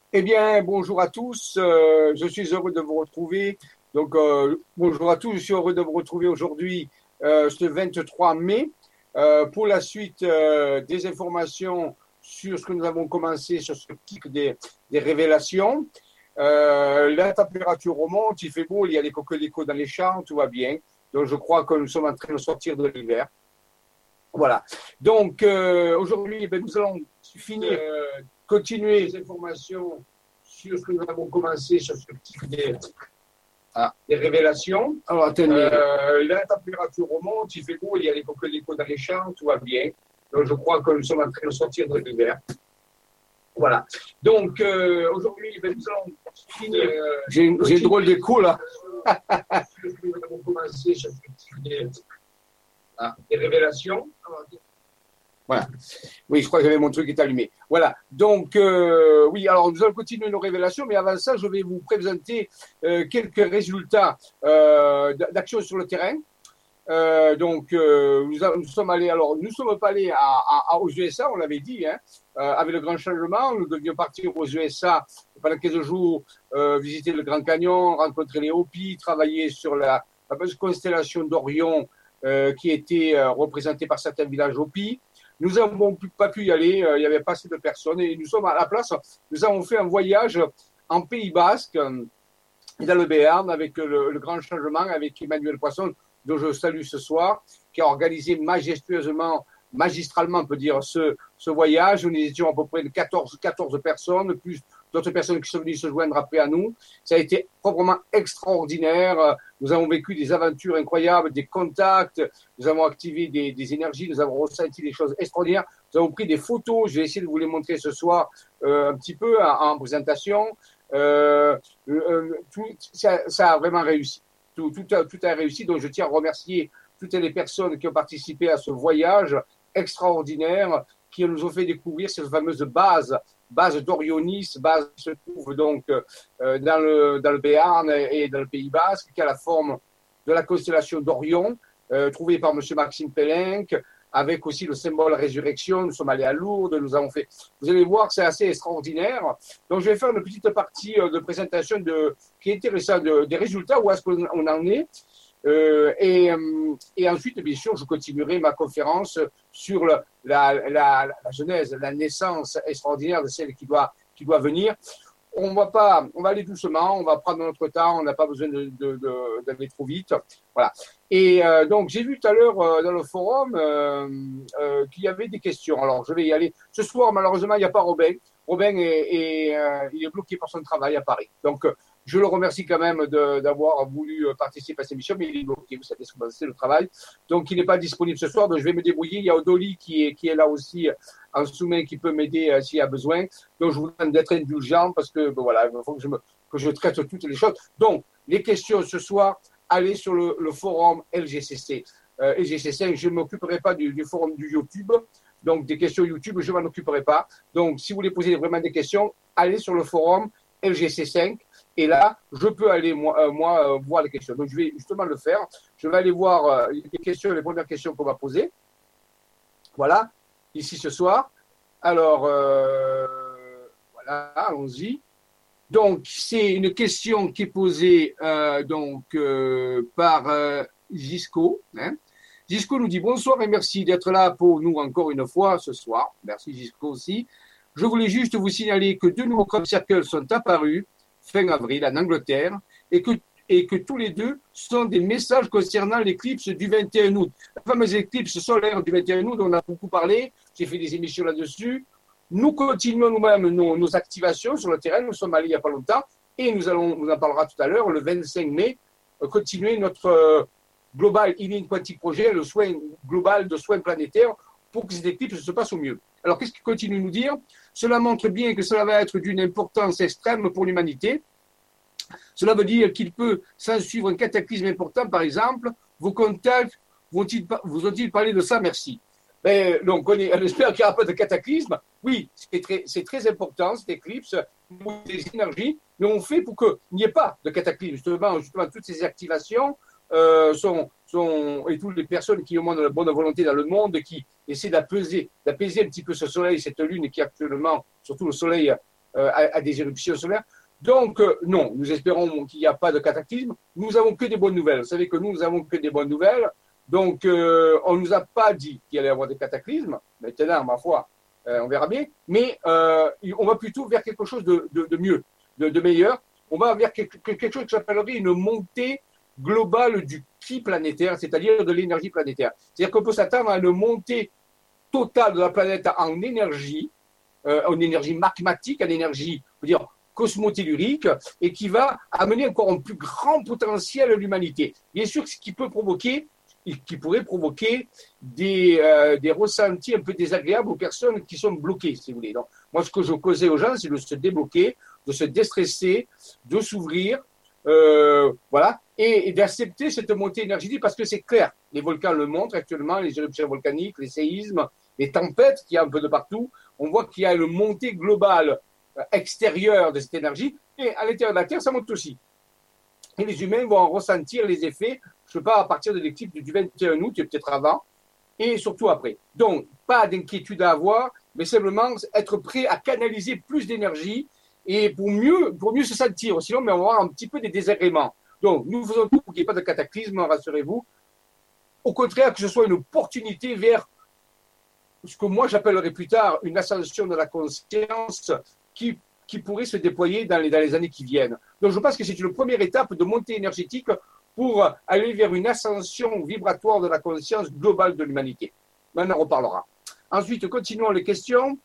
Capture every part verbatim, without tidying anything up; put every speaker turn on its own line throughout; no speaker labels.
Eh bien, bonjour à tous. Euh, je suis heureux de vous retrouver. Donc, euh, bonjour à tous. Je suis heureux de vous retrouver aujourd'hui, euh, ce vingt-trois mai, euh, pour la suite euh, des informations sur ce que nous avons commencé sur ce cycle des, des révélations. Euh, la température remonte, il fait beau, il y a des coquelicots dans les champs, tout va bien. Donc, je crois que nous sommes en train de sortir de l'hiver. Voilà. Donc, euh, aujourd'hui, eh bien, nous allons finir, euh, continuer les informations sur ce que nous avons commencé sur ce type des, ah, des révélations. Alors, attendez. Euh, la température remonte, il fait beau, il y a les coquelicots dans les champs, tout va bien. Donc, je crois que nous sommes en train de sortir de l'hiver. Voilà. Donc, euh, aujourd'hui, eh bien, nous allons finir. Euh, j'ai, j'ai drôle d'écho, là. Sur ce que nous avons commencé sur ce type des, ah, des révélations. Voilà. Oui, je crois que j'avais mon truc qui est allumé. Voilà. Donc, euh, oui, alors nous allons continuer nos révélations, mais avant ça, je vais vous présenter euh, quelques résultats euh, d'action sur le terrain. Euh, donc, euh, nous, a, nous sommes allés, alors, nous ne sommes pas allés à, à, aux U S A, on l'avait dit, hein, euh, avec le grand changement. Nous devions partir aux U S A pendant quinze jours, euh, visiter le Grand Canyon, rencontrer les Hopis, travailler sur la fameuse constellation d'Orion euh, qui était euh, représentée par certains villages Hopis. Nous n'avons pas pu y aller, euh, il n'y avait pas assez de personnes et nous sommes à la place. Nous avons fait un voyage en Pays Basque, euh, dans le Béarn, avec le, le grand changement, avec Emmanuel Poisson, dont je salue ce soir, qui a organisé majestueusement, magistralement, on peut dire, ce, ce voyage. Nous étions à peu près de quatorze, quatorze personnes, plus d'autres personnes qui sont venues se joindre après à nous. Ça a été proprement extraordinaire. Nous avons vécu des aventures incroyables, des contacts, nous avons activé des, des énergies, nous avons ressenti des choses extraordinaires. Nous avons pris des photos, je vais essayer de vous les montrer ce soir euh, un petit peu en, en présentation. Euh, euh, tout, ça, ça a vraiment réussi. Tout, tout, a, tout a réussi. Donc, je tiens à remercier toutes les personnes qui ont participé à ce voyage extraordinaire qui nous ont fait découvrir cette fameuse base, base d'Orionis, base qui se trouve donc euh, dans, le, dans le Béarn et dans le Pays Basque, qui a la forme de la constellation d'Orion, euh, trouvée par M. Maxime Pellenc, avec aussi le symbole résurrection. Nous sommes allés à Lourdes, nous avons fait. Vous allez voir que c'est assez extraordinaire. Donc, je vais faire une petite partie de présentation de, qui est intéressante de, des résultats, où est-ce qu'on en est. Euh, et, et ensuite, bien sûr, je continuerai ma conférence sur le, la, la, la genèse, la naissance extraordinaire de celle qui doit, qui doit venir. On va pas, on va aller doucement, on va prendre notre temps, on n'a pas besoin de, de, de, d'aller trop vite. Voilà. Et euh, donc, j'ai vu tout à l'heure euh, dans le forum euh, euh, qu'il y avait des questions. Alors, je vais y aller. Ce soir, malheureusement, il n'y a pas Robin. Robin est, est, euh, il est bloqué par son travail à Paris. Donc, euh, je le remercie quand même de, d'avoir voulu participer à cette émission, mais il est bloqué, vous savez, c'est le travail. Donc, il n'est pas disponible ce soir, donc je vais me débrouiller. Il y a Odoli qui est, qui est là aussi en sous-main qui peut m'aider euh, s'il y a besoin. Donc, je vous demande d'être indulgent parce que, ben, voilà, il faut que je, me, que je traite toutes les choses. Donc, les questions ce soir, allez sur le, le forum L G C C. Euh, L G C C, je ne m'occuperai pas du, du forum du YouTube. Donc, des questions YouTube, je ne m'en occuperai pas. Donc, si vous voulez poser vraiment des questions, allez sur le forum L G C cinq. Et là, je peux aller, moi, euh, moi euh, voir les questions. Donc, je vais justement le faire. Je vais aller voir euh, les questions, les premières questions qu'on va poser. Voilà, ici ce soir. Alors, euh, voilà, allons-y. Donc, c'est une question qui est posée euh, donc, euh, par euh, Gisco. Hein. Gisco nous dit bonsoir et merci d'être là pour nous encore une fois ce soir. Merci Gisco aussi. Je voulais juste vous signaler que deux nouveaux crop circles sont apparus fin avril en Angleterre et que, et que tous les deux sont des messages concernant l'éclipse du vingt et un août. La fameuse éclipse solaire du vingt et un août, on a beaucoup parlé, j'ai fait des émissions là-dessus. Nous continuons nous-mêmes nos, nos activations sur le terrain, nous sommes allés il n'y a pas longtemps et nous allons, on en parlera tout à l'heure, le vingt-cinq mai, euh, continuer notre euh, Global Healing Quantique Project, le soin global de soins planétaires pour que cette éclipse se passe au mieux. Alors, qu'est-ce qu'il continue de nous dire? Cela montre bien que cela va être d'une importance extrême pour l'humanité. Cela veut dire qu'il peut s'en suivre un cataclysme important, par exemple. Vos contacts vont-ils, vous ont-ils parlé de ça? Merci. Ben, donc, on, est, on espère qu'il n'y aura pas de cataclysme. Oui, c'est très, c'est très important, cette éclipse, des énergies, mais on fait pour qu'il n'y ait pas de cataclysme. Justement, justement toutes ces activations euh, sont, sont, et toutes les personnes qui ont de la bonne volonté dans le monde, qui essaient d'apaiser, d'apaiser un petit peu ce soleil, cette lune qui actuellement, surtout le soleil euh, à, à des éruptions solaires. Donc, euh, non, nous espérons qu'il n'y a pas de cataclysme. Nous n'avons que des bonnes nouvelles. Vous savez que nous, nous n'avons que des bonnes nouvelles. Donc, euh, on ne nous a pas dit qu'il allait y avoir des cataclysmes. Maintenant, ma foi, euh, on verra bien. Mais euh, on va plutôt vers quelque chose de, de, de mieux, de, de meilleur. On va vers quelque, quelque chose que j'appellerais une montée globale du ki planétaire, c'est-à-dire de l'énergie planétaire. C'est-à-dire qu'on peut s'attendre à une montée totale de la planète en énergie, euh, en énergie magmatique, en énergie, on peut dire, cosmotellurique, et qui va amener encore un plus grand potentiel à l'humanité. Bien sûr, ce qui peut provoquer, qui pourrait provoquer des, euh, des ressentis un peu désagréables aux personnes qui sont bloquées, si vous voulez. Donc, moi, ce que je causais aux gens, c'est de se débloquer, de se déstresser, de s'ouvrir, euh, voilà, et, et d'accepter cette montée énergétique, parce que c'est clair, les volcans le montrent actuellement, les éruptions volcaniques, les séismes, les tempêtes qu'il y a un peu de partout, on voit qu'il y a une montée globale extérieure de cette énergie, et à l'intérieur de la Terre, ça monte aussi. Et les humains vont en ressentir les effets, je ne sais pas, à partir de l'éclipse du vingt et un août, et peut-être avant, et surtout après. Donc, pas d'inquiétude à avoir, mais simplement être prêt à canaliser plus d'énergie, et pour mieux, pour mieux se sentir. Sinon, mais on va avoir un petit peu des désagréments. Donc, nous faisons tout pour qu'il n'y ait pas de cataclysme, rassurez-vous. Au contraire, que ce soit une opportunité vers ce que moi j'appellerai plus tard une ascension de la conscience qui, qui pourrait se déployer dans les, dans les années qui viennent. Donc, je pense que c'est une première étape de montée énergétique pour aller vers une ascension vibratoire de la conscience globale de l'humanité. Maintenant, on reparlera. Ensuite, continuons les questions.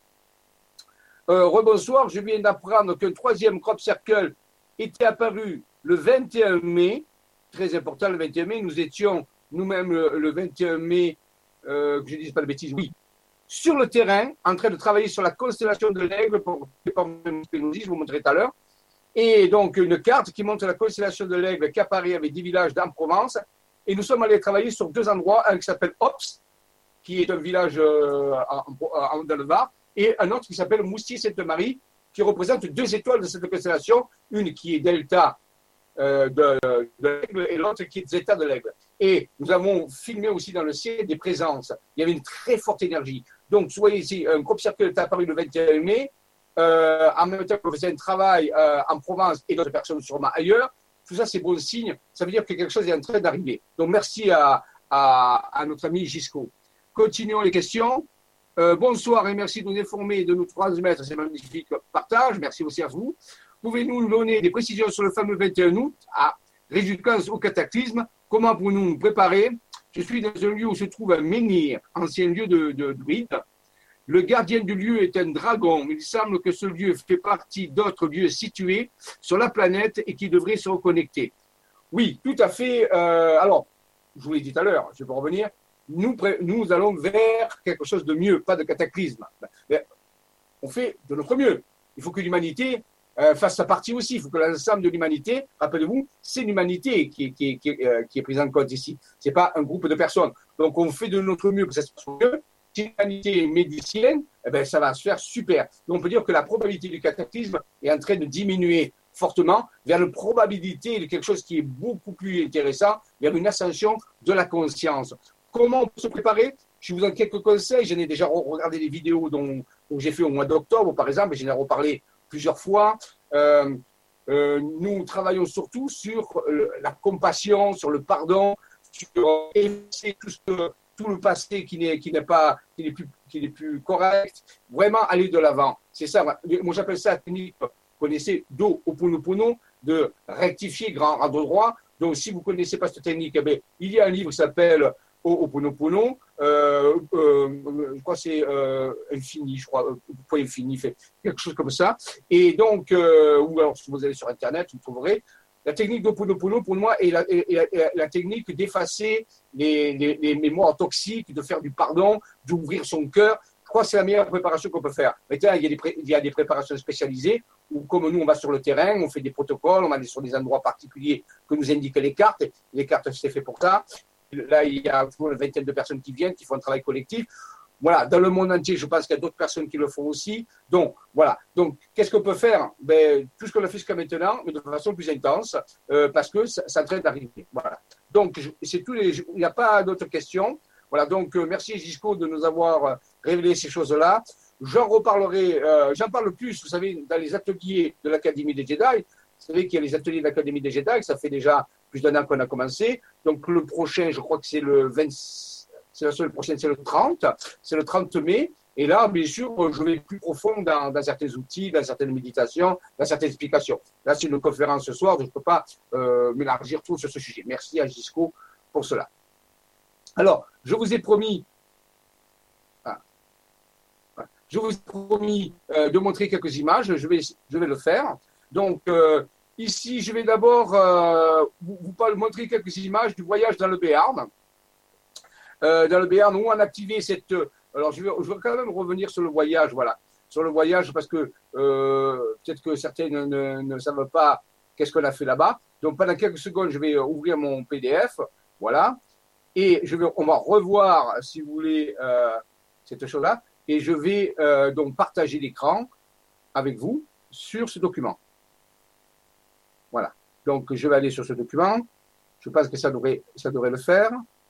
Euh, rebonsoir, je viens d'apprendre qu'un troisième crop circle était apparu le vingt et un mai. Très important, le vingt et un mai. Nous étions nous-mêmes le, le vingt et un mai, euh, que je ne dise pas de bêtises, oui, sur le terrain, en train de travailler sur la constellation de l'Aigle, pour, pour je vous montrerai tout à l'heure. Et donc, une carte qui montre la constellation de l'Aigle qui apparaît avec dix villages dans Provence. Et nous sommes allés travailler sur deux endroits, un qui s'appelle Ops, qui est un village euh, en, en, dans le Var, et un autre qui s'appelle Moustier-Sainte-Marie, qui représente deux étoiles de cette constellation, une qui est Delta euh, de, de l'Aigle et l'autre qui est Zeta de l'Aigle. Et nous avons filmé aussi dans le ciel des présences. Il y avait une très forte énergie. Donc, vous voyez ici, un crop circle est apparu le vingt et un mai, euh, en même temps qu'on faisait un travail euh, en Provence et d'autres personnes sûrement ailleurs. Tout ça, c'est bon signe. Ça veut dire que quelque chose est en train d'arriver. Donc, merci à, à, à notre ami Gisco. Continuons les questions. Euh, bonsoir et merci de nous informer et de nous transmettre ces magnifiques partages. Merci aussi à vous. Pouvez-nous nous donner des précisions sur le fameux vingt et un août, à résistance au cataclysme? Comment pouvons-nous nous préparer? Je suis dans un lieu où se trouve un menhir, ancien lieu de, de druide. Le gardien du lieu est un dragon. Il semble que ce lieu fait partie d'autres lieux situés sur la planète et qui devraient se reconnecter. Oui, tout à fait. Euh, alors, je vous l'ai dit tout à l'heure, je vais revenir. Nous, nous allons vers quelque chose de mieux, pas de cataclysme. Mais on fait de notre mieux. Il faut que l'humanité euh, fasse sa partie aussi. Il faut que l'ensemble de l'humanité, rappelez-vous, c'est l'humanité qui, qui, qui, euh, qui est prise en compte ici. Ce n'est pas un groupe de personnes. Donc, on fait de notre mieux que ça se passe mieux. Si l'humanité est médicienne, eh ben, ça va se faire super. Donc, on peut dire que la probabilité du cataclysme est en train de diminuer fortement vers la probabilité de quelque chose qui est beaucoup plus intéressant, vers une ascension de la conscience. Comment on peut se préparer? Je vous donne quelques conseils. J'en ai déjà regardé des vidéos dont, dont j'ai fait au mois d'octobre, par exemple, et j'en ai reparlé plusieurs fois. Euh, euh, nous travaillons surtout sur euh, la compassion, sur le pardon, sur effacer tout, ce, tout le passé qui n'est, qui n'est pas, qui n'est plus, qui n'est plus correct. Vraiment aller de l'avant. C'est ça. Moi, j'appelle ça la technique. Vous connaissez Do Oponopono, de rectifier grand radeau droit. Donc, si vous ne connaissez pas cette technique, eh bien, il y a un livre qui s'appelle Oponopono, euh, euh, je crois que c'est euh, infini, je crois, euh, point infini, fait quelque chose comme ça. Et donc, euh, ou alors si vous allez sur Internet, vous trouverez. La technique d'Oponopono, pour moi, est la, est la, est la technique d'effacer les, les, les mémoires toxiques, de faire du pardon, d'ouvrir son cœur. Je crois que c'est la meilleure préparation qu'on peut faire. Maintenant, il y a des, pré, il y a des préparations spécialisées où, comme nous, on va sur le terrain, on fait des protocoles, on va aller sur des endroits particuliers que nous indiquent les cartes. Les cartes, c'est fait pour ça. Là, il y a une vingtaine de personnes qui viennent, qui font un travail collectif. Voilà, dans le monde entier, je pense qu'il y a d'autres personnes qui le font aussi. Donc, voilà. Donc, qu'est-ce qu'on peut faire? Ben, tout ce qu'on a fait jusqu'à maintenant, mais de façon plus intense, euh, parce que ça, ça train d'arriver. Voilà. Donc, c'est tous les, il n'y a pas d'autres questions. Voilà. Donc, euh, merci Gisco de nous avoir révélé ces choses-là. j'en reparlerai, euh, j'en parle plus, vous savez, dans les ateliers de l'Académie des Jedi. Vous savez qu'il y a les ateliers de l'Académie des Jedi, ça fait déjà plus d'un an qu'on a commencé. Donc le prochain, je crois que c'est le vingt, c'est la semaine prochaine, c'est le trente, c'est le trente mai. Et là, bien sûr, je vais plus profond dans, dans certains outils, dans certaines méditations, dans certaines explications. Là, c'est une conférence ce soir, donc je ne peux pas euh, m'élargir trop sur ce sujet. Merci à Gisco pour cela. Alors, je vous ai promis, ah, je vous ai promis euh, de montrer quelques images. Je vais, je vais le faire. Donc, euh, ici, je vais d'abord euh, vous, vous montrer quelques images du voyage dans le Béarn. Euh, dans le Béarn, où on a activé cette... Alors, je vais, je vais quand même revenir sur le voyage, voilà. Sur le voyage, parce que euh, peut-être que certains ne, ne, ne savent pas qu'est-ce qu'on a fait là-bas. Donc, pendant quelques secondes, je vais ouvrir mon P D F, voilà. Et je vais, on va revoir, si vous voulez, euh, cette chose-là. Et je vais euh, donc partager l'écran avec vous sur ce document. Voilà. Donc, je vais aller sur ce document. Je pense que ça devrait, ça devrait le faire.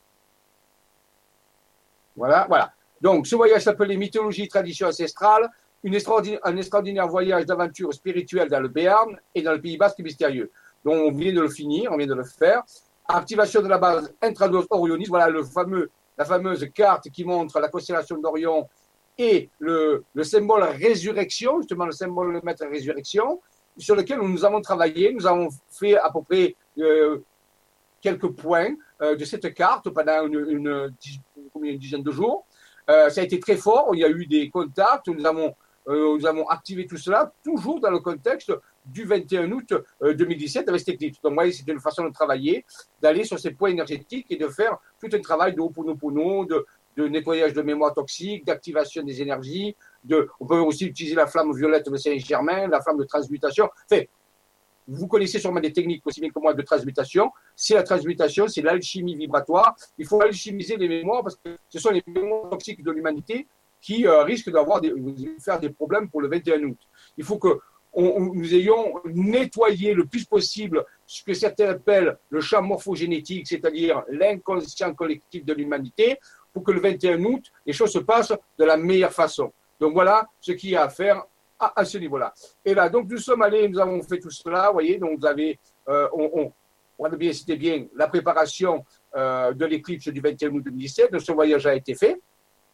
Voilà, voilà. Donc, ce voyage s'appelait Mythologie, tradition ancestrale, une extraordinaire, un extraordinaire voyage d'aventure spirituelle dans le Béarn et dans le Pays Basque mystérieux. Donc, on vient de le finir, on vient de le faire. Activation de la base Intrados Orionis, voilà le fameux, la fameuse carte qui montre la constellation d'Orion et le, le symbole résurrection, justement le symbole de maître résurrection, sur lequel nous avons travaillé. Nous avons fait à peu près euh, quelques points euh, de cette carte pendant une, une, une, une dizaine de jours. Euh, ça a été très fort, il y a eu des contacts, nous avons, euh, nous avons activé tout cela, toujours dans le contexte du vingt et un août deux mille dix-sept avec cette éclipse. Donc, vous voyez, c'est une façon de travailler, d'aller sur ces points énergétiques et de faire tout un travail de Ho'oponopono, de, de nettoyage de mémoire toxique, d'activation des énergies. De, on peut aussi utiliser la flamme violette de Saint-Germain, la flamme de transmutation. Enfin, vous connaissez sûrement des techniques aussi bien que moi de transmutation. C'est la transmutation, c'est l'alchimie vibratoire. Il faut alchimiser les mémoires parce que ce sont les mémoires toxiques de l'humanité qui euh, risquent d'avoir des, faire des problèmes pour le vingt et un août. Il faut que on, on, nous ayons nettoyé le plus possible ce que certains appellent le champ morphogénétique, c'est-à-dire l'inconscient collectif de l'humanité, pour que le vingt et un août, les choses se passent de la meilleure façon. Donc voilà ce qu'il y a à faire à, à ce niveau-là. Et là, donc nous sommes allés, nous avons fait tout cela, vous voyez, donc vous avez, euh, on, on, on a bien, c'était bien la préparation euh, de l'éclipse du vingt et un août deux mille dix-sept, donc ce voyage a été fait.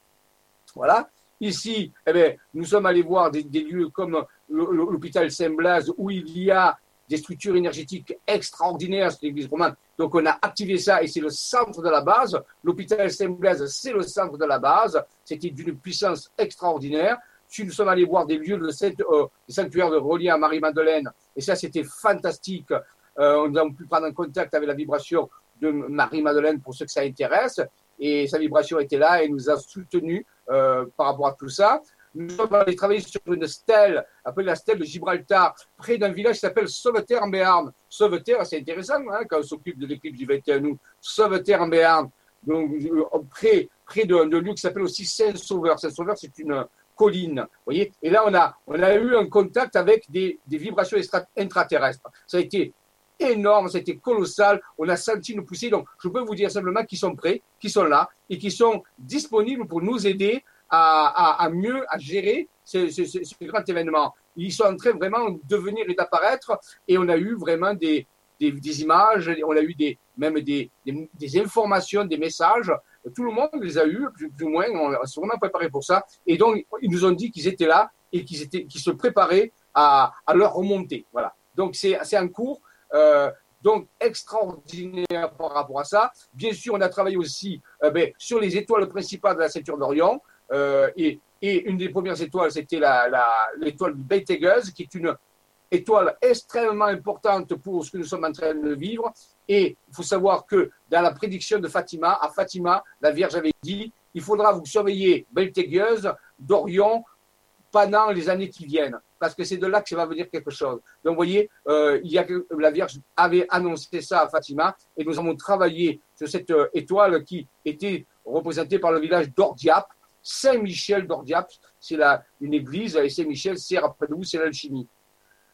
Voilà. Ici, eh bien, nous sommes allés voir des, des lieux comme l'hôpital Saint-Blaise où il y a des structures énergétiques extraordinaires, c'est l'église romane. Donc, on a activé ça et c'est le centre de la base. L'hôpital Saint-Blaise, c'est le centre de la base. C'était d'une puissance extraordinaire. Si nous sommes allés voir des lieux de saint, euh, des sanctuaires de reliés à Marie-Madeleine, et ça, c'était fantastique. Euh, nous avons pu prendre en contact avec la vibration de Marie-Madeleine pour ceux que ça intéresse. Et sa vibration était là et nous a soutenus euh, par rapport à tout ça. Nous sommes allés travailler sur une stèle, appelée la stèle de Gibraltar, près d'un village qui s'appelle Sauveterre en Béarn. Sauveterre, c'est intéressant hein, quand on s'occupe de l'éclipse du vingt et un août. Sauveterre en Béarn, donc près, près d'un lieu qui s'appelle aussi Saint-Sauveur. Saint-Sauveur, c'est une colline, vous voyez. Et là, on a, on a eu un contact avec des, des vibrations extra, intraterrestres. Ça a été énorme, ça a été colossal. On a senti nous pousser. Donc, je peux vous dire simplement qu'ils sont prêts, qu'ils sont là et qu'ils sont disponibles pour nous aider à, à, à mieux à gérer ce, ce, ce, ce grand événement. Ils sont en train vraiment de venir et d'apparaître et on a eu vraiment des, des, des images, on a eu des, même des, des, des informations, des messages. Tout le monde les a eus, plus, plus ou moins. On s'est vraiment préparé pour ça. Et donc, ils nous ont dit qu'ils étaient là et qu'ils étaient, qu'ils se préparaient à, à leur remonter. Voilà. Donc, c'est, c'est en cours. Euh, donc extraordinaire par rapport à ça. Bien sûr, on a travaillé aussi euh, ben, sur les étoiles principales de la ceinture d'Orion euh, et, et une des premières étoiles, c'était la, la, l'étoile de Betelgeuse, qui est une étoile extrêmement importante pour ce que nous sommes en train de vivre. Et il faut savoir que dans la prédiction de Fatima, à Fatima, la Vierge avait dit, il faudra vous surveiller Betelgeuse d'Orion pendant les années qui viennent, parce que c'est de là que ça va venir quelque chose. Donc, vous voyez, euh, il y a, la Vierge avait annoncé ça à Fatima, et nous avons travaillé sur cette euh, étoile qui était représentée par le village d'Ordiap, Saint-Michel d'Ordiap, c'est la, une église, et Saint-Michel, c'est, rappelez-vous, c'est l'alchimie.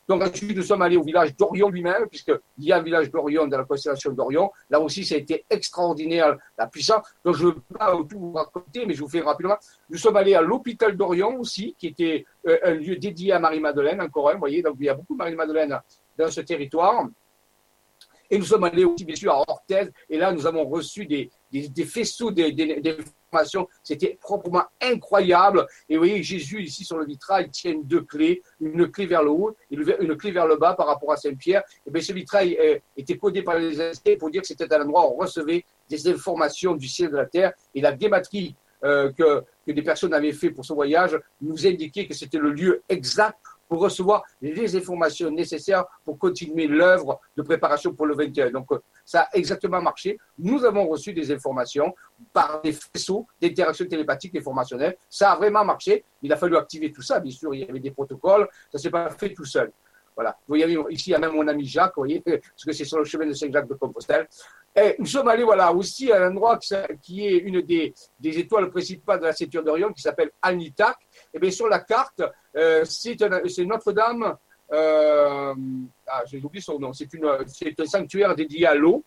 Donc ensuite, nous sommes allés au village d'Orion lui-même, puisqu'il y a un village d'Orion dans la constellation d'Orion. Là aussi, ça a été extraordinaire, la puissance. Donc je ne veux pas tout vous raconter, mais je vous fais rapidement. Nous sommes allés à l'hôpital d'Orion aussi, qui était euh, un lieu dédié à Marie-Madeleine, encore un, vous voyez. Donc il y a beaucoup de Marie-Madeleine dans ce territoire. Et nous sommes allés aussi, bien sûr, à Orthez. Et là, nous avons reçu des, des, des faisceaux d'informations. C'était proprement incroyable. Et vous voyez, Jésus, ici, sur le vitrail, tient deux clés. Une clé vers le haut et une clé vers le bas par rapport à Saint-Pierre. Et bien, ce vitrail euh, était codé par les inscrits pour dire que c'était un endroit où on recevait des informations du ciel et de la terre. Et la guématrie euh, que, que des personnes avaient fait pour ce voyage nous indiquait que c'était le lieu exact pour recevoir les informations nécessaires pour continuer l'œuvre de préparation pour le vingt et un. Donc, ça a exactement marché. Nous avons reçu des informations par des faisceaux d'interaction télépathique et formationnelle. Ça a vraiment marché. Il a fallu activer tout ça. Bien sûr, il y avait des protocoles. Ça ne s'est pas fait tout seul. Voilà. Vous voyez, ici, il y a même mon ami Jacques, vous voyez, parce que c'est sur le chemin de Saint-Jacques de Compostelle. Et nous sommes allés, voilà, aussi à un endroit qui est une des, des étoiles principales de la ceinture d'Orion, qui s'appelle Alnitak. Et bien, sur la carte, euh, c'est, un, c'est Notre-Dame, euh, ah, j'ai oublié son nom, c'est, une, c'est un sanctuaire dédié à l'eau.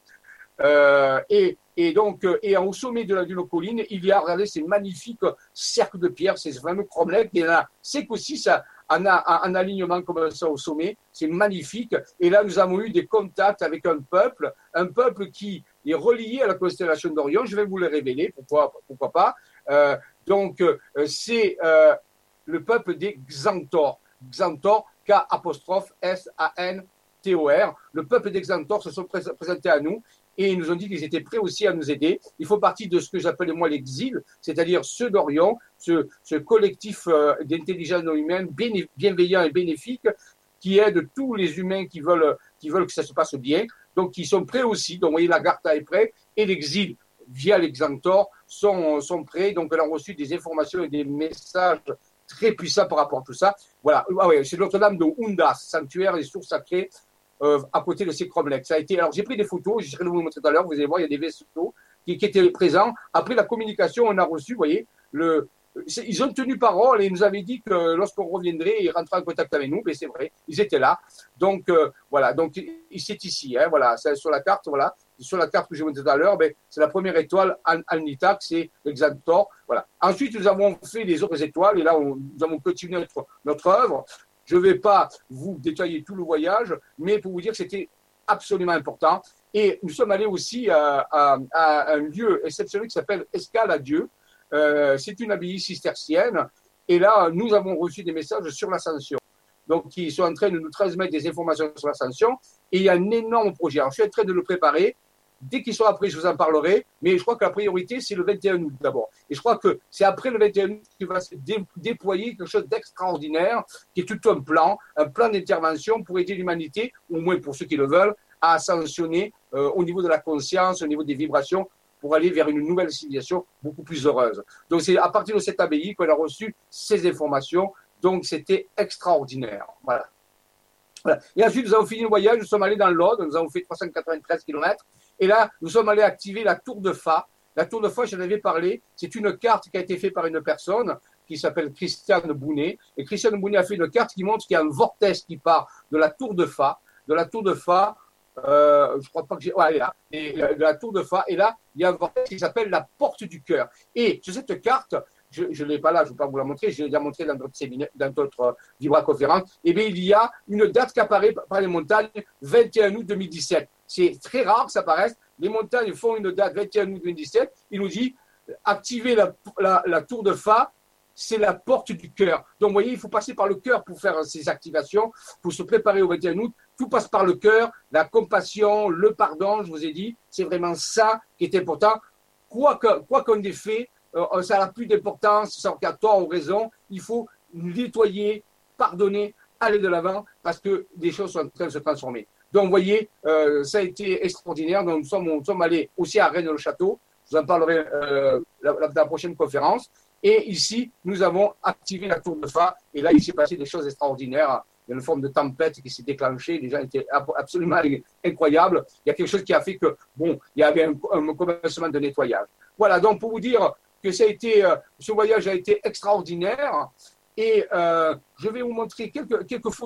Euh, et, et donc, et au sommet de la d'une colline, il y a, regardez, ces magnifiques cercles de pierre, ces fameux cromlechs. Et là, c'est qu'aussi ça, en, en alignement comme ça au sommet, c'est magnifique. Et là, nous avons eu des contacts avec un peuple, un peuple qui est relié à la constellation d'Orion. Je vais vous le révéler, pourquoi, pourquoi pas. Euh, donc, euh, c'est euh, le peuple des Xantor. Xantor, K apostrophe S A N T O R. Le peuple des Xantor se sont pré- présentés à nous. Et ils nous ont dit qu'ils étaient prêts aussi à nous aider. Ils font partie de ce que j'appelle moi l'exil, c'est-à-dire ceux d'Orion, ce, ce collectif euh, d'intelligence non humaine béné, bienveillant et bénéfique qui aide tous les humains qui veulent, qui veulent que ça se passe bien. Donc, ils sont prêts aussi. Donc, vous voyez, l'Agartha est prêt et l'exil, via l'Exantor, sont, sont prêts. Donc, on a reçu des informations et des messages très puissants par rapport à tout ça. Voilà. Ah ouais, c'est Notre-Dame de Undas, sanctuaire des sources sacrées. Euh, à côté de ces cromlechs. Ça a été, alors j'ai pris des photos, je vais vous montrer tout à l'heure, vous allez voir, il y a des vaisseaux qui, qui étaient présents. Après la communication, on a reçu, vous voyez, le, ils ont tenu parole et ils nous avaient dit que lorsqu'on reviendrait, ils rentreraient en contact avec nous, mais c'est vrai, ils étaient là. Donc, euh, voilà, donc c'est ici, hein, voilà, c'est sur la carte, voilà, sur la carte que j'ai montrée tout à l'heure, ben, c'est la première étoile, Alnitak, c'est l'Exantor, voilà. Ensuite, nous avons fait les autres étoiles et là, on, nous avons continué notre, notre œuvre. Je ne vais pas vous détailler tout le voyage, mais pour vous dire que c'était absolument important. Et nous sommes allés aussi à, à, à un lieu exceptionnel qui s'appelle Escale à Dieu. Euh, c'est une abbaye cistercienne. Et là, nous avons reçu des messages sur l'ascension. Donc, qui sont en train de nous transmettre des informations sur l'ascension. Et il y a un énorme projet. Alors, je suis en train de le préparer. Dès qu'ils sont après, je vous en parlerai. Mais je crois que la priorité, c'est le vingt et un août d'abord. Et je crois que c'est après le vingt et un août qu'il va se dé- déployer quelque chose d'extraordinaire, qui est tout un plan, un plan d'intervention pour aider l'humanité, au moins pour ceux qui le veulent, à ascensionner euh, au niveau de la conscience, au niveau des vibrations, pour aller vers une nouvelle civilisation beaucoup plus heureuse. Donc, c'est à partir de cette abbaye qu'on a reçu ces informations. Donc, c'était extraordinaire. Voilà. Voilà. Et ensuite, nous avons fini le voyage, nous sommes allés dans l'Aude, nous avons fait trois cent quatre-vingt-treize kilomètres. Et là, nous sommes allés activer la tour de Fa. La tour de Fa, j'en avais parlé, c'est une carte qui a été faite par une personne qui s'appelle Christiane Bounet. Et Christiane Bounet a fait une carte qui montre qu'il y a un vortex qui part de la tour de Fa, de la tour de Fa, euh, je crois pas que j'ai, ouais, elle est là, et, de la tour de Fa. Et là, il y a un vortex qui s'appelle la porte du cœur. Et sur cette carte, je ne l'ai pas là, je ne vais pas vous la montrer, je l'ai déjà montré dans d'autres séminaires, dans d'autres euh, vibra-conférences, et bien il y a une date qui apparaît par les montagnes, vingt et un août deux mille dix-sept. C'est très rare que ça apparaisse. Les montagnes font une date, vingt et un août deux mille dix-sept. Il nous dit, activer la, la, la tour de Fa, c'est la porte du cœur. Donc, vous voyez, il faut passer par le cœur pour faire ces activations, pour se préparer au vingt et un août. Tout passe par le cœur, la compassion, le pardon, je vous ai dit, c'est vraiment ça qui est important. Quoi que, quoi qu'on ait fait, euh, ça n'a plus d'importance, ça a tort ou raison. Il faut nettoyer, pardonner, aller de l'avant, parce que des choses sont en train de se transformer. Donc, vous voyez, euh, ça a été extraordinaire. Donc, nous sommes, nous sommes allés aussi à Rennes-le-Château. Je vous en parlerai euh, la, la, la prochaine conférence. Et ici, nous avons activé la tour de Fa. Et là, il s'est passé des choses extraordinaires. Il y a une forme de tempête qui s'est déclenchée. Les gens étaient absolument incroyables. Il y a quelque chose qui a fait que, bon, il y avait un, un commencement de nettoyage. Voilà, donc pour vous dire que ça a été, euh, ce voyage a été extraordinaire. Et euh, je vais vous montrer quelques, quelques photos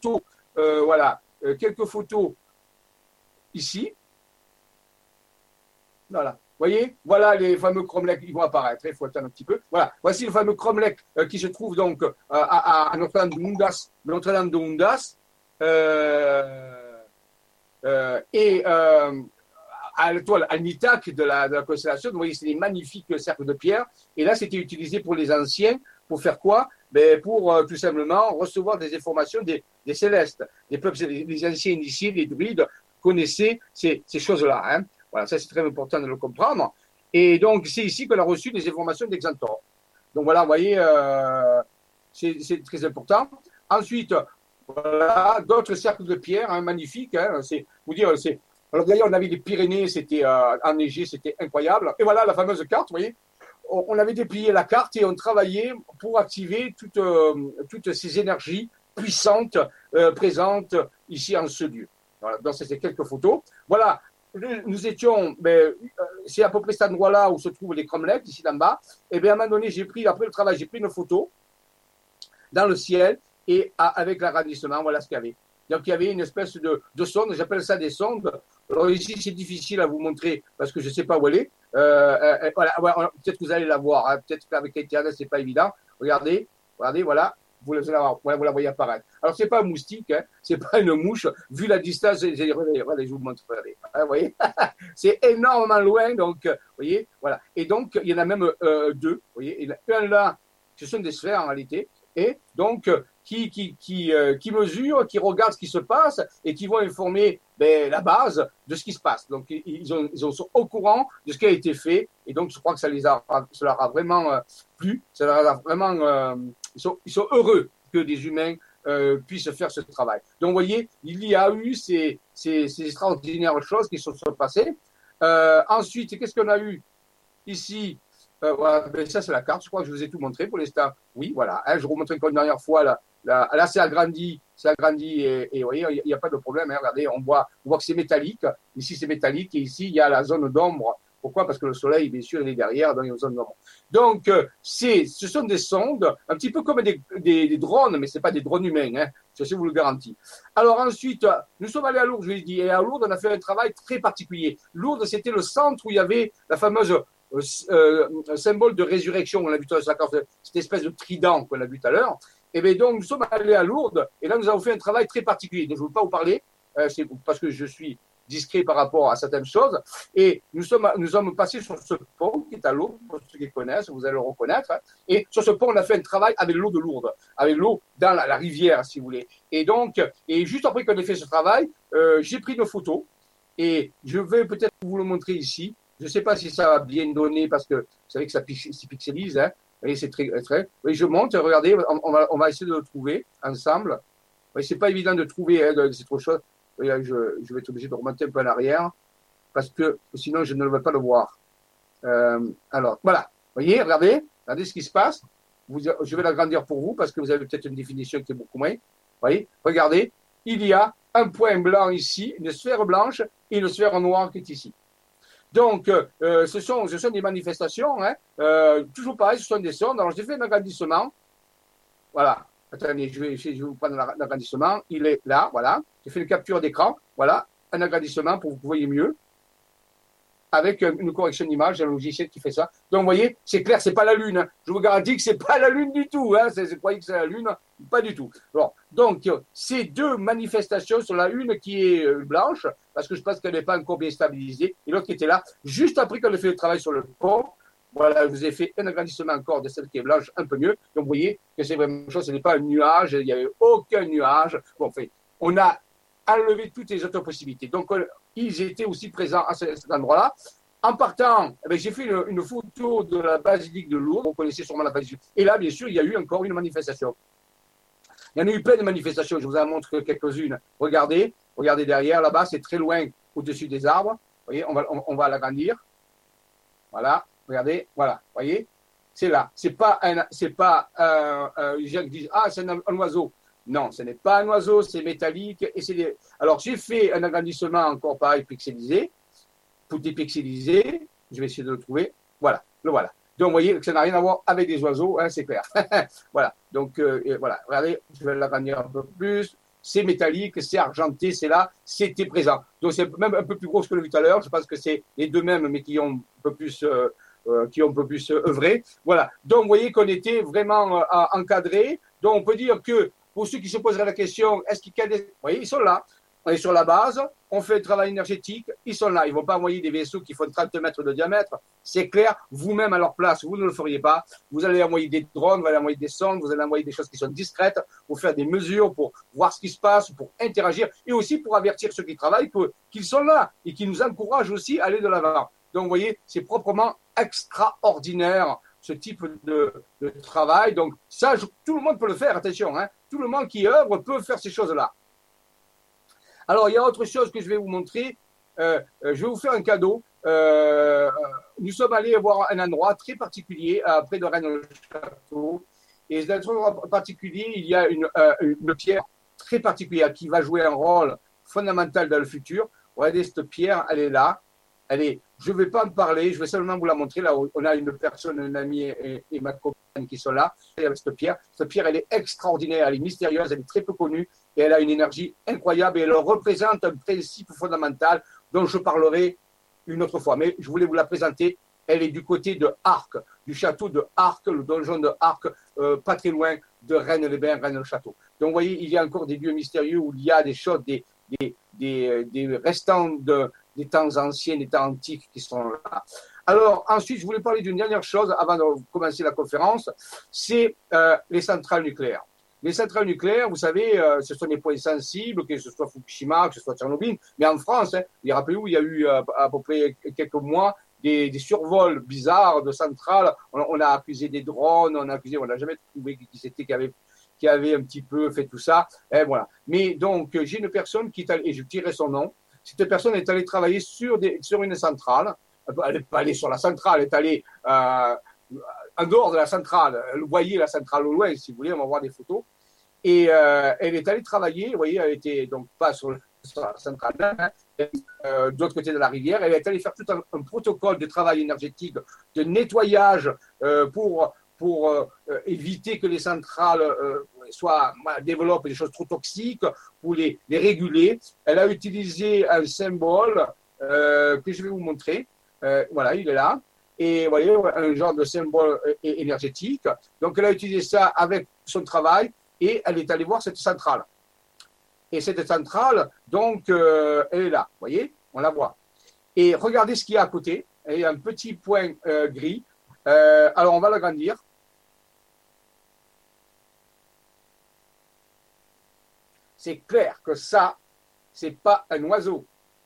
euh, voilà, euh, quelques photos ici. Voilà. Vous voyez, voilà les fameux cromlechs, ils vont apparaître. Il faut attendre un petit peu. Voilà. Voici le fameux cromlech euh, qui se trouve donc euh, à, à, à Notre-Dame de Hundas. Notre-Dame de Hundas. Euh, euh, et euh, à l'étoile Alnitak de la, de la constellation. Vous voyez, c'est des magnifiques cercles de pierre. Et là, c'était utilisé pour les anciens. Pour faire quoi? Ben, pour euh, tout simplement recevoir des informations des, des célestes. Les peuples, les, les anciens initiés, les druides, connaissaient ces, ces choses-là. Hein. Voilà, ça c'est très important de le comprendre. Et donc, c'est ici qu'on a reçu des informations d'Exantor. Donc voilà, vous voyez, euh, c'est, c'est très important. Ensuite, voilà, d'autres cercles de pierre, hein, magnifiques. Hein, c'est, vous dire, c'est. Alors d'ailleurs, on avait les Pyrénées, c'était euh, enneigé, c'était incroyable. Et voilà la fameuse carte, vous voyez. On avait déplié la carte et on travaillait pour activer toutes, euh, toutes ces énergies puissantes euh, présentes ici en ce lieu. Voilà, donc c'est quelques photos. Voilà. Nous étions, ben, c'est à peu près cet endroit-là où se trouvent les cromlechs, ici d'en bas. Et bien, à un moment donné, j'ai pris, après le travail, j'ai pris une photo dans le ciel et à, avec l'agrandissement, voilà ce qu'il y avait. Donc, il y avait une espèce de, de sonde, j'appelle ça des sondes. Alors, ici, c'est difficile à vous montrer parce que je ne sais pas où elle est. Euh, euh, voilà, voilà, peut-être que vous allez la voir, hein. Peut-être qu'avec Internet, ce n'est pas évident. Regardez, regardez, voilà. Vous la, vous la voyez apparaître. Alors, ce n'est pas un moustique, hein, ce n'est pas une mouche. Vu la distance, regardez, regardez, je vous montre. Regardez, hein, vous voyez, c'est énormément loin. Donc, vous voyez, voilà. Et donc, il y en a même euh, deux. Vous voyez, et un là, ce sont des sphères en réalité. Et donc, qui, qui, qui, euh, qui mesurent, qui regardent ce qui se passe et qui vont informer ben, la base de ce qui se passe. Donc, ils, ont, ils sont au courant de ce qui a été fait. Et donc, je crois que ça, les a, ça leur a vraiment euh, plu. Ça leur a vraiment... Euh, ils, sont, ils sont heureux que des humains euh, puissent faire ce travail. Donc, vous voyez, il y a eu ces, ces, ces extraordinaires choses qui se sont passées. Euh, ensuite, qu'est-ce qu'on a eu ici? Euh, voilà, ben ça, c'est la carte. Je crois que je vous ai tout montré pour l'instant. Oui, voilà. Hein, je vous remontre encore une dernière fois. Là, là, là c'est agrandi. C'est agrandi et, et vous voyez, il n'y a, a pas de problème. Hein, regardez, on voit, on voit que c'est métallique. Ici, c'est métallique. Et ici, il y a la zone d'ombre. Pourquoi? Parce que le soleil, bien sûr, il est derrière dans les zones d'ombre. Donc, euh, c'est, ce sont des sondes, un petit peu comme des, des, des drones, mais ce n'est pas des drones humains. Hein, je vous le garantis. Alors ensuite, nous sommes allés à Lourdes, je vous l'ai dit. Et à Lourdes, on a fait un travail très particulier. Lourdes, c'était le centre où il y avait la fameuse... Euh, un symbole de résurrection, on l'a vu tout à l'heure, cette espèce de trident qu'on a vu tout à l'heure. Et bien donc, nous sommes allés à Lourdes, et là, nous avons fait un travail très particulier. Donc, je ne veux pas vous parler, euh, c'est parce que je suis discret par rapport à certaines choses. Et nous sommes, nous sommes passés sur ce pont qui est à Lourdes, pour ceux qui connaissent, vous allez le reconnaître. Hein. Et sur ce pont, on a fait un travail avec l'eau de Lourdes, avec l'eau dans la, la rivière, si vous voulez. Et donc, et juste après qu'on ait fait ce travail, euh, j'ai pris nos photos, et je vais peut-être vous le montrer ici. Je ne sais pas si ça va bien donner parce que vous savez que ça pixelise. Hein. Et c'est très, très. Oui, je monte, regardez, on va, on va essayer de le trouver ensemble. Oui, c'est pas évident de trouver hein, cette chose. Oui, je, je vais être obligé de remonter un peu en arrière parce que sinon je ne vais pas le voir. Euh, alors, voilà. Vous voyez, regardez, regardez ce qui se passe. Vous, je vais l'agrandir pour vous parce que vous avez peut-être une définition qui est beaucoup moins. Vous voyez, regardez, il y a un point blanc ici, une sphère blanche et une sphère noire qui est ici. Donc, euh, ce, sont, ce sont des manifestations, hein, euh, toujours pareil, ce sont des sondes. Alors, j'ai fait un agrandissement. Voilà. Attendez, je vais, je vais vous prendre l'agrandissement. Il est là, voilà. J'ai fait une capture d'écran. Voilà, un agrandissement pour que vous voyez mieux. Avec une correction d'image, un logiciel qui fait ça. Donc, vous voyez, c'est clair, c'est pas la Lune. Hein. Je vous garantis que c'est pas la Lune du tout. Hein. Vous croyez que c'est la Lune? Pas du tout. Bon, donc, ces deux manifestations sur la une qui est blanche, parce que je pense qu'elle n'est pas encore bien stabilisée, et l'autre qui était là, juste après qu'on ait fait le travail sur le pont. Voilà, je vous ai fait un agrandissement encore de celle qui est blanche, un peu mieux. Donc, vous voyez que c'est vraiment chose, ce n'est pas un nuage, il n'y avait aucun nuage. Bon, en fait, on a enlevé toutes les autres possibilités. Donc, ils étaient aussi présents à cet endroit-là. En partant, eh bien, j'ai fait une, une photo de la basilique de Lourdes. Vous connaissez sûrement la basilique. Et là, bien sûr, il y a eu encore une manifestation. Il y en a eu plein de manifestations. Je vous en montre quelques-unes. Regardez, regardez derrière, là-bas, c'est très loin au-dessus des arbres. Vous voyez, on va, on, on va l'agrandir. Voilà, regardez, voilà, vous voyez, c'est là. C'est pas un, c'est pas un, un, les gens qui disent ah c'est un, un oiseau. Non, ce n'est pas un oiseau, c'est métallique. Et c'est des... Alors, j'ai fait un agrandissement encore pareil, pixelisé. Tout est pixelisé. Je vais essayer de le trouver. Voilà, le voilà. Donc, vous voyez que ça n'a rien à voir avec des oiseaux, hein, c'est clair. Voilà, donc, euh, voilà. Regardez, je vais l'agrandir un peu plus. c'est métallique, c'est argenté, c'est là, c'était présent. Donc c'est même un peu plus gros que ce que l'ai vu tout à l'heure. Je pense que c'est les deux mêmes, mais qui ont un peu plus, euh, euh, qui ont un peu plus œuvré. Voilà. Donc vous voyez qu'on était vraiment euh, encadré. Donc on peut dire que pour ceux qui se poseraient la question, est-ce qu'il y a des... Vous voyez, ils sont là. On est sur la base, on fait le travail énergétique, ils sont là. Ils ne vont pas envoyer des vaisseaux qui font trente mètres de diamètre. C'est clair, vous-même à leur place, vous ne le feriez pas. Vous allez envoyer des drones, vous allez envoyer des sondes, vous allez envoyer des choses qui sont discrètes pour faire des mesures, pour voir ce qui se passe, pour interagir et aussi pour avertir ceux qui travaillent qu'ils sont là et qui nous encouragent aussi à aller de l'avant. Donc, vous voyez, c'est proprement extraordinaire ce type de, de travail. Donc, ça, je, tout le monde peut le faire, attention, hein. Tout le monde qui œuvre peut faire ces choses-là. Alors, il y a autre chose que je vais vous montrer. Euh, je vais vous faire un cadeau. Euh, nous sommes allés voir un endroit très particulier euh, près de Rennes-le-Château. Et dans cet endroit particulier, il y a une, euh, une pierre très particulière qui va jouer un rôle fondamental dans le futur. Regardez, cette pierre, elle est là. Elle est, je ne vais pas en parler, je vais seulement vous la montrer. Là, on a une personne, un ami et, et ma compagne qui sont là. Et avec cette pierre, cette pierre, elle est extraordinaire, elle est mystérieuse, elle est très peu connue et elle a une énergie incroyable et elle représente un principe fondamental dont je parlerai une autre fois. Mais je voulais vous la présenter. Elle est du côté de Arques, du château de Arques, le donjon de Arques, euh, pas très loin de Rennes-les-Bains, Rennes-le-Château. Donc, vous voyez, il y a encore des lieux mystérieux où il y a des choses, des, des, des, des restants de, des temps anciens, des temps antiques qui sont là. Alors, ensuite, je voulais parler d'une dernière chose avant de commencer la conférence, c'est euh, les centrales nucléaires. Les centrales nucléaires, vous savez, euh, ce sont des points sensibles, que ce soit Fukushima, que ce soit Tchernobyl, mais en France, hein, rappelez-vous, il y a eu euh, à peu près quelques mois des, des survols bizarres de centrales. On, on a accusé des drones, on a accusé, on n'a jamais trouvé qui c'était qui avait, qui avait un petit peu fait tout ça. Et voilà. Mais donc, j'ai une personne qui est allée, et je dirai son nom, cette personne est allée travailler sur, des, sur une centrale. Elle n'est pas allée sur la centrale, elle est allée euh, en dehors de la centrale. Vous voyez la centrale au loin, si vous voulez, on va voir des photos. Et euh, elle est allée travailler, vous voyez, elle était donc pas sur, sur la centrale, hein, euh, de l'autre côté de la rivière. Elle est allée faire tout un, un protocole de travail énergétique, de nettoyage euh, pour, pour euh, éviter que les centrales euh, soient, développent des choses trop toxiques, pour les, les réguler. Elle a utilisé un symbole euh, que je vais vous montrer. Euh, voilà, il est là. Et vous voyez, un genre de symbole énergétique. Donc, elle a utilisé ça avec son travail et elle est allée voir cette centrale. Et cette centrale, donc, euh, elle est là. Vous voyez, on la voit. Et regardez ce qu'il y a à côté. Il y a un petit point euh, gris. Euh, alors, on va l'agrandir. C'est clair que ça, c'est pas un oiseau.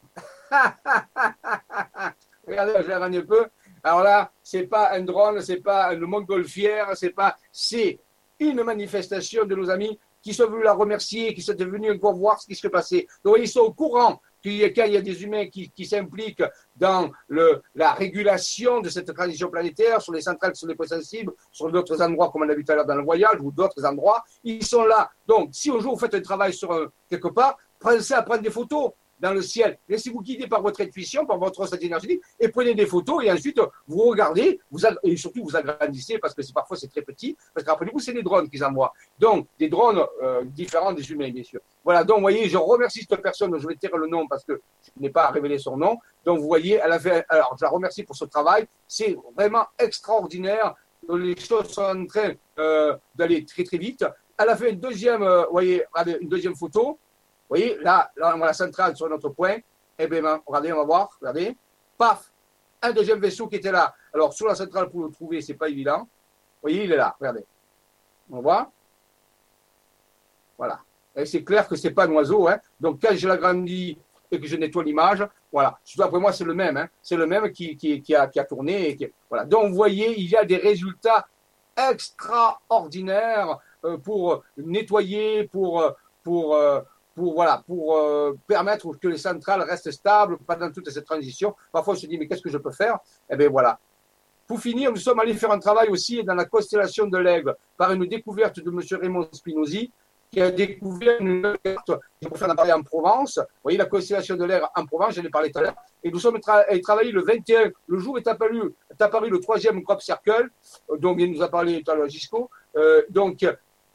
Regardez, je l'agrandis un peu. Alors là, c'est pas un drone, c'est pas une montgolfière, c'est pas, c'est une manifestation de nos amis qui sont venus la remercier, qui sont venus encore voir ce qui se passait. Donc ils sont au courant qu'il y a, qu'il y a des humains qui, qui s'impliquent dans le, la régulation de cette transition planétaire, sur les centrales, sur les points sensibles, sur d'autres endroits, comme on a vu tout à l'heure dans le voyage, ou d'autres endroits. Ils sont là. Donc, si un jour vous faites un travail sur un, quelque part, pensez à prendre des photos dans le ciel. Laissez-vous guider par votre intuition, par votre ressenti énergétique, et prenez des photos, et ensuite, vous regardez, vous et surtout, vous agrandissez, parce que c'est, parfois, c'est très petit, parce qu'après vous, c'est des drones qu'ils envoient. Donc, des drones euh, différents des humains, bien sûr. Voilà, donc, vous voyez, je remercie cette personne, je vais taire le nom, parce que je n'ai pas révélé son nom. Donc, vous voyez, elle a fait, alors, je la remercie pour ce travail. C'est vraiment extraordinaire. Les choses sont en train euh, d'aller très, très vite. Elle a fait une deuxième, euh, vous voyez, une deuxième photo. Vous voyez, là, là, on a la centrale sur notre point. Eh bien, regardez, on va voir. Regardez. Paf! Un deuxième vaisseau qui était là. Alors, sur la centrale, pour le trouver, c'est pas évident. Vous voyez, il est là. Regardez. On voit? Voilà. Et c'est clair que c'est pas un oiseau. Hein. Donc, quand je l'agrandis et que je nettoie l'image, voilà. Après moi, c'est le même. Hein. C'est le même qui, qui, qui, a, qui a tourné. Et qui, voilà. Donc, vous voyez, il y a des résultats extraordinaires euh, pour nettoyer, pour... pour euh, pour, voilà, pour euh, permettre que les centrales restent stables pendant toute cette transition. Parfois, on se dit, mais qu'est-ce que je peux faire? Eh bien, voilà. Pour finir, nous sommes allés faire un travail aussi dans la constellation de l'Aigle par une découverte de M. Raymond Spinozzi, qui a découvert une carte pour faire un travail en Provence. Vous voyez, la constellation de l'Aigle en Provence, j'en ai parlé tout à l'heure. Et nous sommes allés travailler le vingt et un. Le jour est apparu, est apparu le troisième crop circle, dont il nous a parlé tout à l'heure Gisco. Euh, donc,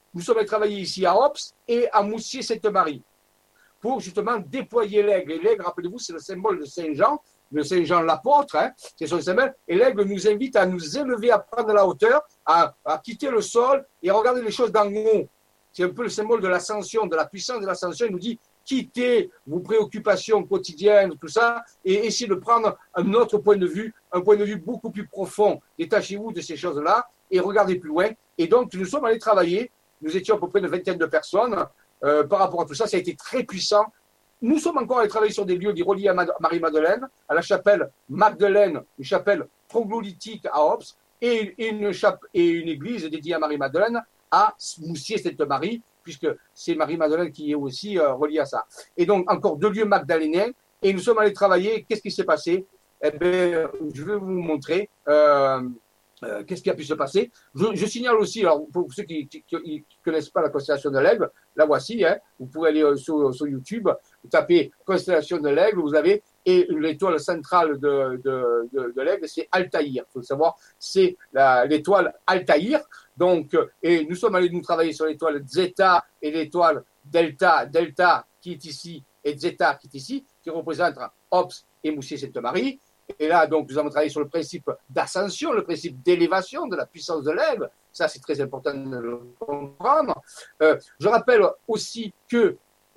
nous sommes allés travailler ici à Ops et à Moussier-Sainte-Marie pour justement déployer l'aigle. Et l'aigle, rappelez-vous, c'est le symbole de Saint-Jean, de Saint-Jean l'apôtre, hein, c'est son symbole. Et l'aigle nous invite à nous élever, à prendre la hauteur, à, à quitter le sol et à regarder les choses d'en haut. C'est un peu le symbole de l'ascension, de la puissance de l'ascension. Il nous dit, quittez vos préoccupations quotidiennes, tout ça, et essayez de prendre un autre point de vue, un point de vue beaucoup plus profond. Détachez-vous de ces choses-là et regardez plus loin. Et donc, nous sommes allés travailler. Nous étions à peu près une vingtaine de personnes. Euh, par rapport à tout ça, ça a été très puissant. Nous sommes encore allés travailler sur des lieux qui relient à Marie-Madeleine, à la chapelle Magdeleine, une chapelle troglodytique à Ops, et une, chape- et une église dédiée à Marie-Madeleine à Moussier-Sainte-Marie, puisque c'est Marie-Madeleine qui est aussi euh, reliée à ça. Et donc, encore deux lieux magdaléniens, et nous sommes allés travailler. Qu'est-ce qui s'est passé? Eh bien, je vais vous montrer. Euh, Euh, qu'est-ce qui a pu se passer? je, je signale aussi, alors pour ceux qui ne connaissent pas la constellation de l'Aigle, la voici, hein, vous pouvez aller euh, sur, sur YouTube, vous tapez constellation de l'Aigle, vous avez, et l'étoile centrale de, de, de, de l'Aigle, c'est Altaïr. Il faut le savoir, c'est la, l'étoile Altaïr. Donc, et nous sommes allés nous travailler sur l'étoile Zeta et l'étoile Delta, Delta qui est ici, et Zeta qui est ici, qui représentent Ops et Moussier-Sainte-Marie. Et là, donc, nous avons travaillé sur le principe d'ascension, le principe d'élévation de la puissance de l'aigle. Ça, c'est très important de le comprendre. Euh, je rappelle aussi que,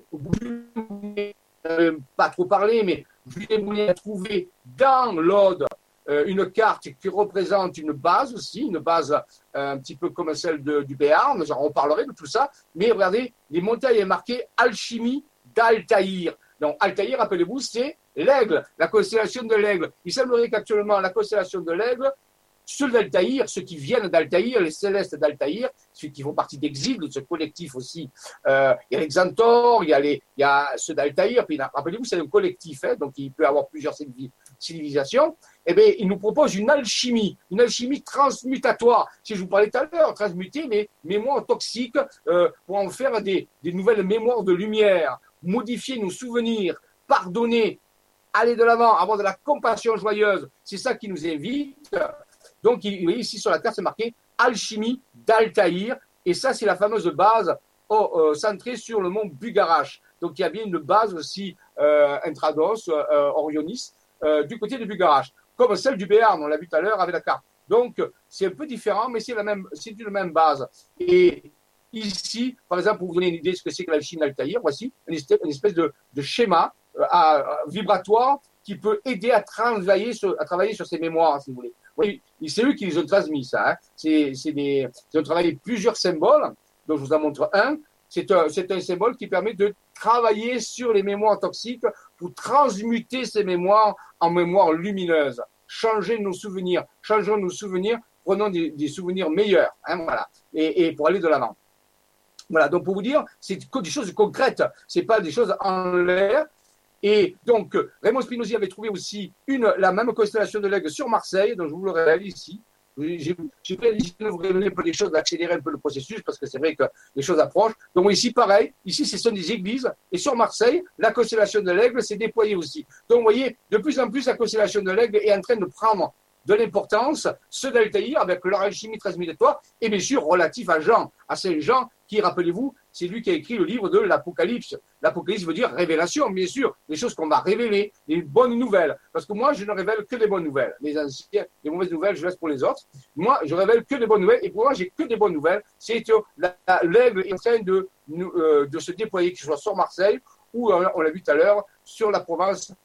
euh, pas trop parlé, mais Julien Moulin a trouvé dans l'Aude euh, une carte qui représente une base aussi, une base euh, un petit peu comme celle de, du Béarn. Genre, on parlerait de tout ça. Mais regardez, les montagnes est marqué Alchimie d'Altaïr. Donc, Altaïr, rappelez-vous, c'est l'aigle, la constellation de l'aigle. Il semblerait qu'actuellement, la constellation de l'aigle, ceux d'Altaïr, ceux qui viennent d'Altaïr, les célestes d'Altaïr, ceux qui font partie d'Exil, de ce collectif aussi, euh, il y a les Xanthors, il y a, les, il y a ceux d'Altaïr, puis rappelez-vous, c'est un collectif, hein, donc il peut y avoir plusieurs civilisations. Eh bien, il nous propose une alchimie, une alchimie transmutatoire. Si je vous parlais tout à l'heure, transmuter les mémoires toxiques euh, pour en faire des, des nouvelles mémoires de lumière, modifier nos souvenirs, pardonner, aller de l'avant, avoir de la compassion joyeuse. C'est ça qui nous invite. Donc, vous voyez ici sur la carte, c'est marqué Alchimie d'Altaïr. Et ça, c'est la fameuse base oh, euh, centrée sur le mont Bugarache. Donc, il y a bien une base aussi euh, Intrados, euh, Orionis, euh, du côté de Bugarache, comme celle du Béarn, on l'a vu tout à l'heure avec la carte. Donc, c'est un peu différent, mais c'est la même, c'est une même base. Et ici, par exemple, pour vous donner une idée de ce que c'est que l'alchimie d'Altaïr, voici une espèce, une espèce de, de schéma euh, à, à, vibratoire qui peut aider à travailler sur, à travailler sur ces mémoires, si vous voulez. Oui, c'est eux qui les ont transmis, ça. Hein. C'est, c'est des, ils ont travaillé plusieurs symboles, dont je vous en montre un. C'est un, c'est un symbole qui permet de travailler sur les mémoires toxiques pour transmuter ces mémoires en mémoires lumineuses. Changer nos souvenirs, changeons nos souvenirs, prenons des, des souvenirs meilleurs, hein, voilà, et, et pour aller de l'avant. Voilà, donc pour vous dire, c'est des choses concrètes, c'est pas des choses en l'air. Et donc, Raymond Spinozzi avait trouvé aussi une, la même constellation de l'aigle sur Marseille, donc je vous le révèle ici. J'ai prévu de vous révéler un peu les choses, d'accélérer un peu le processus, parce que c'est vrai que les choses approchent. Donc ici, pareil, ici, ce sont des églises, et sur Marseille, la constellation de l'aigle s'est déployée aussi. Donc vous voyez, de plus en plus, la constellation de l'aigle est en train de prendre de l'importance, ceux d'Altaïr avec leur alchimie transmutatoire, et bien sûr relatif à Jean, à Saint Jean, qui, rappelez-vous, c'est lui qui a écrit le livre de l'Apocalypse. L'Apocalypse veut dire révélation, bien sûr, les choses qu'on va révéler, les bonnes nouvelles. Parce que moi, je ne révèle que les bonnes nouvelles. Les anciennes, les mauvaises nouvelles, je laisse pour les autres. Moi, je révèle que des bonnes nouvelles, et pour moi, j'ai que des bonnes nouvelles. C'est que l'aigle est en train de, euh, de se déployer, que ce soit sur Marseille, ou, on l'a vu tout à l'heure, sur la Provence.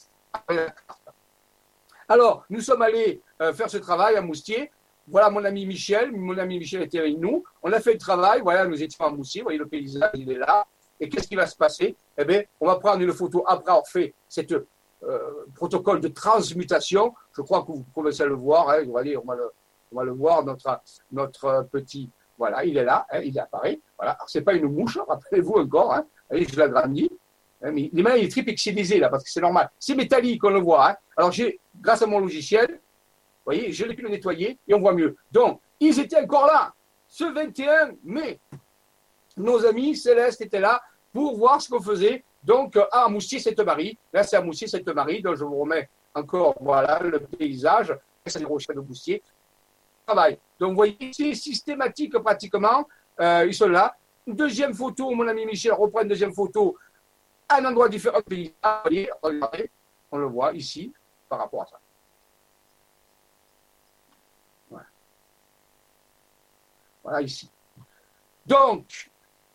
Alors, nous sommes allés euh, faire ce travail à Moustier. Voilà mon ami Michel. Mon ami Michel était avec nous. On a fait le travail. Voilà, nous étions à Moustier. Vous voyez, le paysage, il est là. Et qu'est-ce qui va se passer? Eh bien, on va prendre une photo après avoir fait cette euh, protocole de transmutation. Je crois que vous commencez à le voir. Hein. On, va aller, on, va le, on va le voir, notre, notre petit... Voilà, il est là. Hein, il apparaît. Voilà. Alors, ce n'est pas une mouche, rappelez-vous encore. Hein. Allez, je l'agrandis. Mais les mains, il est très pixelisé là, parce que c'est normal. C'est métallique, on le voit. Hein. Alors, j'ai, grâce à mon logiciel, vous voyez, je l'ai pu le nettoyer et on voit mieux. Donc, ils étaient encore là, ce vingt et un mai. Nos amis célestes étaient là pour voir ce qu'on faisait. Donc, à Moustier-Sainte-Marie. Là, c'est à Moustier-Sainte-Marie. Donc, je vous remets encore, voilà, le paysage. C'est les rochers de Moustier. Travail. Donc, vous voyez, c'est systématique pratiquement. Euh, ils sont là. une deuxième photo, mon ami Michel reprend une deuxième photo à un endroit différent. Ah, regardez, on le voit ici par rapport à ça. Voilà, voilà ici. Donc,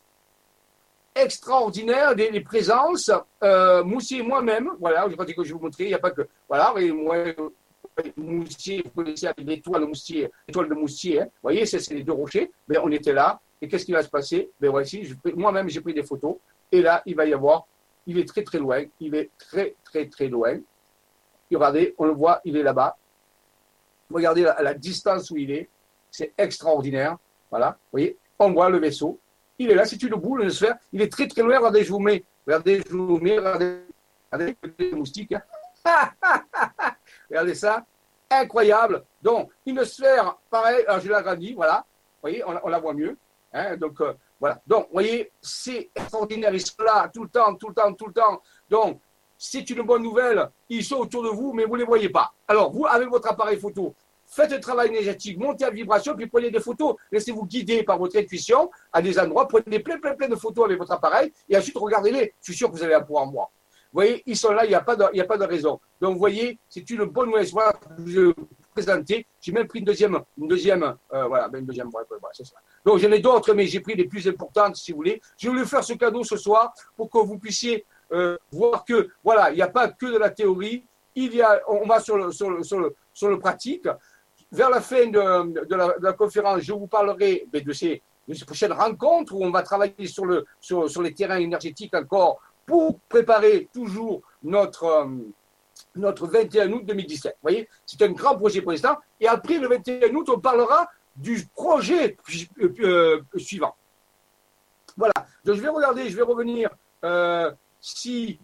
extraordinaire les, les présences. Euh, Moussier et moi-même, voilà, je crois que je vais vous montrer, il n'y a pas que. Voilà, et moi, Moussier, vous connaissez avec l'étoile Moussier, l'étoile de Moussier, hein. Vous voyez, c'est les deux rochers. Mais on était là. Et qu'est-ce qui va se passer? Ben voici, moi-même, j'ai pris des photos. Et là, il va y avoir, il est très très loin. Il est très très très loin. Et regardez, on le voit, il est là-bas. Regardez la, la distance où il est. C'est extraordinaire. Voilà, vous voyez, on voit le vaisseau. Il est là, c'est une boule, une sphère. Il est très très loin. Regardez, je vous mets. Regardez, je vous mets. Regardez, regardez les moustiques. Hein. Regardez ça. Incroyable. Donc, une sphère, pareil, alors je l'agrandis, voilà. Vous voyez, on, on la voit mieux. Hein, donc, euh, voilà. Donc, vous voyez, c'est extraordinaire. Ils sont là tout le temps, tout le temps, tout le temps. Donc, c'est une bonne nouvelle. Ils sont autour de vous, mais vous ne les voyez pas. Alors, vous, avec votre appareil photo, faites le travail énergétique, montez à vibration, puis prenez des photos. Laissez-vous guider par votre intuition à des endroits. Prenez plein, plein, plein de photos avec votre appareil et ensuite regardez-les. Je suis sûr que vous allez en pouvoir voir. Vous voyez, ils sont là, il n'y a, pas de, il n'y a pas de raison. Donc, vous voyez, c'est une bonne nouvelle. Voilà, je vais vous présenter. J'ai même pris une deuxième, une deuxième, euh, voilà, une deuxième, voilà, voilà, c'est ça. Donc, j'en ai d'autres, mais j'ai pris les plus importantes, si vous voulez. Je voulais faire ce cadeau ce soir pour que vous puissiez euh, voir que, voilà, il n'y a pas que de la théorie. Il y a, on va sur le, sur le, sur le, sur le pratique. Vers la fin de, de, la, de la conférence, je vous parlerai de ces, de ces prochaines rencontres où on va travailler sur, le, sur, sur les terrains énergétiques encore pour préparer toujours notre, euh, notre vingt et un août deux mille dix-sept. Vous voyez, c'est un grand projet pour l'instant. Et après le vingt et un août, on parlera du projet euh, euh, suivant. Voilà. Donc, je vais regarder, je vais revenir euh, si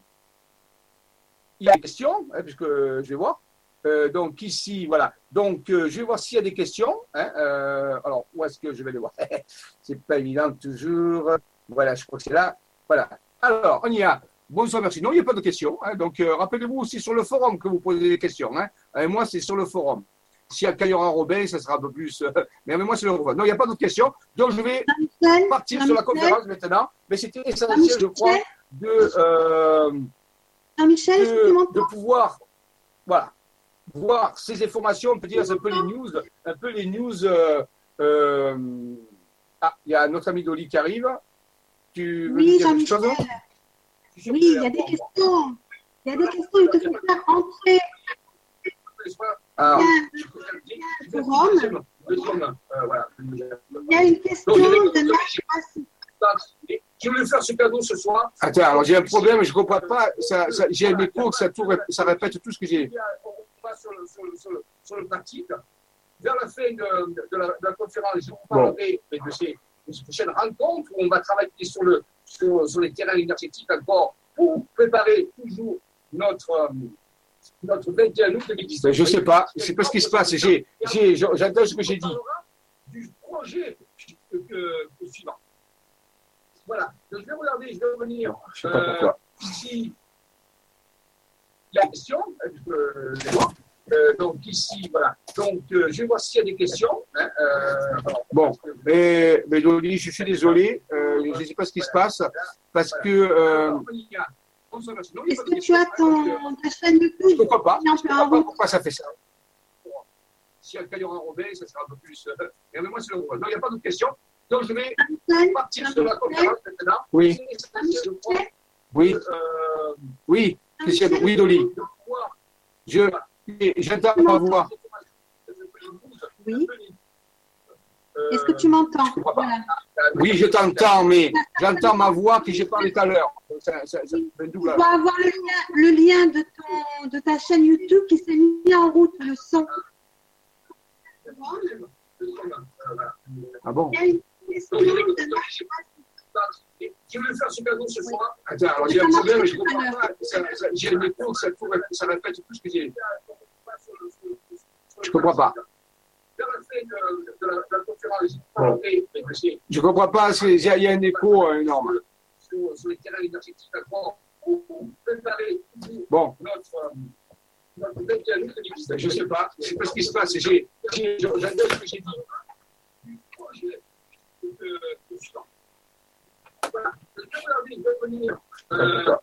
il y a des questions, hein, puisque je vais voir. Euh, donc ici, voilà. Donc, euh, je vais voir s'il y a des questions. Hein, euh, alors, où est-ce que je vais les voir? C'est pas évident toujours. Voilà, je crois que c'est là. Voilà. Alors, on y a. Bonsoir, merci. Non, il n'y a pas de questions. Hein, donc, euh, rappelez-vous aussi sur le forum que vous posez des questions. Hein. Et moi, c'est sur le forum. S'il y a Kayora Robin, ça sera un peu plus. Euh, mais moi, c'est le forum. Non, il n'y a pas d'autres questions. Donc, je vais Michel, partir sur la conférence maintenant. Mais c'était essentiel, je crois, de, euh,
Michel,
de, de pouvoir. Voilà. Voir ces informations, on peut dire, c'est un peu les news, un peu les news. Euh, euh, ah, il y a notre ami Dolly qui arrive. Tu veux
oui,
dire quelque chose?
Oui, il y a des questions. Il y a des questions, il te faut faire entrer.
Alors,
il, y a, forum. Euh, voilà. il y a une question de
Je voulais faire ce cadeau ce soir. Attends, alors j'ai un problème, je ne comprends pas. Ça, ça, j'ai un écho, ça, tout, ça répète tout ce que j'ai. Sur le, sur, le, sur, le, sur le pratique. Vers la fin de, de, de, la, de la conférence, je vous parlerai bon. de, ces, de ces prochaines rencontres où on va travailler sur, le, sur, sur les terrains énergétiques encore pour préparer toujours notre, notre vingt et un août deux mille dix-sept. Je ne sais pas, je ne sais pas ce qui se passe. J'ai, j'ai, j'entends ce que j'ai dit. Du projet euh, euh, suivant. Voilà. Donc, je vais regarder, je vais revenir. Je ne sais pas pourquoi. Euh, ici. Il y a des questions, euh, euh, donc ici, voilà. Donc, euh, je vais voir s'il y a des questions. Hein, euh, alors, bon, mais, mais Dolly, je suis désolé, euh, je ne sais pas ce qui se passe, parce que... Euh,
Est-ce que tu as ton, ta chaîne YouTube?
Je ne comprends pas, je ne comprends pas pourquoi ça fait ça. Si il y a le Kayora Robin, ça sera un peu plus... Euh, mais moi, c'est le rôle. Non, il n'y a pas d'autres questions. Donc, je vais partir sur la conférence maintenant. Oui. Oui. Euh, oui. Oui, Dolly. Je, j'entends ma voix.
Oui. Est-ce que tu m'entends? Voilà.
Oui, je t'entends, mais j'entends ma voix que j'ai parlé tout à l'heure. Ça, ça, ça
tu dois avoir le lien, le lien de, ton, de ta chaîne YouTube qui s'est mis en route, le son.
Ah bon? Je voulais faire ce cadeau ce soir. Attends, alors j'ai un problème, je ne comprends pas. J'ai un écho, ça, ça répète tout ce que j'ai. Je ne comprends pas. Bon. Je ne comprends pas, il y a un écho énorme. Sur les terrains énergétiques, bon. Je ne sais pas, je ne sais pas ce qui se passe. J'adore ce que j'ai dit. D'accord.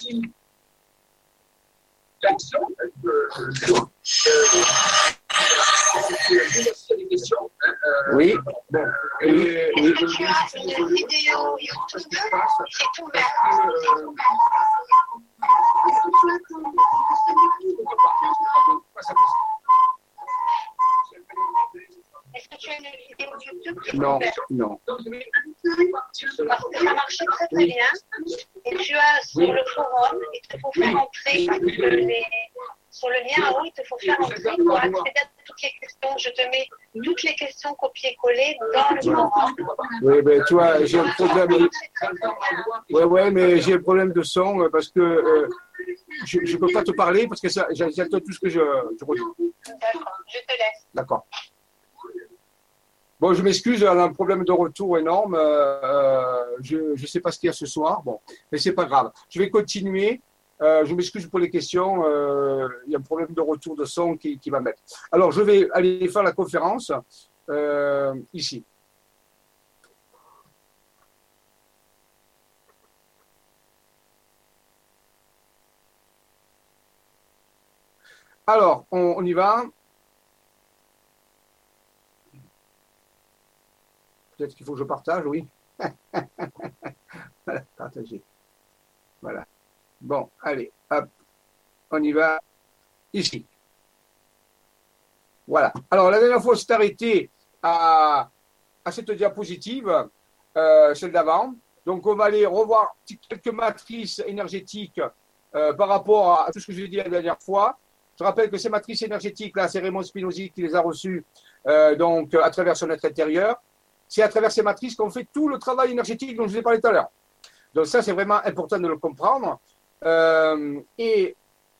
Oui. Bon. Et,
Est-ce que tu as une vidéo YouTube qui est ouverte? Est-ce que tu as une vidéo YouTube qui est
non,
ouverte?
non.
Parce que ça marchait très très bien. Et tu as sur le forum, il te faut faire entrer les... Sur le lien en haut, il te faut faire entrer pour accéder à toutes les questions. Je te mets toutes les questions copier-coller dans le forum.
Oui, ben tu vois, j'ai un problème. Oui, oui, mais j'ai un problème de son parce que euh, je ne peux pas te parler parce que ça, j'entends tout ce que je, je redis.
D'accord, je te laisse.
D'accord. Bon, je m'excuse, on a un problème de retour énorme. Euh, je ne sais pas ce qu'il y a ce soir. Bon, mais c'est pas grave. Je vais continuer. Euh, je m'excuse pour les questions. Euh, il y a un problème de retour de son qui, qui va mettre. Alors, je vais aller faire la conférence euh, ici. Alors, on, on y va. Peut-être qu'il faut que je partage, oui. Voilà, partager. Voilà. Bon, allez, hop, on y va ici. Voilà. Alors, la dernière fois, on s'est arrêté à, à cette diapositive, euh, celle d'avant. Donc, on va aller revoir quelques matrices énergétiques euh, par rapport à tout ce que j'ai dit la dernière fois. Je rappelle que ces matrices énergétiques-là, c'est Raymond Spinozzi qui les a reçues euh, donc, à travers son être intérieur. C'est à travers ces matrices qu'on fait tout le travail énergétique dont je vous ai parlé tout à l'heure. Donc, ça, c'est vraiment important de le comprendre. Euh, et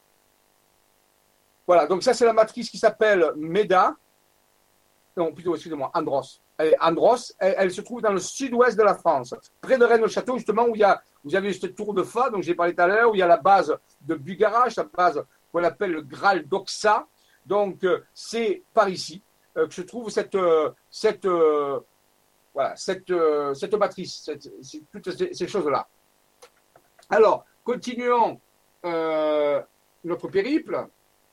voilà, donc ça c'est la matrice qui s'appelle MEDA, non plutôt excusez-moi, Andros. Elle, Andros, elle, elle se trouve dans le sud-ouest de la France, près de Rennes-le-Château justement où il y a, vous avez cette tour de Fa, donc j'ai parlé tout à l'heure, où il y a la base de Bugarache, la base qu'on appelle le Graal d'Oxa. Donc euh, c'est par ici euh, que se trouve cette euh, cette euh, voilà cette euh, cette matrice, cette, toutes ces, ces choses-là. Alors continuons. Euh, notre périple.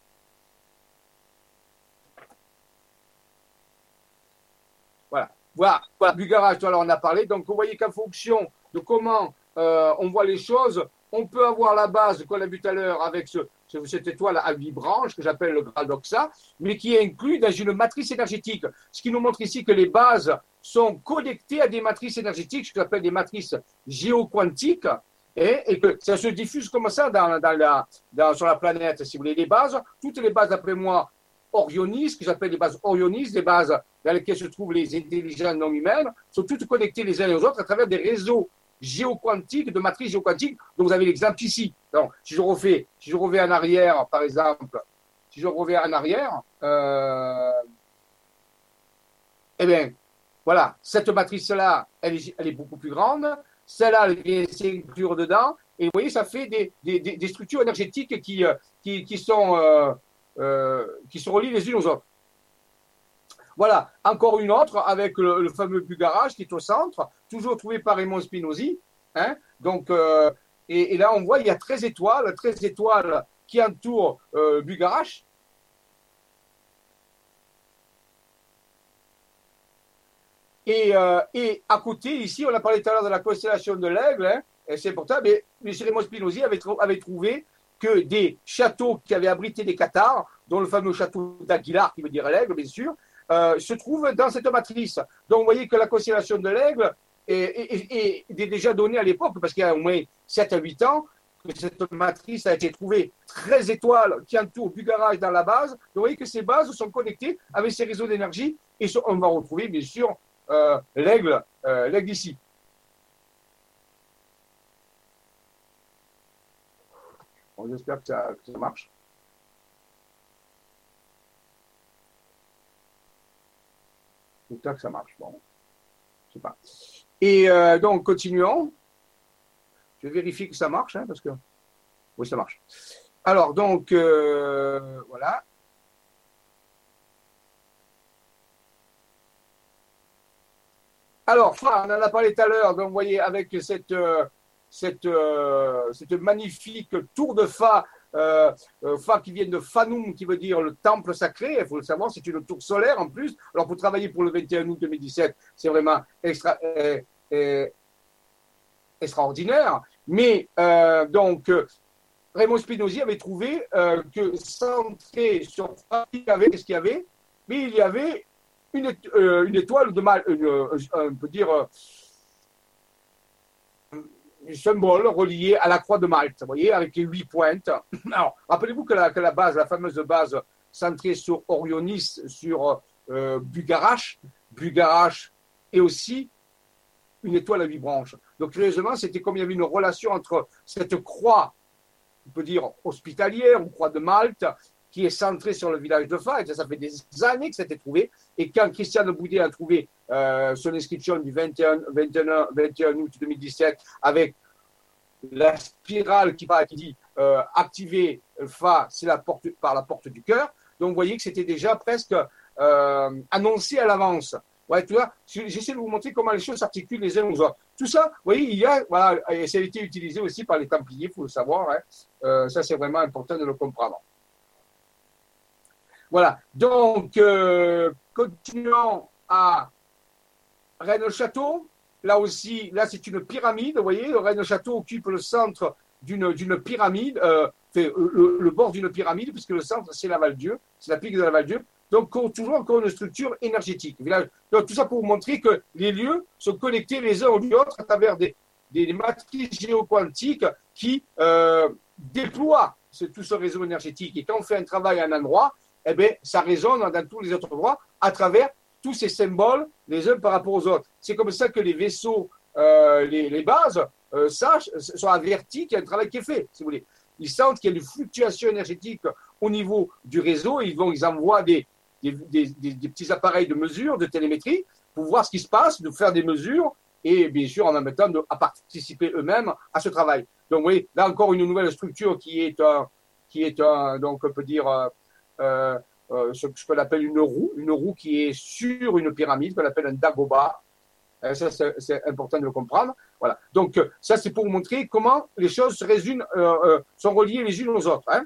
Voilà. Voilà, voilà. Bugarache, tout à l'heure on a parlé. Donc vous voyez qu'en fonction de comment euh, on voit les choses, on peut avoir la base qu'on a vu tout à l'heure avec ce, ce, cette étoile à huit branches que j'appelle le Graal d'Oxa, mais qui est inclus dans une matrice énergétique. Ce qui nous montre ici que les bases sont connectées à des matrices énergétiques, ce que j'appelle des matrices géoquantiques. Et, et que ça se diffuse comme ça dans, dans la, dans, sur la planète, si vous voulez. Les bases, toutes les bases, d'après moi, orionistes, que j'appelle les bases orionistes, des bases dans lesquelles se trouvent les intelligences non humaines, sont toutes connectées les uns aux autres à travers des réseaux géoquantiques, de matrices géoquantiques, dont vous avez l'exemple ici. Donc, si je refais, si je reviens en arrière, par exemple, si je reviens en arrière, euh, eh bien, voilà, cette matrice-là, elle est, elle est beaucoup plus grande. Celle-là, elle vient s'inclure dedans. Et vous voyez, ça fait des, des, des structures énergétiques qui, qui, qui, sont, euh, euh, qui se relient les unes aux autres. Voilà, encore une autre avec le, le fameux Bugarache qui est au centre, toujours trouvé par Raymond Spinozzi. Hein. Donc, euh, et, et là, on voit, il y a treize étoiles, treize étoiles qui entourent euh, Bugarache. Et, euh, et à côté, ici, on a parlé tout à l'heure de la constellation de l'Aigle, hein, et c'est important, mais M. Raymond Spinozzi avait, avait trouvé que des châteaux qui avaient abrité des cathares, dont le fameux château d'Aguilar, qui veut dire l'Aigle, bien sûr, euh, se trouvent dans cette matrice. Donc, vous voyez que la constellation de l'Aigle est, est, est, est déjà donnée à l'époque, parce qu'il y a au moins sept à huit ans, que cette matrice a été trouvée, treize étoiles qui entourent Bugarache dans la base. Donc, vous voyez que ces bases sont connectées avec ces réseaux d'énergie, et on va retrouver, bien sûr, Euh, l'aigle, euh, l'aigle ici. Bon, j'espère que ça, que ça marche. J'espère que ça marche. Bon, je sais pas. Et euh, donc, continuons. Je vais vérifier que ça marche, hein, parce que oui, ça marche. Alors, donc, euh, voilà. Alors, Fra, on en a parlé tout à l'heure, donc vous voyez, avec cette, euh, cette, euh, cette magnifique tour de Fa, euh, euh, Fa qui vient de Fanum, qui veut dire le temple sacré. Il faut le savoir, c'est une tour solaire en plus. Alors pour travailler pour le vingt et un août deux mille dix-sept, c'est vraiment extra, euh, euh, extraordinaire. Mais euh, donc, euh, Raymond Spinozzi avait trouvé euh, que centré sur Fa, il y avait, qu'est-ce qu'il y avait? Mais il y avait une, euh, une étoile de mal, une, euh, on peut dire, euh, un symbole relié à la croix de Malte, vous voyez, avec les huit pointes. Alors, rappelez-vous que la, que la base, la fameuse base centrée sur Orionis, sur euh, Bugarache, Bugarache est aussi une étoile à huit branches. Donc, curieusement, c'était comme il y avait une relation entre cette croix, on peut dire hospitalière, ou croix de Malte, qui est centrée sur le village de Fa, et ça, ça fait des années que ça a été trouvé. Et quand Christian Boudet a trouvé euh, son inscription du vingt et un, vingt et un, vingt et un août deux mille dix-sept, avec la spirale qui, qui dit euh, activer Fa, c'est la porte, par la porte du cœur. Donc, vous voyez que c'était déjà presque euh, annoncé à l'avance. Ouais, tu vois, j'essaie de vous montrer comment les choses s'articulent les uns aux autres. Tout ça, vous voyez, il y a, voilà, et ça a été utilisé aussi par les Templiers, il faut le savoir. Hein. Euh, ça, c'est vraiment important de le comprendre. Voilà, donc, euh, continuons à Rennes-le-Château. Là aussi, là, c'est une pyramide, vous voyez, Rennes-le-Château occupe le centre d'une, d'une pyramide, euh, fait, le, le bord d'une pyramide, puisque le centre, c'est la Val-Dieu, c'est la pique de la Val-Dieu. Donc, toujours encore une structure énergétique. Donc, tout ça pour vous montrer que les lieux sont connectés les uns aux autres à travers des, des matrices géoquantiques qui euh, déploient ce, tout ce réseau énergétique. Et quand on fait un travail à un endroit, eh bien, ça résonne dans tous les autres endroits à travers tous ces symboles les uns par rapport aux autres. C'est comme ça que les vaisseaux, euh, les, les bases, euh, sachent, sont avertis qu'il y a un travail qui est fait, si vous voulez. Ils sentent qu'il y a une fluctuation énergétique au niveau du réseau. Ils, vont, ils envoient des, des, des, des, des petits appareils de mesure, de télémétrie, pour voir ce qui se passe, de faire des mesures et bien sûr en même temps de, à participer eux-mêmes à ce travail. Donc vous voyez, là encore une nouvelle structure qui est un, qui est un donc on peut dire euh, euh, ce, ce qu'on appelle une roue, une roue qui est sur une pyramide, qu'on appelle un dagoba. Euh, ça, c'est, c'est important de le comprendre. Voilà. Donc, euh, ça, c'est pour vous montrer comment les choses se résument, euh, euh, sont reliées les unes aux autres. Hein.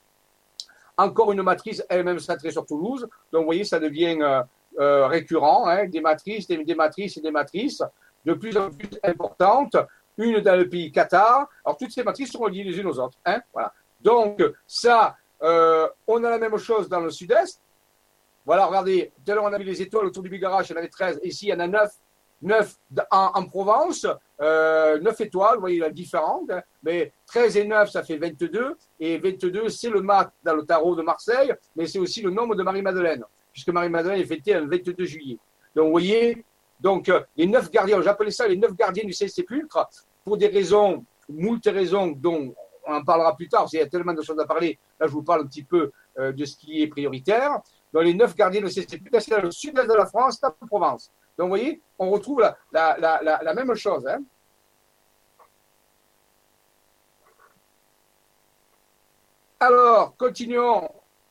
Encore une matrice elle-même centrée sur Toulouse. Donc, vous voyez, ça devient euh, euh, récurrent. Hein, des matrices, des, des matrices et des matrices de plus en plus importantes. Une dans le pays Qatar. Alors, toutes ces matrices sont reliées les unes aux autres. Hein, voilà. Donc, ça... Euh, on a la même chose dans le sud-est. Voilà, regardez, tout à l'heure on avait les étoiles autour du Bigarache, il y en avait treize. Ici, il y en a neuf, neuf en, en Provence, euh, neuf étoiles, vous voyez la différence. Hein, mais treize et neuf, ça fait vingt-deux. Et vingt-deux, c'est le mat dans le tarot de Marseille, mais c'est aussi le nombre de Marie-Madeleine, puisque Marie-Madeleine est fêtée le vingt-deux juillet. Donc, vous voyez, donc, les neuf gardiens, j'appelais ça les neuf gardiens du Saint-Sépulcre, pour des raisons, moult raisons dont on en parlera plus tard, parce qu'il y a tellement de choses à parler. Là, je vous parle un petit peu euh, de ce qui est prioritaire. Dans les neuf gardiens de Saint-Sépulcre, c'est dans le sud-est de la France, la Provence. Donc, vous voyez, on retrouve la, la, la, la, la même chose. Hein. Alors, continuons.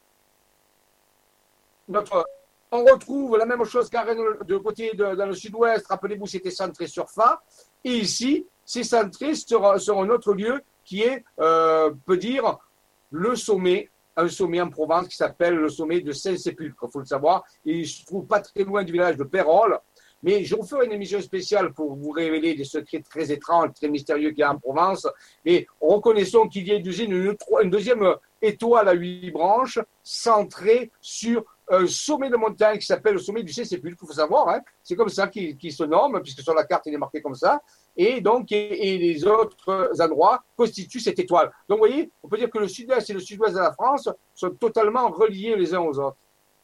Notre, on retrouve la même chose qu'à Rennes, de côté de, dans le sud-ouest. Rappelez-vous, c'était centré sur Fa. Et ici, c'est centré sur, sur un autre lieu qui est, euh, peut dire, le sommet, un sommet en Provence qui s'appelle le sommet de Saint-Sépulcre, il faut le savoir. Il se trouve pas très loin du village de Pérol. Mais je vous ferai une émission spéciale pour vous révéler des secrets très étranges, très mystérieux qu'il y a en Provence. Mais reconnaissons qu'il y a une, une, une deuxième étoile à huit branches centrée sur un sommet de montagne qui s'appelle le sommet du Saint-Sépulcre, il faut savoir. Hein. C'est comme ça qu'il, qu'il se nomme, puisque sur la carte, il est marqué comme ça. Et donc, et, et les autres endroits constituent cette étoile. Donc, vous voyez, on peut dire que le sud-est et le sud-ouest de la France sont totalement reliés les uns aux autres.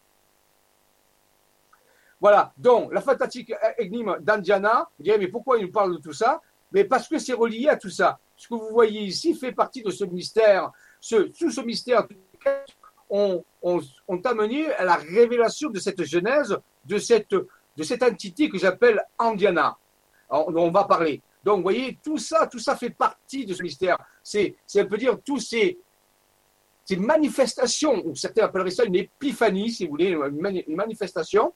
Voilà, donc la fantastique énigme d'Andiana, vous direz, mais pourquoi il nous parle de tout ça? Mais parce que c'est relié à tout ça. Ce que vous voyez ici fait partie de ce mystère. Ce, tout ce mystère ont, ont, ont amené à la révélation de cette genèse, de cette, de cette entité que j'appelle Andiana. Alors, on va parler. Donc, vous voyez, tout ça, tout ça fait partie de ce mystère. C'est, c'est on peut dire, tous ces, ces manifestations, ou certains appelleraient ça une épiphanie, si vous voulez, une manifestation,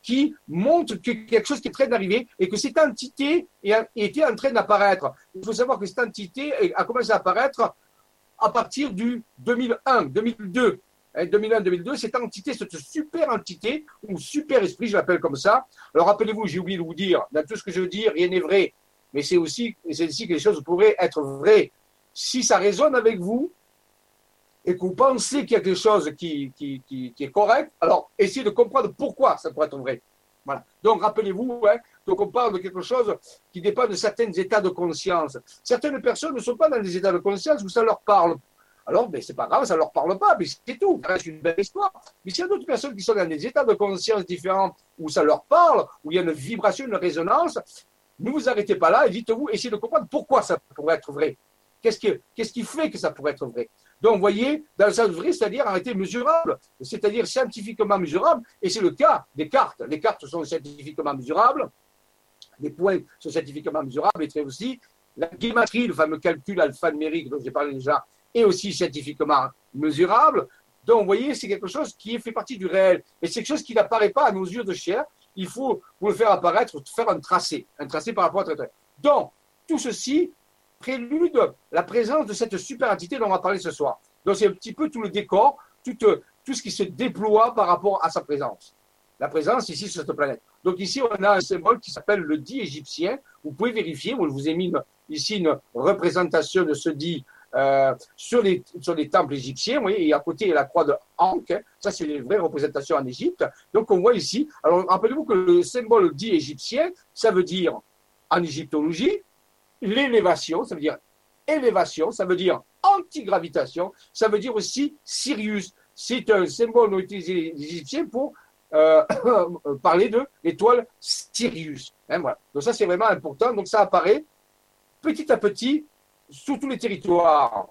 qui montre que quelque chose qui est en train d'arriver et que cette entité était en train d'apparaître. Il faut savoir que cette entité a commencé à apparaître à partir du deux mille un, deux mille deux. deux mille un deux mille deux, cette entité, cette super entité, ou super esprit, je l'appelle comme ça. Alors rappelez-vous, j'ai oublié de vous dire, dans tout ce que je veux dire, rien n'est vrai, mais c'est aussi, c'est ici que les choses pourraient être vraies. Si ça résonne avec vous, et que vous pensez qu'il y a quelque chose qui, qui, qui, qui est correct, alors essayez de comprendre pourquoi ça pourrait être vrai. Voilà. Donc rappelez-vous, hein, donc on parle de quelque chose qui dépend de certains états de conscience. Certaines personnes ne sont pas dans des états de conscience où ça leur parle. Alors, ben, c'est pas grave, ça leur parle pas, mais c'est tout, ça reste une belle histoire. Mais s'il y a d'autres personnes qui sont dans des états de conscience différents où ça leur parle, où il y a une vibration, une résonance, ne vous arrêtez pas là et dites-vous, essayez de comprendre pourquoi ça pourrait être vrai. Qu'est-ce qui, qu'est-ce qui fait que ça pourrait être vrai? Donc, vous voyez, dans le sens vrai, c'est-à-dire en réalité mesurable, c'est-à-dire scientifiquement mesurable, et c'est le cas des cartes. Les cartes sont scientifiquement mesurables, les points sont scientifiquement mesurables, et très aussi, la guématrie, le fameux calcul alphanumérique dont j'ai parlé déjà, est aussi scientifiquement mesurable. Donc, vous voyez, c'est quelque chose qui fait partie du réel. Et c'est quelque chose qui n'apparaît pas à nos yeux de chair. Il faut, pour le faire apparaître, faire un tracé, un tracé par rapport à notre... Donc, tout ceci prélude la présence de cette super entité dont on va parler ce soir. Donc, c'est un petit peu tout le décor, tout, tout ce qui se déploie par rapport à sa présence. La présence ici sur cette planète. Donc, ici, on a un symbole qui s'appelle le dit égyptien. Vous pouvez vérifier. Moi, je vous ai mis une, ici une représentation de ce dit euh, sur, les, sur les temples égyptiens. Vous voyez, et à côté, il y a la croix de Ankh. Hein. Ça, c'est les vraies représentations en Égypte. Donc, on voit ici. Alors, rappelez-vous que le symbole dit égyptien, ça veut dire, en égyptologie, l'élévation, ça veut dire élévation, ça veut dire antigravitation, ça veut dire aussi Sirius. C'est un symbole non utilisé les Égyptiens pour euh, parler de l'étoile Sirius. Hein, voilà. Donc ça, c'est vraiment important. Donc ça apparaît petit à petit sur tous les territoires.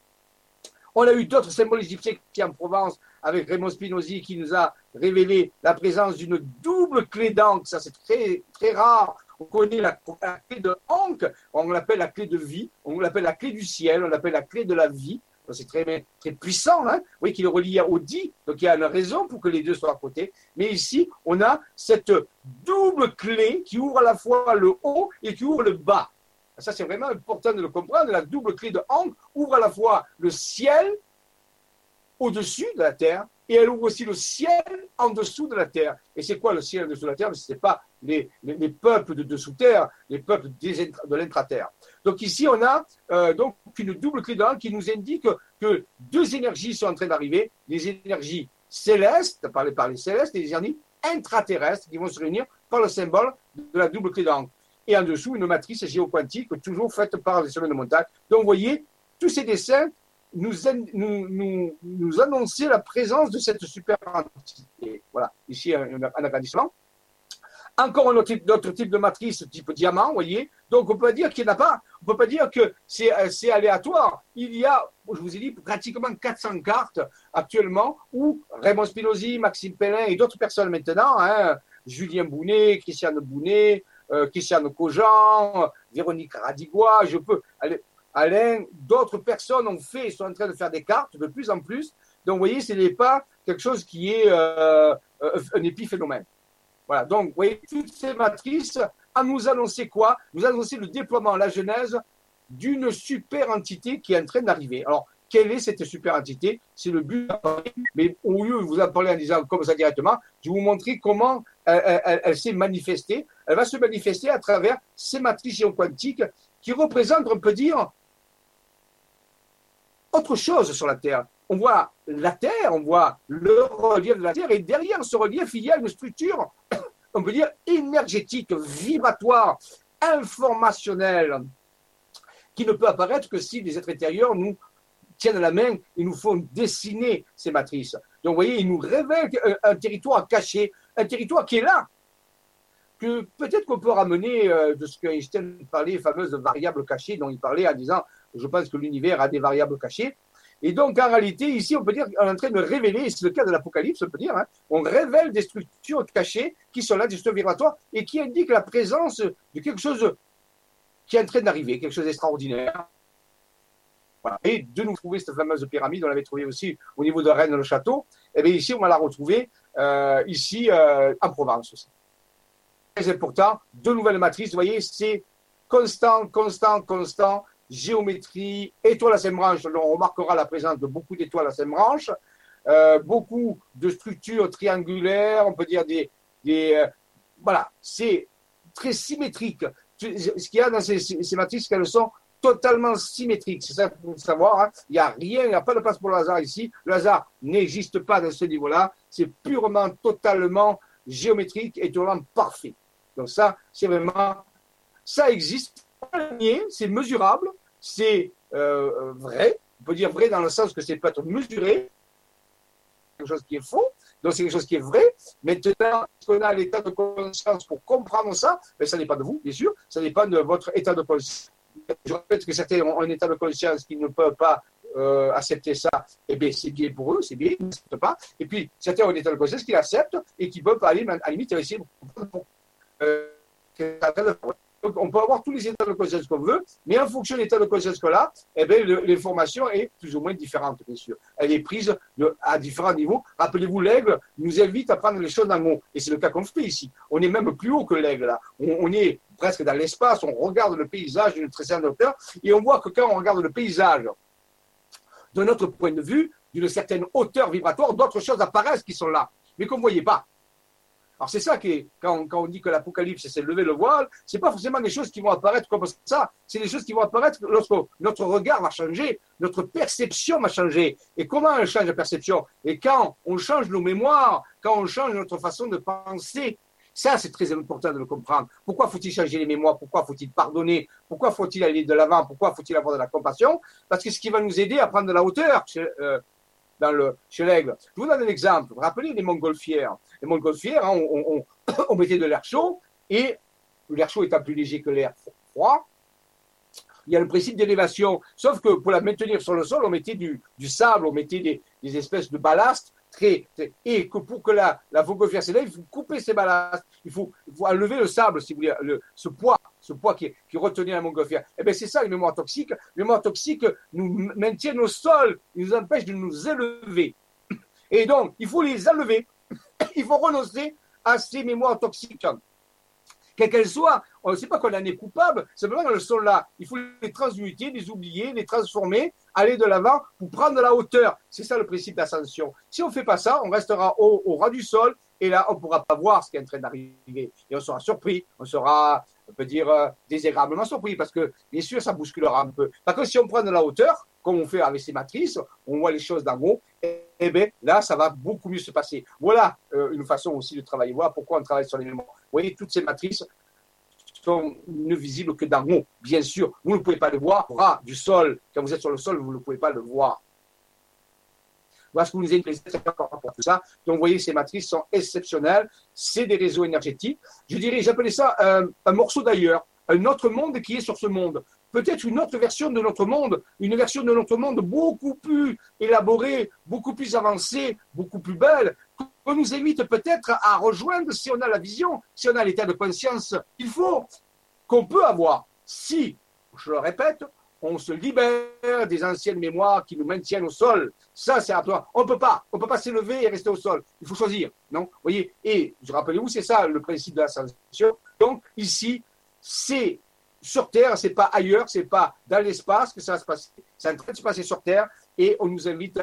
On a eu d'autres symboles égyptiens qui en Provence, avec Raymond Spinozzi, qui nous a révélé la présence d'une double clé d'encre. Ça, c'est très, très rare. On connaît la, la clé de Ankh, on l'appelle la clé de vie, on l'appelle la clé du ciel, on l'appelle la clé de la vie. C'est très, très puissant, hein. Vous voyez qu'il est relié au dit, donc il y a une raison pour que les deux soient à côté. Mais ici, on a cette double clé qui ouvre à la fois le haut et qui ouvre le bas. Ça, c'est vraiment important de le comprendre. La double clé de Ankh ouvre à la fois le ciel au-dessus de la terre et elle ouvre aussi le ciel en dessous de la terre. Et c'est quoi le ciel en dessous de la terre? Ce n'est pas les, les, les peuples de dessous-terre, les peuples des, de l'intra-terre. Donc ici, on a euh, donc une double clé d'Ankh qui nous indique que deux énergies sont en train d'arriver, les énergies célestes, par les, par les célestes, et les énergies intraterrestres qui vont se réunir par le symbole de la double clé d'Ankh. Et en dessous, une matrice géoquantique toujours faite par les semaines de montagne. Donc vous voyez, tous ces dessins nous, nous, nous, nous annonçaient la présence de cette super entité. Voilà, ici un, un agrandissement. Encore un autre type, d'autres types de matrices, type diamant, vous voyez. Donc on peut dire qu'il n'y en a pas, on ne peut pas dire que c'est, c'est aléatoire. Il y a, je vous ai dit, pratiquement quatre cents cartes actuellement où Raymond Spinozzi, Maxime Pellin et d'autres personnes maintenant, hein, Julien Bounet, Christiane Bounet, euh, Christiane Cogent, Véronique Radigois, je peux aller. Alain, d'autres personnes ont fait, sont en train de faire des cartes de plus en plus. Donc, vous voyez, ce n'est pas quelque chose qui est euh, un épiphénomène. Voilà, donc, vous voyez, toutes ces matrices, à nous annoncer quoi? Nous annoncer le déploiement, la genèse d'une super entité qui est en train d'arriver. Alors, quelle est cette super entité? C'est le but, mais au lieu de vous en parler en disant comme ça directement, je vais vous montrer comment elle, elle, elle s'est manifestée. Elle va se manifester à travers ces matrices géoquantiques qui représentent, on peut dire, autre chose sur la Terre. On voit la Terre, on voit le relief de la Terre, et derrière ce relief, il y a une structure, on peut dire, énergétique, vibratoire, informationnelle, qui ne peut apparaître que si les êtres intérieurs nous tiennent la main et nous font dessiner ces matrices. Donc, vous voyez, ils nous révèlent un, un territoire caché, un territoire qui est là, que peut-être qu'on peut ramener euh, de ce que Einstein parlait, les fameuses variables cachées dont il parlait en disant « je pense que l'univers a des variables cachées ». Et donc, en réalité, ici, on peut dire qu'on est en train de révéler, et c'est le cas de l'Apocalypse, on peut dire, hein, on révèle des structures cachées qui sont là, des structures vibratoires, et qui indiquent la présence de quelque chose qui est en train d'arriver, quelque chose d'extraordinaire. Voilà. Et de nous trouver cette fameuse pyramide, on l'avait trouvée aussi au niveau de Rennes-le-Château. Et bien ici, on va la retrouver euh, ici euh, en Provence aussi. Très important, deux nouvelles matrices, vous voyez, c'est constant, constant, constant, géométrie, étoile à cinq branches. On remarquera la présence de beaucoup d'étoiles à cinq branches, euh, beaucoup de structures triangulaires, on peut dire des... des euh, voilà, c'est très symétrique. Ce qu'il y a dans ces, ces matrices, c'est qu'elles sont totalement symétriques. C'est ça qu'il faut savoir. Hein. Il n'y a rien, il n'y a pas de place pour le hasard ici. Le hasard n'existe pas dans ce niveau-là. C'est purement, totalement géométrique et totalement parfait. Donc ça, c'est vraiment... Ça existe, c'est mesurable, c'est euh, vrai. On peut dire vrai dans le sens que c'est peut être mesuré. Quelque chose qui est faux. Donc c'est quelque chose qui est vrai. Maintenant, est-ce qu'on a l'état de conscience pour comprendre ça? Mais ça n'est pas de vous, bien sûr. Ça n'est pas de votre état de conscience. Je répète que certains ont un état de conscience qui ne peut pas euh, accepter ça. Eh bien, c'est bien pour eux, c'est bien, ils n'acceptent pas. Et puis, certains ont un état de conscience qui l'acceptent et qui peuvent aller, à la limite, essayer de comprendre. Euh, Donc, on peut avoir tous les états de conscience qu'on veut, mais en fonction de l'état de conscience qu'on a, eh bien, l'information est plus ou moins différente, bien sûr. Elle est prise de, à différents niveaux. Rappelez-vous, l'aigle nous invite à prendre les choses en haut. Et c'est le cas qu'on fait ici. On est même plus haut que l'aigle, là. On, on est presque dans l'espace, on regarde le paysage d'une très certaine hauteur, et on voit que quand on regarde le paysage, de notre point de vue, d'une certaine hauteur vibratoire, d'autres choses apparaissent qui sont là, mais qu'on ne voyait pas. Alors c'est ça qui est, quand, quand on dit que l'Apocalypse c'est lever le voile, c'est pas forcément des choses qui vont apparaître comme ça, c'est des choses qui vont apparaître lorsque notre regard va changer, notre perception va changer. Et comment on change la perception? Et quand on change nos mémoires, quand on change notre façon de penser, ça c'est très important de le comprendre. Pourquoi faut-il changer les mémoires? Pourquoi faut-il pardonner? Pourquoi faut-il aller de l'avant? Pourquoi faut-il avoir de la compassion? Parce que ce qui va nous aider à prendre de la hauteur, c'est, euh, dans le, chez l'aigle. Je vous donne un exemple. Vous vous rappelez les montgolfières? Les montgolfières, hein, on, on, on mettait de l'air chaud, et l'air chaud étant plus léger que l'air froid, il y a le principe d'élévation. Sauf que pour la maintenir sur le sol, on mettait du, du sable, on mettait des, des espèces de ballast, très, très, et que pour que la, la montgolfière s'élève, il faut couper ces ballasts. Il faut, il faut enlever le sable, si vous voulez, le, ce poids. ce poids qui, qui retenait la montgolfière. Eh bien, c'est ça, les mémoires toxiques. Les mémoires toxiques nous maintiennent au sol, ils nous empêchent de nous élever. Et donc, il faut les enlever. Il faut renoncer à ces mémoires toxiques. Quelles qu'elles soient, on ne sait pas qu'on en est coupable, simplement elles sont là. Il faut les transmuter, les oublier, les transformer, aller de l'avant pour prendre de la hauteur. C'est ça le principe d'ascension. Si on ne fait pas ça, on restera au, au ras du sol et là, on ne pourra pas voir ce qui est en train d'arriver. Et on sera surpris, on sera, on peut dire, euh, désagréablement surpris parce que, bien sûr, ça bousculera un peu. Parce que si on prend de la hauteur, comme on fait avec ces matrices, on voit les choses d'en haut, et, et bien là, ça va beaucoup mieux se passer. Voilà euh, une façon aussi de travailler. Voilà pourquoi on travaille sur les mémoires. Vous voyez, toutes ces matrices sont ne visibles que d'en haut. Bien sûr, vous ne pouvez pas le voir. Au ras du sol, quand vous êtes sur le sol, vous ne pouvez pas le voir. Voilà ce que vous nous avez pour tout ça. Donc, vous voyez, ces matrices sont exceptionnelles. C'est des réseaux énergétiques. Je dirais, j'appelais ça euh, un morceau d'ailleurs, un autre monde qui est sur ce monde. Peut-être une autre version de notre monde, une version de notre monde beaucoup plus élaborée, beaucoup plus avancée, beaucoup plus belle, qu'on nous invite peut-être à rejoindre si on a la vision, si on a l'état de conscience qu'il faut, qu'on peut avoir. Si, je le répète, on se libère des anciennes mémoires qui nous maintiennent au sol. Ça, c'est à toi. On ne peut pas. On ne peut pas s'élever et rester au sol. Il faut choisir. Non, vous voyez. Et, rappelez-vous, c'est ça le principe de l'ascension. Donc, ici, c'est sur Terre, c'est pas ailleurs, c'est pas dans l'espace que ça va se passer. C'est en train de se passer sur Terre et on nous invite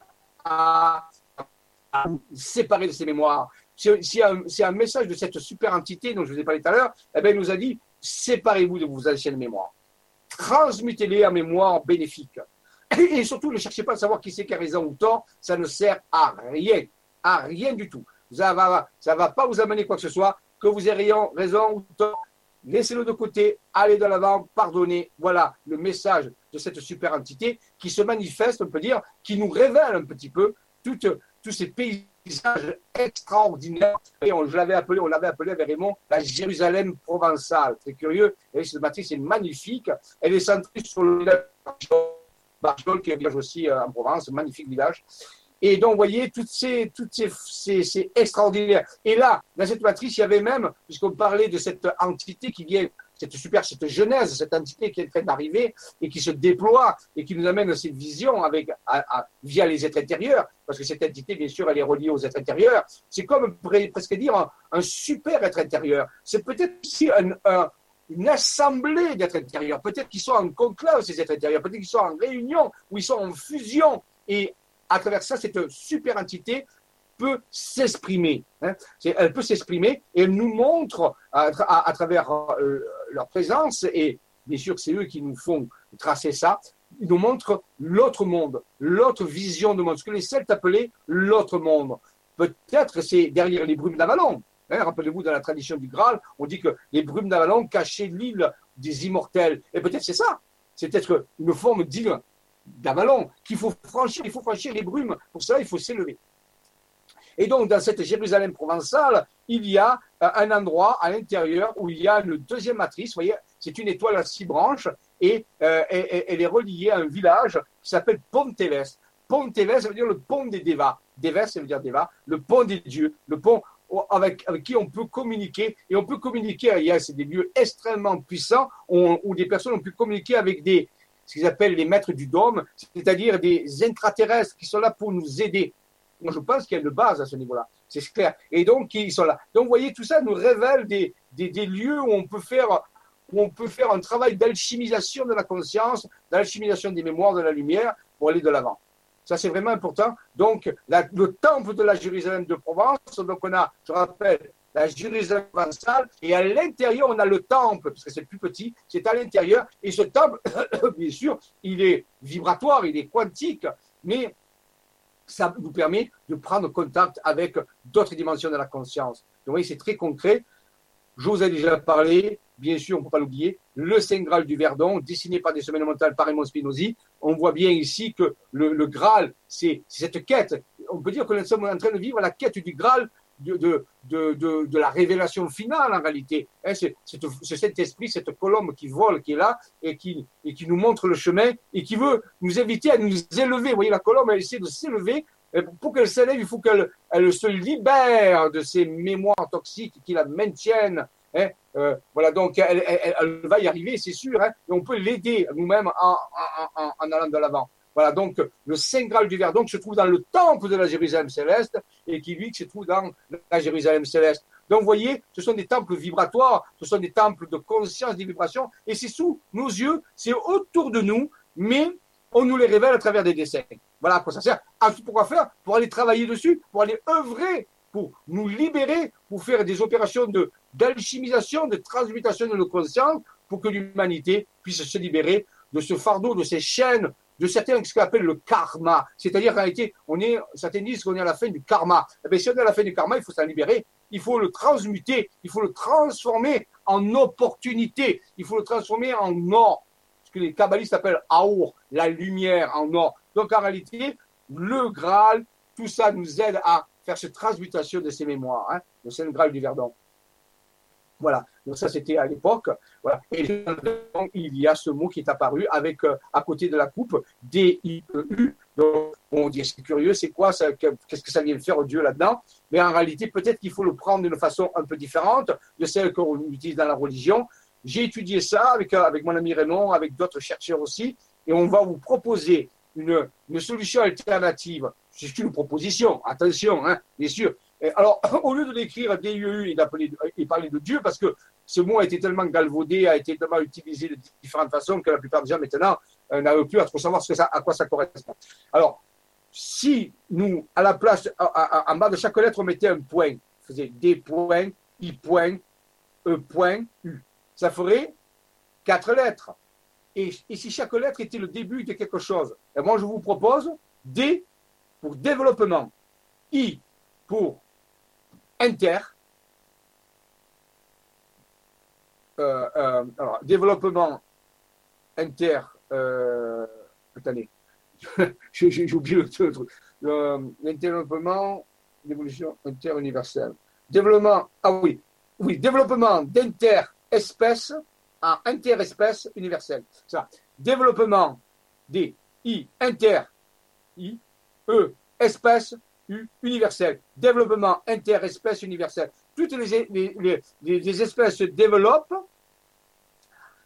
à, à nous séparer de ces mémoires. C'est un, un message de cette super entité dont je vous ai parlé tout à l'heure. Eh bien, il nous a dit, séparez-vous de vos anciennes mémoires. Transmutez-les en mémoire bénéfique. Et surtout, ne cherchez pas à savoir qui c'est qui a raison ou tort, ça ne sert à rien, à rien du tout. Ça ne va, ça va pas vous amener quoi que ce soit, que vous ayez raison ou tort, laissez-le de côté, allez de l'avant, pardonnez. Voilà le message de cette super entité qui se manifeste, on peut dire, qui nous révèle un petit peu toutes, tous ces paysages extraordinaires. Et on l'avait appelé, on l'avait appelé avec Raymond la Jérusalem provençale. Très curieux. Et cette matrice est magnifique. Elle est centrée sur le village Barjol, qui est un village aussi en Provence, un magnifique village. Et donc, vous voyez, toutes ces, toutes ces, ces, ces extraordinaires. Et là, dans cette matrice, il y avait même, puisqu'on parlait de cette entité qui vient cette super, cette genèse, cette entité qui est en train d'arriver et qui se déploie et qui nous amène cette vision avec, à, à, via les êtres intérieurs, parce que cette entité, bien sûr, elle est reliée aux êtres intérieurs. C'est comme presque dire un, un super être intérieur. C'est peut-être aussi un, un, une assemblée d'êtres intérieurs. Peut-être qu'ils sont en conclave, ces êtres intérieurs. Peut-être qu'ils sont en réunion ou ils sont en fusion. Et à travers ça, cette super entité peut s'exprimer. Hein. Elle peut s'exprimer et elle nous montre à, à, à travers euh, leur présence, et bien sûr c'est eux qui nous font tracer ça, ils nous montrent l'autre monde, l'autre vision du monde, ce que les Celtes appelaient l'autre monde. Peut-être c'est derrière les brumes d'Avalon. Hein, rappelez-vous, dans la tradition du Graal, on dit que les brumes d'Avalon cachaient l'île des immortels. Et peut-être c'est ça. C'est peut-être une forme d'île d'Avalon qu'il faut franchir. Il faut franchir les brumes. Pour cela, il faut s'élever. Et donc, dans cette Jérusalem provençale, il y a un endroit à l'intérieur où il y a une deuxième matrice. Vous voyez, c'est une étoile à six branches et euh, elle est reliée à un village qui s'appelle Pont-Teves. Pont-Teves, ça veut dire le pont des Devas. Deves, ça veut dire Deva, le pont des dieux, le pont avec, avec qui on peut communiquer. Et on peut communiquer, il y a, c'est des lieux extrêmement puissants où, où des personnes ont pu communiquer avec des, ce qu'ils appellent les maîtres du dôme, c'est-à-dire des intraterrestres qui sont là pour nous aider. Moi, je pense qu'il y a une base à ce niveau-là, c'est clair. Et donc, ils sont là. Donc, vous voyez, tout ça nous révèle des, des, des lieux où on peut faire, où on peut faire un travail d'alchimisation de la conscience, d'alchimisation des mémoires, de la lumière, pour aller de l'avant. Ça, c'est vraiment important. Donc, la, le temple de la Jérusalem de Provence, donc on a, je rappelle, la Jérusalem provençale, et à l'intérieur, on a le temple, parce que c'est le plus petit, c'est à l'intérieur. Et ce temple, bien sûr, il est vibratoire, il est quantique, mais ça nous permet de prendre contact avec d'autres dimensions de la conscience. Donc, vous voyez, c'est très concret. Je vous ai déjà parlé, bien sûr, on ne peut pas l'oublier, le Saint Graal du Verdon, dessiné par des semaines mentales par Raymond Spinozzi. On voit bien ici que le, le Graal, c'est, c'est cette quête. On peut dire que nous sommes en train de vivre la quête du Graal, de, de, de, de, de la révélation finale, en réalité. Hein, c'est, c'est, c'est cet esprit, cette colombe qui vole, qui est là, et qui, et qui nous montre le chemin, et qui veut nous inviter à nous élever. Vous voyez, la colombe, elle essaie de s'élever. Pour qu'elle s'élève, il faut qu'elle elle se libère de ces mémoires toxiques qui la maintiennent. Hein. Euh, voilà, donc elle, elle, elle va y arriver, c'est sûr. Hein. Et on peut l'aider nous-mêmes en, en, en, en allant de l'avant. Voilà, donc le Saint Graal du Verdon qui se trouve dans le temple de la Jérusalem céleste et qui, lui, qui se trouve dans la Jérusalem céleste. Donc, vous voyez, ce sont des temples vibratoires, ce sont des temples de conscience, des vibrations, et c'est sous nos yeux, c'est autour de nous, mais on nous les révèle à travers des dessins. Voilà à quoi ça sert. À pourquoi faire? Pour aller travailler dessus, pour aller œuvrer, pour nous libérer, pour faire des opérations de, d'alchimisation, de transmutation de nos consciences, pour que l'humanité puisse se libérer de ce fardeau, de ces chaînes, de certains ce qu'on appelle le karma. C'est-à-dire qu'en réalité, on est, certains disent qu'on est à la fin du karma. Eh bien, si on est à la fin du karma, il faut s'en libérer, il faut le transmuter, il faut le transformer en opportunité, il faut le transformer en or, ce que les kabbalistes appellent aour, la lumière en or. Donc en réalité, le Graal, tout ça nous aide à faire cette transmutation de ces mémoires, hein, le Saint Graal du Verdon. Voilà, donc ça c'était à l'époque. Voilà. Et il y a ce mot qui est apparu avec, euh, à côté de la coupe, D I E U. Donc on dit c'est curieux, c'est quoi ça, qu'est-ce que ça vient faire Dieu là-dedans? Mais en réalité, peut-être qu'il faut le prendre d'une façon un peu différente de celle qu'on utilise dans la religion. J'ai étudié ça avec, avec mon ami Raymond, avec d'autres chercheurs aussi, et on va vous proposer une, une solution alternative. C'est une proposition, attention, hein, bien sûr. Alors, au lieu de l'écrire D I E U, il, appelait, il parlait de Dieu parce que ce mot a été tellement galvaudé, a été tellement utilisé de différentes façons que la plupart des gens maintenant euh, n'arrivent plus à trop savoir ce que ça, à quoi ça correspond. Alors, si nous, à la place, à, à, en bas de chaque lettre, on mettait un point, on faisait D point, I point, E point, U, ça ferait quatre lettres. Et, et si chaque lettre était le début de quelque chose, et moi je vous propose D pour développement, I pour inter, euh, euh, alors développement inter, euh, attendez, j'ai, j'ai oublié le truc, euh, développement, d'évolution interuniverselle, développement, ah oui, oui, développement d'inter-espèces à interespèce universelle. Ça, développement des I, inter, I, E, espèce, U, universel. Développement interespèce universelle. Toutes les, les, les, les espèces se développent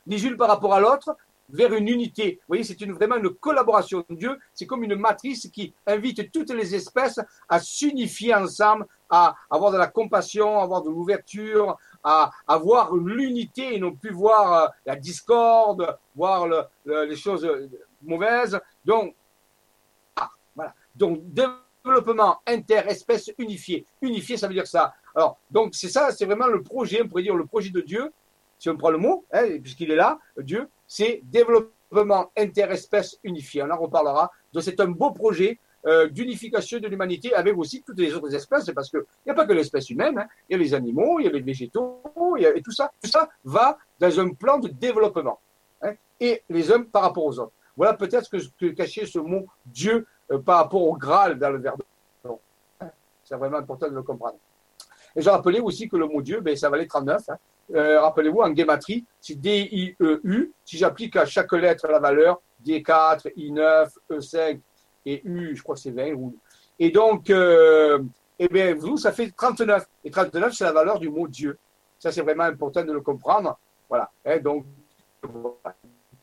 les unes par rapport à l'autre, vers une unité. Vous voyez, c'est une, vraiment une collaboration. Dieu, c'est comme une matrice qui invite toutes les espèces à s'unifier ensemble, à avoir de la compassion, à avoir de l'ouverture, à avoir l'unité et non plus voir la discorde, voir le, le, les choses mauvaises. Donc, ah, voilà. Donc, développement interespèce unifié. Unifié, ça veut dire ça. Alors, donc, c'est ça, c'est vraiment le projet, on pourrait dire le projet de Dieu, si on prend le mot, hein, puisqu'il est là, Dieu, c'est développement interespèce unifié. On en reparlera. Donc, c'est un beau projet euh, d'unification de l'humanité avec aussi toutes les autres espèces, parce qu'il n'y a pas que l'espèce humaine, hein. Il y a les animaux, il y a les végétaux, il y a, et tout ça. Tout ça va dans un plan de développement. Hein, et les uns par rapport aux autres. Voilà peut-être ce que, que cachait ce mot Dieu euh, par rapport au Graal dans le verbe. Hein, c'est vraiment important de le comprendre. Et je rappelais aussi que le mot Dieu, ben, ça valait trente-neuf. Hein. Euh, rappelez-vous, en guématrie, c'est D I E U. Si j'applique à chaque lettre la valeur, D quatre, I neuf, E cinq et U, je crois que c'est vingt. Et donc, euh, eh bien, vous, ça fait trente-neuf. Et trente-neuf, c'est la valeur du mot Dieu. Ça, c'est vraiment important de le comprendre. Voilà. Et donc, voilà.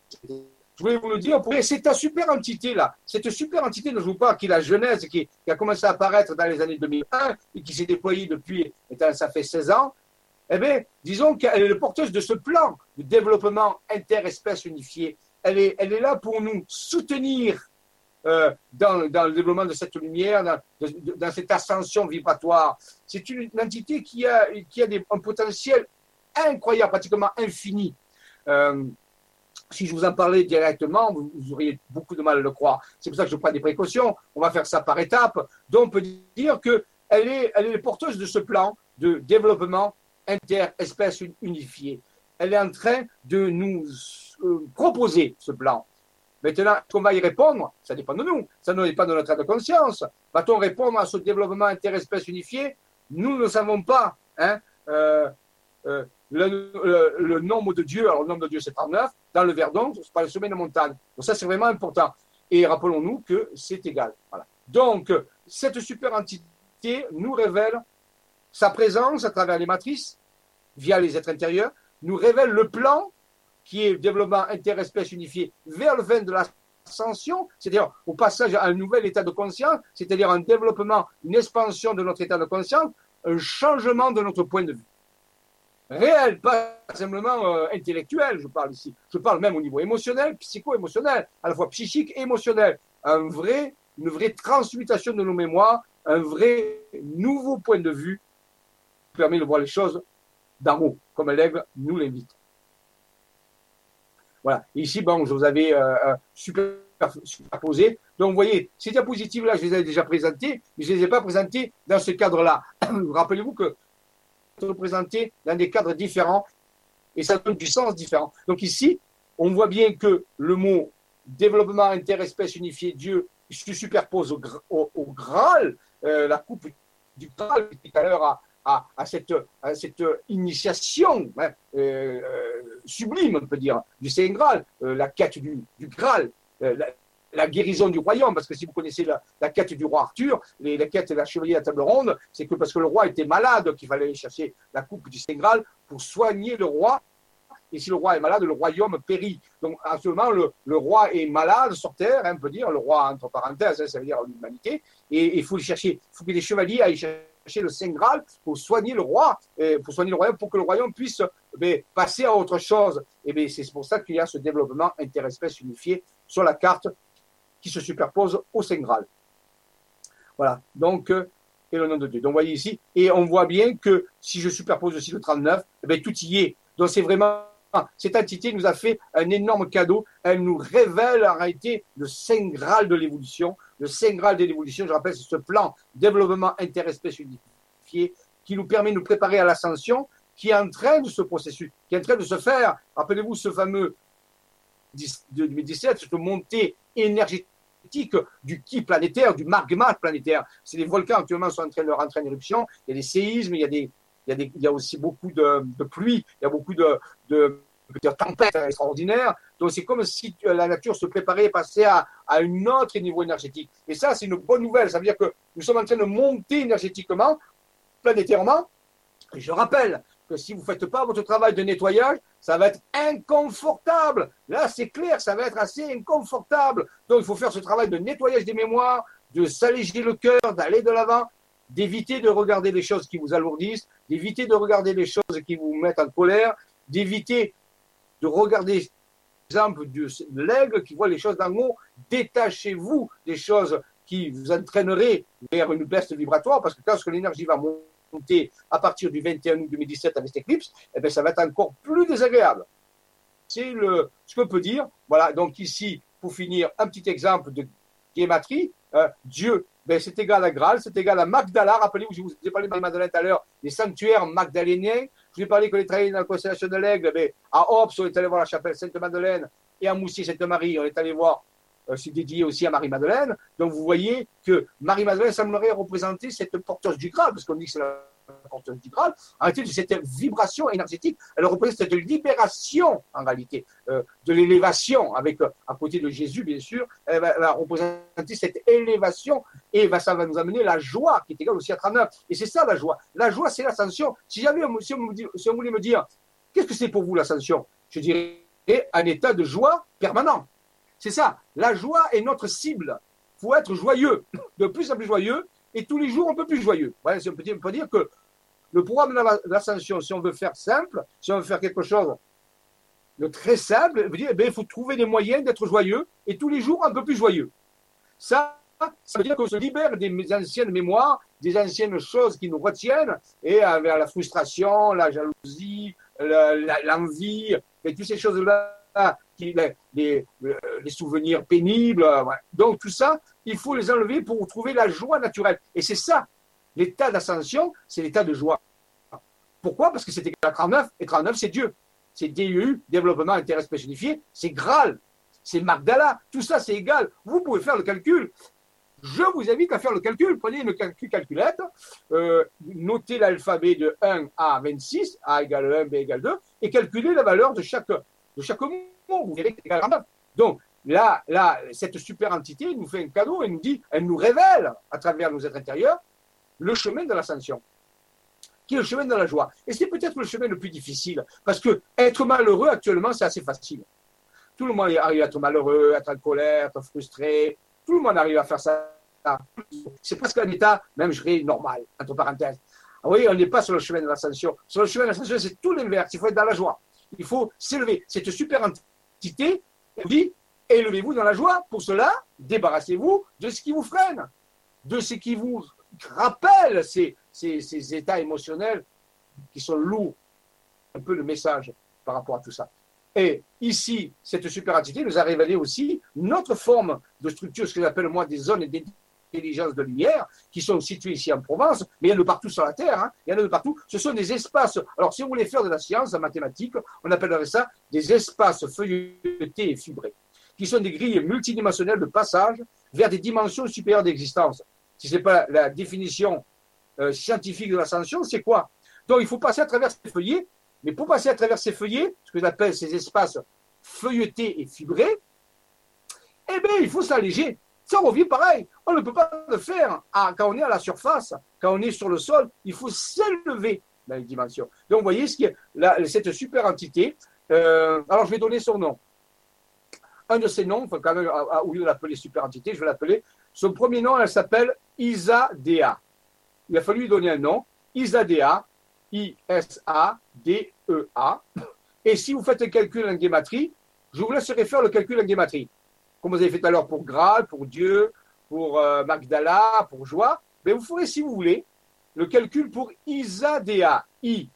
Je voulais vous le dire, c'est ta super entité là, cette super entité dont je vous parle, qui est la Genèse, qui, qui a commencé à apparaître dans les années deux mille un et qui s'est déployée depuis, ça fait seize ans, eh bien, disons qu'elle est le porteuse de ce plan de développement interespèce unifié. Elle est, elle est là pour nous soutenir euh, dans, dans le développement de cette lumière, dans, de, dans cette ascension vibratoire. C'est une, une entité qui a, qui a des, un potentiel incroyable, pratiquement infini. Euh, Si je vous en parlais directement, vous, vous auriez beaucoup de mal à le croire. C'est pour ça que je prends des précautions. On va faire ça par étapes. Donc, on peut dire qu'elle est, elle est porteuse de ce plan de développement interespèce unifié. Elle est en train de nous euh, proposer ce plan. Maintenant, qu'on va y répondre, ça dépend de nous. Ça ne dépend de notre état de conscience. Va-t-on répondre à ce développement interespèce unifié? Nous ne savons pas. Hein, euh, euh, Le, le, le nombre de Dieu, alors le nombre de Dieu c'est trente-neuf, dans le Verdon, c'est pas le sommet de montagne. Donc ça c'est vraiment important. Et rappelons-nous que c'est égal. Voilà. Donc cette super entité nous révèle sa présence à travers les matrices, via les êtres intérieurs, nous révèle le plan qui est le développement interespèce unifié vers le fin de l'ascension, c'est-à-dire au passage à un nouvel état de conscience, c'est-à-dire un développement, une expansion de notre état de conscience, un changement de notre point de vue. Réel, pas simplement euh, intellectuel, je parle ici. Je parle même au niveau émotionnel, psycho-émotionnel, à la fois psychique et émotionnel. Un vrai, une vraie transmutation de nos mémoires, un vrai nouveau point de vue qui permet de voir les choses d'en haut, comme l'aigle nous l'invite. Voilà. Et ici, bon, je vous avais euh, super, superposé. Donc, vous voyez, ces diapositives-là, je les ai déjà présentées, mais je ne les ai pas présentées dans ce cadre-là. Rappelez-vous que représenté dans des cadres différents et ça donne du sens différent. Donc ici, on voit bien que le mot développement interespèce unifié Dieu se superpose au, au, au Graal, euh, la coupe du Graal, tout à l'heure à, à, à, cette, à cette initiation hein, euh, sublime, on peut dire, du Saint Graal, euh, la quête du, du Graal, euh, la, la guérison du royaume, parce que si vous connaissez la, la quête du roi Arthur, les, la quête de la chevalier à table ronde, c'est que parce que le roi était malade, qu'il fallait aller chercher la coupe du Saint Graal pour soigner le roi, et si le roi est malade, le royaume périt. Donc actuellement, le, le roi est malade sur terre, hein, on peut dire, le roi entre parenthèses, hein, ça veut dire l'humanité, et il faut le chercher, il faut que les chevaliers aillent chercher le Saint Graal pour soigner le roi, et pour soigner le royaume, pour que le royaume puisse mais, passer à autre chose. Et bien, c'est pour ça qu'il y a ce développement interespèce unifié sur la carte qui se superpose au Saint Graal. Voilà, donc, euh, et le nom de Dieu. Donc, vous voyez ici, et on voit bien que si je superpose aussi le trente-neuf, eh bien, tout y est. Donc, c'est vraiment, cette entité nous a fait un énorme cadeau. Elle nous révèle en réalité le Saint Graal de l'évolution. Le Saint Graal de l'évolution, je rappelle, c'est ce plan développement interespèce unifié qui nous permet de nous préparer à l'ascension, qui est en train de ce processus, qui est en train de se faire. Rappelez-vous ce fameux deux mille dix-sept, cette montée énergétique du ki planétaire, du magma planétaire. C'est les volcans actuellement sont en train de rentrer en éruption. Il y a des séismes, il y a, des, il y a, des, il y a aussi beaucoup de, de pluie, il y a beaucoup de, de, de tempêtes extraordinaires. Donc c'est comme si la nature se préparait à passer à, à un autre niveau énergétique. Et ça, c'est une bonne nouvelle. Ça veut dire que nous sommes en train de monter énergétiquement, planétairement. Et je rappelle que si vous ne faites pas votre travail de nettoyage, ça va être inconfortable. Là, c'est clair, ça va être assez inconfortable. Donc, il faut faire ce travail de nettoyage des mémoires, de s'alléger le cœur, d'aller de l'avant, d'éviter de regarder les choses qui vous alourdissent, d'éviter de regarder les choses qui vous mettent en colère, d'éviter de regarder l'exemple de l'aigle qui voit les choses d'en haut. Détachez-vous des choses qui vous entraîneraient vers une baisse vibratoire, parce que quand l'énergie va monter à partir du vingt et un août deux mille dix-sept avec cette éclipse, eh bien, ça va être encore plus désagréable. C'est le, ce qu'on peut dire. Voilà, donc ici, pour finir, un petit exemple de guématrie. Euh, Dieu, ben, c'est égal à Graal, c'est égal à Magdala. Rappelez-vous, je vous ai parlé de Marie-Madeleine tout à l'heure, les sanctuaires magdaléniens. Je vous ai parlé qu'on est travaillé dans la constellation de l'Aigle. Ben, à Ops, on est allé voir la chapelle Sainte-Madeleine, et à Moussier-Sainte-Marie, on est allé voir, euh, c'est dédié aussi à Marie-Madeleine. Donc vous voyez que Marie-Madeleine semblerait représenter cette porteuse du Graal, parce qu'on dit que c'est la porteuse du Graal. En réalité, de cette vibration énergétique, elle représente cette libération, en réalité, euh, de l'élévation, avec, euh, à côté de Jésus, bien sûr, elle va, elle va représenter cette élévation, et va, ça va nous amener la joie, qui est égale aussi à trente-neuf. Et c'est ça la joie. La joie, c'est l'ascension. Si j'avais, si on, me dit, si on voulait me dire, qu'est-ce que c'est pour vous l'ascension? Je dirais un état de joie permanent. C'est ça. La joie est notre cible. Il faut être joyeux, de plus en plus joyeux, et tous les jours un peu plus joyeux. Voilà, on peut dire, on peut dire que le programme de l'ascension, si on veut faire simple, si on veut faire quelque chose de très simple, veut dire, eh bien, il faut trouver des moyens d'être joyeux, et tous les jours un peu plus joyeux. Ça, ça veut dire qu'on se libère des anciennes mémoires, des anciennes choses qui nous retiennent, et vers la frustration, la jalousie, l'envie, et toutes ces choses-là, qui, les, les, les souvenirs pénibles. Ouais. Donc tout ça, il faut les enlever pour trouver la joie naturelle. Et c'est ça, l'état d'ascension, c'est l'état de joie. Pourquoi? Parce que c'est égal à trente-neuf, et trente-neuf, c'est Dieu. C'est D E U, développement intérêt personnifié, c'est Graal, c'est Magdala, tout ça, c'est égal. Vous pouvez faire le calcul. Je vous invite à faire le calcul. Prenez une calcul calculette, euh, notez l'alphabet de un à vingt-six, A égale un, B égale deux, et calculez la valeur de chaque, de chaque mot. Vous verrez que c'est égal à trente-neuf. Donc, là, là, cette super entité nous fait un cadeau et nous dit, elle nous révèle, à travers nos êtres intérieurs, le chemin de l'ascension, qui est le chemin de la joie. Et c'est peut-être le chemin le plus difficile, parce que être malheureux actuellement, c'est assez facile. Tout le monde arrive à être malheureux, à être en colère, à être frustré. Tout le monde arrive à faire ça. C'est presque un état, même je dirais, normal, entre parenthèses. Ah oui, on n'est pas sur le chemin de l'ascension. Sur le chemin de l'ascension, c'est tout l'inverse. Il faut être dans la joie. Il faut s'élever. Cette super entité vous dit, élevez-vous dans la joie. Pour cela, débarrassez-vous de ce qui vous freine, de ce qui vous rappelle ces, ces, ces états émotionnels qui sont lourds. Un peu le message par rapport à tout ça. Et ici, cette super entité nous a révélé aussi notre forme de structure, ce que j'appelle moi des zones d'intelligence de lumière, qui sont situées ici en Provence, mais il y en a de partout sur la Terre, hein, il y en a de partout. Ce sont des espaces, alors si on voulait faire de la science, en mathématiques, on appellerait ça des espaces feuilletés et fibrés, qui sont des grilles multidimensionnelles de passage vers des dimensions supérieures d'existence. Si ce n'est pas la définition euh, scientifique de l'ascension, c'est quoi? Donc il faut passer à travers ces feuillets. Mais pour passer à travers ces feuillets, ce que j'appelle ces espaces feuilletés et fibrés, eh bien, il faut s'alléger. Ça revient pareil. On ne peut pas le faire à, quand on est à la surface, quand on est sur le sol. Il faut s'élever dans les dimensions. Donc, vous voyez ce qui est là, cette super entité. Euh, alors, je vais donner son nom. Un de ses noms, enfin, quand même, au lieu de l'appeler super entité, je vais l'appeler. Son premier nom, elle s'appelle Isadea. Il a fallu lui donner un nom. Isadea. I S A D E A. Et si vous faites un calcul en gématrie, je vous laisserai faire le calcul en gématrie. Comme vous avez fait tout à l'heure pour Graal, pour Dieu, pour euh, Magdala, pour Joie, mais vous ferez, si vous voulez, le calcul pour Isadea. I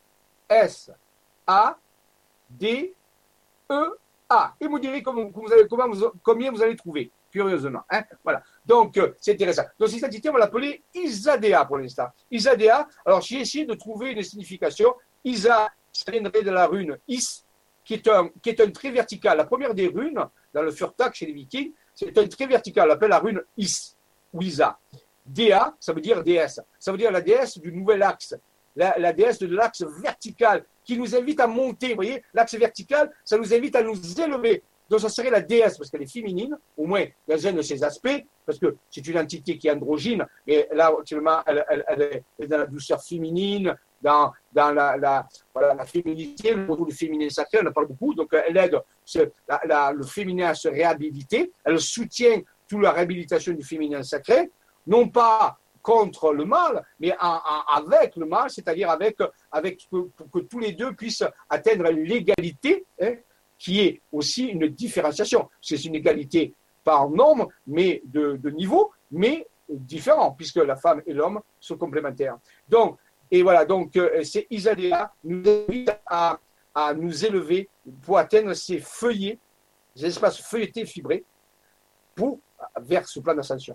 S A D E A. Et vous direz comment, vous allez, comment vous, combien vous allez trouver, curieusement. Hein, voilà. Donc, euh, c'est intéressant. Donc, cette entité, on va l'appeler Isadea pour l'instant. Isadea, alors j'ai essayé de trouver une signification. Isa, ça viendrait de la rune Is, qui est, un, qui est un trait vertical. La première des runes, dans le Furtak chez les Vikings, c'est un trait vertical. On l'appelle la rune Is, ou Isa. Dea, ça veut dire déesse. Ça veut dire la déesse du nouvel axe. La, la déesse de l'axe vertical, qui nous invite à monter. Vous voyez, l'axe vertical, ça nous invite à nous élever. Donc, ça serait la déesse, parce qu'elle est féminine, au moins dans un de ses aspects, parce que c'est une entité qui est androgyne, et là, actuellement, elle, elle, elle est dans la douceur féminine, dans, dans la, la, voilà, la féminité, le retour du féminin sacré, on en parle beaucoup. Donc, elle aide ce, la, la, le féminin à se réhabiliter. Elle soutient toute la réhabilitation du féminin sacré, non pas contre le mal, mais en, en, avec le mal, c'est-à-dire avec, avec que, pour que tous les deux puissent atteindre l'égalité, hein, qui est aussi une différenciation. C'est une égalité pas en nombre, mais de, de niveau, mais différent, puisque la femme et l'homme sont complémentaires. Donc, et voilà, donc euh, c'est Isadéa nous invite à, à nous élever pour atteindre ces feuillets, ces espaces feuilletés fibrés, pour, vers ce plan d'ascension.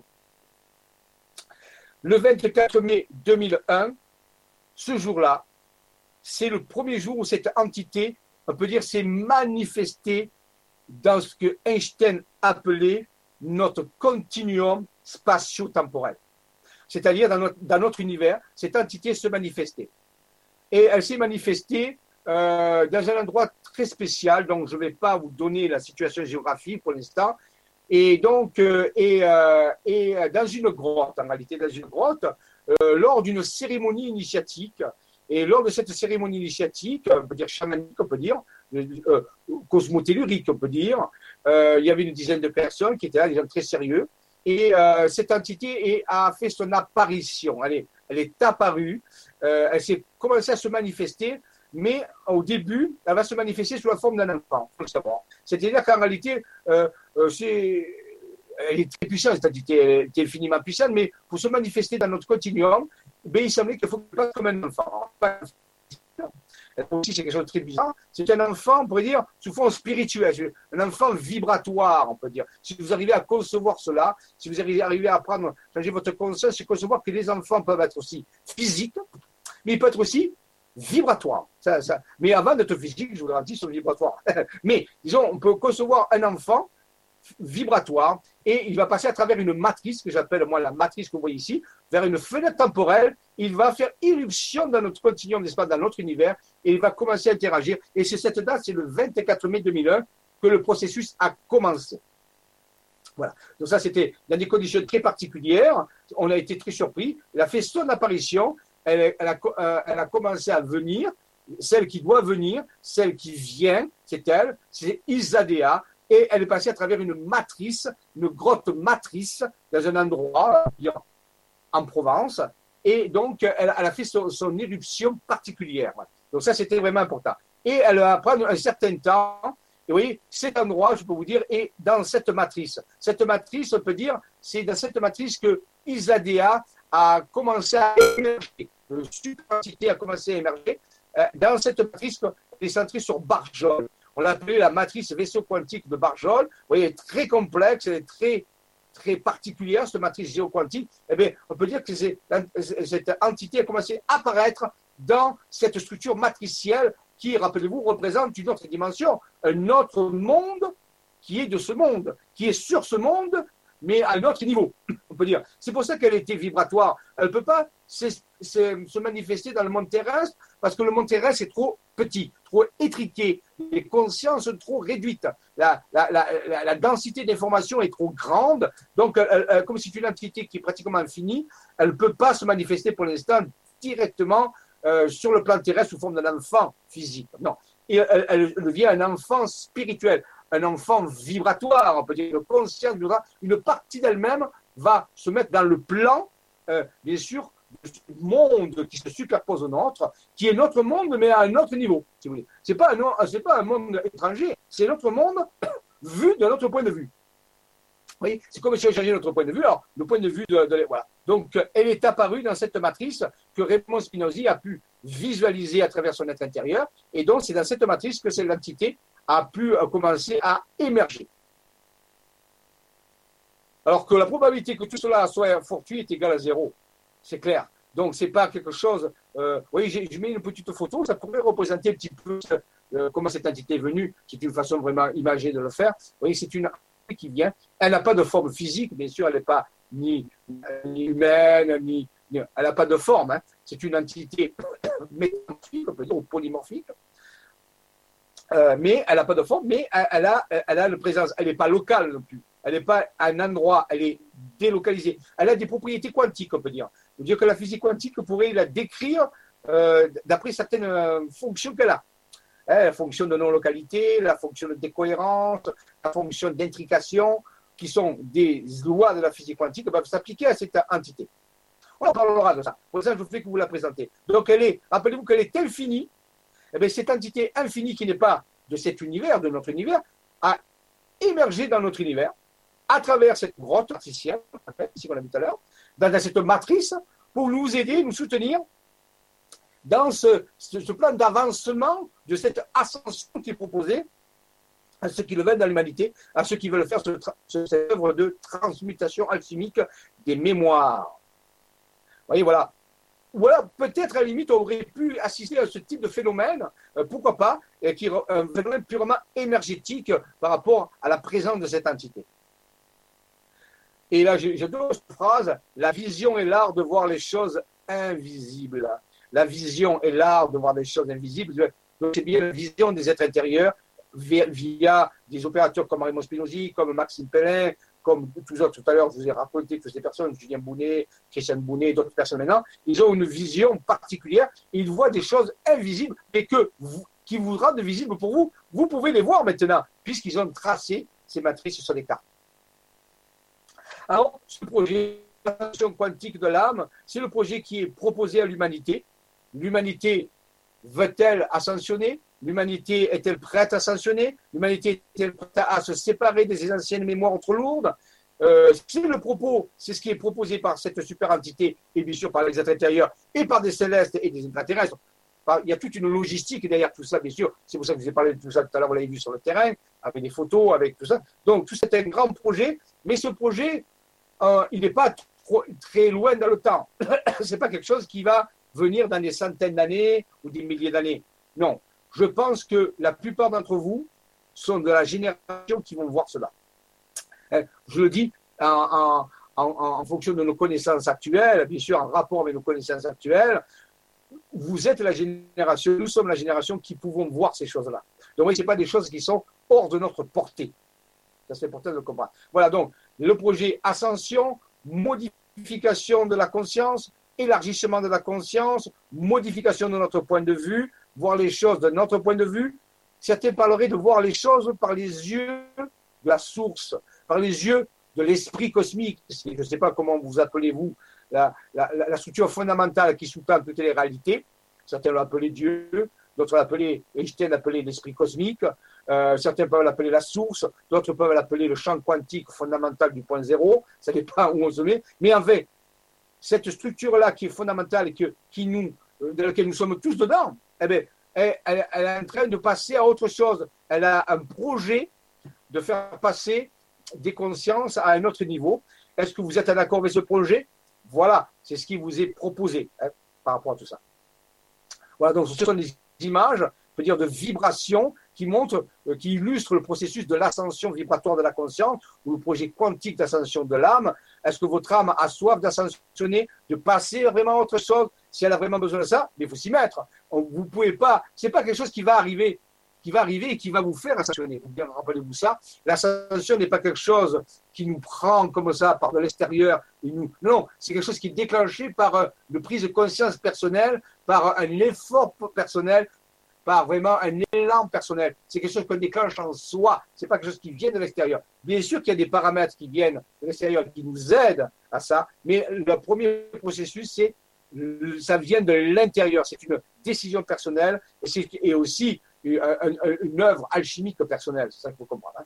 Le vingt-quatre mai deux mille un, ce jour-là, c'est le premier jour où cette entité, on peut dire, s'est manifestée dans ce que Einstein appelait notre continuum spatio-temporel. C'est-à-dire dans notre, dans notre univers, cette entité se manifestait. Et elle s'est manifestée euh, dans un endroit très spécial, donc je ne vais pas vous donner la situation géographique pour l'instant, et donc euh, et, euh, et dans une grotte, en réalité dans une grotte, euh, lors d'une cérémonie initiatique. Et lors de cette cérémonie initiatique, on peut dire chamanique, on peut dire, euh, cosmotellurique, on peut dire, euh, il y avait une dizaine de personnes qui étaient là, des gens très sérieux, et euh, cette entité est, a fait son apparition. Elle est, elle est apparue, euh, elle s'est commencée à se manifester, mais au début, elle va se manifester sous la forme d'un enfant, il faut le savoir. C'est-à-dire qu'en réalité, euh, euh, c'est, elle est très puissante, cette entité, elle est infiniment puissante, mais pour se manifester dans notre continuum, ben, il semblait qu'il faut qu'elle fasse comme un enfant. Aussi, c'est quelque chose de très bizarre. C'est un enfant, on pourrait dire, sous forme spirituelle, un enfant vibratoire, on peut dire. Si vous arrivez à concevoir cela, si vous arrivez à prendre, changer votre conscience, c'est concevoir que les enfants peuvent être aussi physiques, mais ils peuvent être aussi vibratoires. Ça, ça. Mais avant d'être physique, je vous garantis, ils sont vibratoires. Mais, disons, on peut concevoir un enfant vibratoire et il va passer à travers une matrice que j'appelle moi la matrice que vous voyez ici, vers une fenêtre temporelle. Il va faire irruption dans notre continuum d'espace, dans notre univers, et il va commencer à interagir. Et c'est cette date, c'est le vingt-quatre mai deux mille un que le processus a commencé. Voilà. Donc ça, c'était dans des conditions très particulières. On a été très surpris. Elle a fait son apparition. Elle, elle, a, euh, elle a commencé à venir. Celle qui doit venir, celle qui vient, c'est elle, c'est Isadéa. Et elle est passée à travers une matrice, une grotte matrice, dans un endroit en Provence. Et donc, elle, elle a fait son, son éruption particulière. Donc ça, c'était vraiment important. Et elle va prendre un certain temps. Et vous voyez, cet endroit, je peux vous dire, est dans cette matrice. Cette matrice, on peut dire, c'est dans cette matrice que Isadéa a commencé à émerger. Le super-entité a commencé à émerger. Dans cette matrice, elle est centrée sur Barjol. On l'a appelée la matrice vaisseau quantique de Barjol. Vous voyez, elle est très complexe, elle est très, très particulière, cette matrice géoquantique. Eh bien, on peut dire que c'est, cette entité a commencé à apparaître dans cette structure matricielle qui, rappelez-vous, représente une autre dimension, un autre monde qui est de ce monde, qui est sur ce monde, mais à un autre niveau, on peut dire. C'est pour ça qu'elle était vibratoire. Elle ne peut pas se, se, se manifester dans le monde terrestre, parce que le monde terrestre est trop petit, trop étriqué, les consciences sont trop réduites, la, la, la, la, la densité d'information est trop grande, donc elle, elle, comme c'est une entité qui est pratiquement infinie, elle ne peut pas se manifester pour l'instant directement euh, sur le plan terrestre sous forme d'un enfant physique. Non, et elle, elle devient un enfant spirituel, un enfant vibratoire, on peut dire, une conscience, une partie d'elle-même va se mettre dans le plan, euh, bien sûr, du monde qui se superpose au nôtre, qui est notre monde, mais à un autre niveau, si vous voulez. Ce n'est pas, pas un monde étranger, c'est notre monde vu de notre point de vue. Vous voyez, c'est comme si on changeait notre point de vue. Alors, le point de vue de, de voilà. Donc, elle est apparue dans cette matrice que Raymond Spinozzi a pu visualiser à travers son être intérieur, et donc c'est dans cette matrice que cette entité a pu commencer à émerger. Alors que la probabilité que tout cela soit fortuit est égale à zéro. C'est clair. Donc, ce n'est pas quelque chose... Euh, oui, je mets une petite photo, ça pourrait représenter un petit peu euh, comment cette entité est venue. C'est une façon vraiment imagée de le faire. Vous voyez, c'est une entité qui vient. Elle n'a pas de forme physique, bien sûr, elle n'est pas ni, ni humaine, ni, ni... Elle n'a pas de forme. Hein. C'est une entité métamorphique, on peut dire, ou polymorphique. Euh, mais elle n'a pas de forme, mais elle, elle, a, elle a une présence. Elle n'est pas locale non plus. Elle n'est pas à un endroit, elle est délocalisée. Elle a des propriétés quantiques, on peut dire. On peut dire que la physique quantique pourrait la décrire euh, d'après certaines euh, fonctions qu'elle a. Hein, la fonction de non-localité, la fonction de décohérence, la fonction d'intrication, qui sont des lois de la physique quantique, peuvent s'appliquer à cette entité. On en parlera de ça. Pour ça, je vous fais que vous la présentez. Donc, elle est, rappelez-vous qu'elle est infinie. Eh bien, cette entité infinie qui n'est pas de cet univers, de notre univers, a émergé dans notre univers à travers cette grotte artificielle, ici qu'on a vu tout à l'heure, dans, dans cette matrice, pour nous aider, nous soutenir dans ce, ce, ce plan d'avancement de cette ascension qui est proposée à ceux qui le veulent dans l'humanité, à ceux qui veulent faire ce, ce, cette œuvre de transmutation alchimique des mémoires. Vous voyez, voilà. Ou alors, peut-être, à la limite, on aurait pu assister à ce type de phénomène, euh, pourquoi pas, et qui est un phénomène purement énergétique par rapport à la présence de cette entité. Et là, j'adore cette phrase, la vision est l'art de voir les choses invisibles. La vision est l'art de voir des choses invisibles. Donc, c'est bien la vision des êtres intérieurs via, via des opérateurs comme Raymond Spinozzi, comme Maxime Pellin, comme tous autres. Tout à l'heure, je vous ai raconté que ces personnes, Julien Bounet, Christiane Bounet, d'autres personnes maintenant, ils ont une vision particulière. Ils voient des choses invisibles, mais que vous, qui vous rendent visibles pour vous. Vous pouvez les voir maintenant, puisqu'ils ont tracé ces matrices sur des cartes. Alors, ce projet d'ascension quantique de l'âme, c'est le projet qui est proposé à l'humanité. L'humanité veut-elle ascensionner? L'humanité est-elle prête à ascensionner? L'humanité est-elle prête à se séparer des anciennes mémoires trop lourdes? euh, C'est le propos, c'est ce qui est proposé par cette super entité, et bien sûr par les êtres intérieurs, et par des célestes et des extraterrestres. Il y a toute une logistique derrière tout ça, bien sûr. C'est pour ça que je vous ai parlé de tout ça tout à l'heure, vous l'avez vu sur le terrain, avec des photos, avec tout ça. Donc, tout ça est un grand projet, mais ce projet, euh, il n'est pas trop, très loin dans le temps. Ce n'est pas quelque chose qui va venir dans des centaines d'années ou des milliers d'années. Non. Je pense que la plupart d'entre vous sont de la génération qui vont voir cela. Je le dis en, en, en, en fonction de nos connaissances actuelles, bien sûr en rapport avec nos connaissances actuelles. Vous êtes la génération, nous sommes la génération qui pouvons voir ces choses-là. Donc, ce n'est pas des choses qui sont hors de notre portée. Ça, c'est important de le comprendre. Voilà, donc, le projet Ascension, modification de la conscience, élargissement de la conscience, modification de notre point de vue, voir les choses de notre point de vue. Certains parleraient de voir les choses par les yeux de la source, par les yeux de l'esprit cosmique. Je ne sais pas comment vous appelez, vous, la, la, la structure fondamentale qui sous-tend toutes les réalités. Certains l'ont appelé Dieu, d'autres l'ont Einstein l'appelait l'esprit cosmique, euh, certains peuvent l'appeler la source, d'autres peuvent l'appeler le champ quantique fondamental du point zéro, ça dépend où on se met. Mais en fait, cette structure-là qui est fondamentale et que, qui nous, dans laquelle nous sommes tous dedans, eh bien, elle, elle, elle est en train de passer à autre chose. Elle a un projet de faire passer des consciences à un autre niveau. Est-ce que vous êtes en accord avec ce projet? Voilà, c'est ce qui vous est proposé hein, par rapport à tout ça. Voilà, donc ce sont des images, on peut dire de vibrations qui montrent, euh, qui illustrent le processus de l'ascension vibratoire de la conscience ou le projet quantique d'ascension de l'âme. Est-ce que votre âme a soif d'ascensionner, de passer vraiment à autre chose? Si elle a vraiment besoin de ça, mais il faut s'y mettre. On, vous pouvez pas, c'est pas quelque chose qui va arriver, qui va arriver et qui va vous faire ascensionner. Bien, rappelez-vous ça. L'ascension n'est pas quelque chose qui nous prend comme ça par de l'extérieur. Et nous, non, c'est quelque chose qui est déclenché par euh, une prise de conscience personnelle, par un effort personnel, par vraiment un élan personnel. C'est quelque chose qu'on déclenche en soi. C'est pas quelque chose qui vient de l'extérieur. Bien sûr qu'il y a des paramètres qui viennent de l'extérieur qui nous aident à ça, mais le premier processus, c'est ça vient de l'intérieur. C'est une décision personnelle et c'est et aussi une, une œuvre alchimique personnelle. C'est ça qu'il faut comprendre. Hein.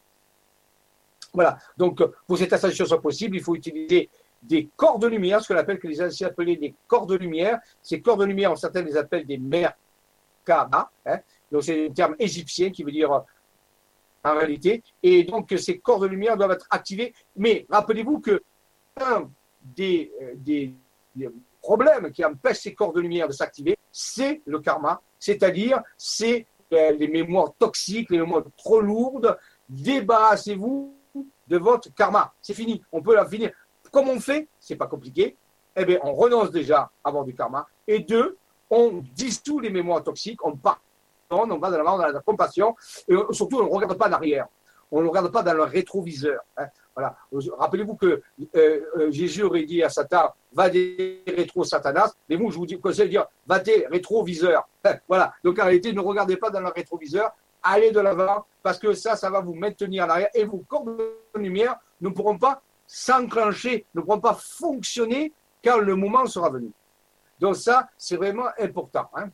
Voilà. Donc, pour que cette ascension soit possible, il faut utiliser des corps de lumière, ce qu'on appelle, que les anciens appelaient des corps de lumière. Ces corps de lumière, certains les appellent des merkaba. Hein. Donc, c'est un terme égyptien qui veut dire en réalité. Et donc, ces corps de lumière doivent être activés. Mais rappelez-vous que un des, des, des problèmes qui empêchent ces corps de lumière de s'activer, c'est le karma. C'est-à-dire, c'est les mémoires toxiques, les mémoires trop lourdes. Débarrassez-vous de votre karma. C'est fini. On peut la finir. Comment on fait? C'est pas compliqué. Eh bien, on renonce déjà à avoir du karma. Et deux, on dissout les mémoires toxiques. On pardonne, on va de l'avant dans la compassion. Et surtout, on ne regarde pas en arrière. On ne regarde pas dans le rétroviseur. Hein. Voilà. Rappelez-vous que euh, euh, Jésus aurait dit à Satan, va des rétro Satanas, mais vous, je vous dis, conseille de dire, va des rétroviseurs. Voilà. Donc en réalité, ne regardez pas dans le rétroviseur, allez de l'avant, parce que ça, ça va vous maintenir en arrière, et vos corps de lumière ne pourront pas s'enclencher, ne pourront pas fonctionner quand le moment sera venu. Donc ça, c'est vraiment important. Hein.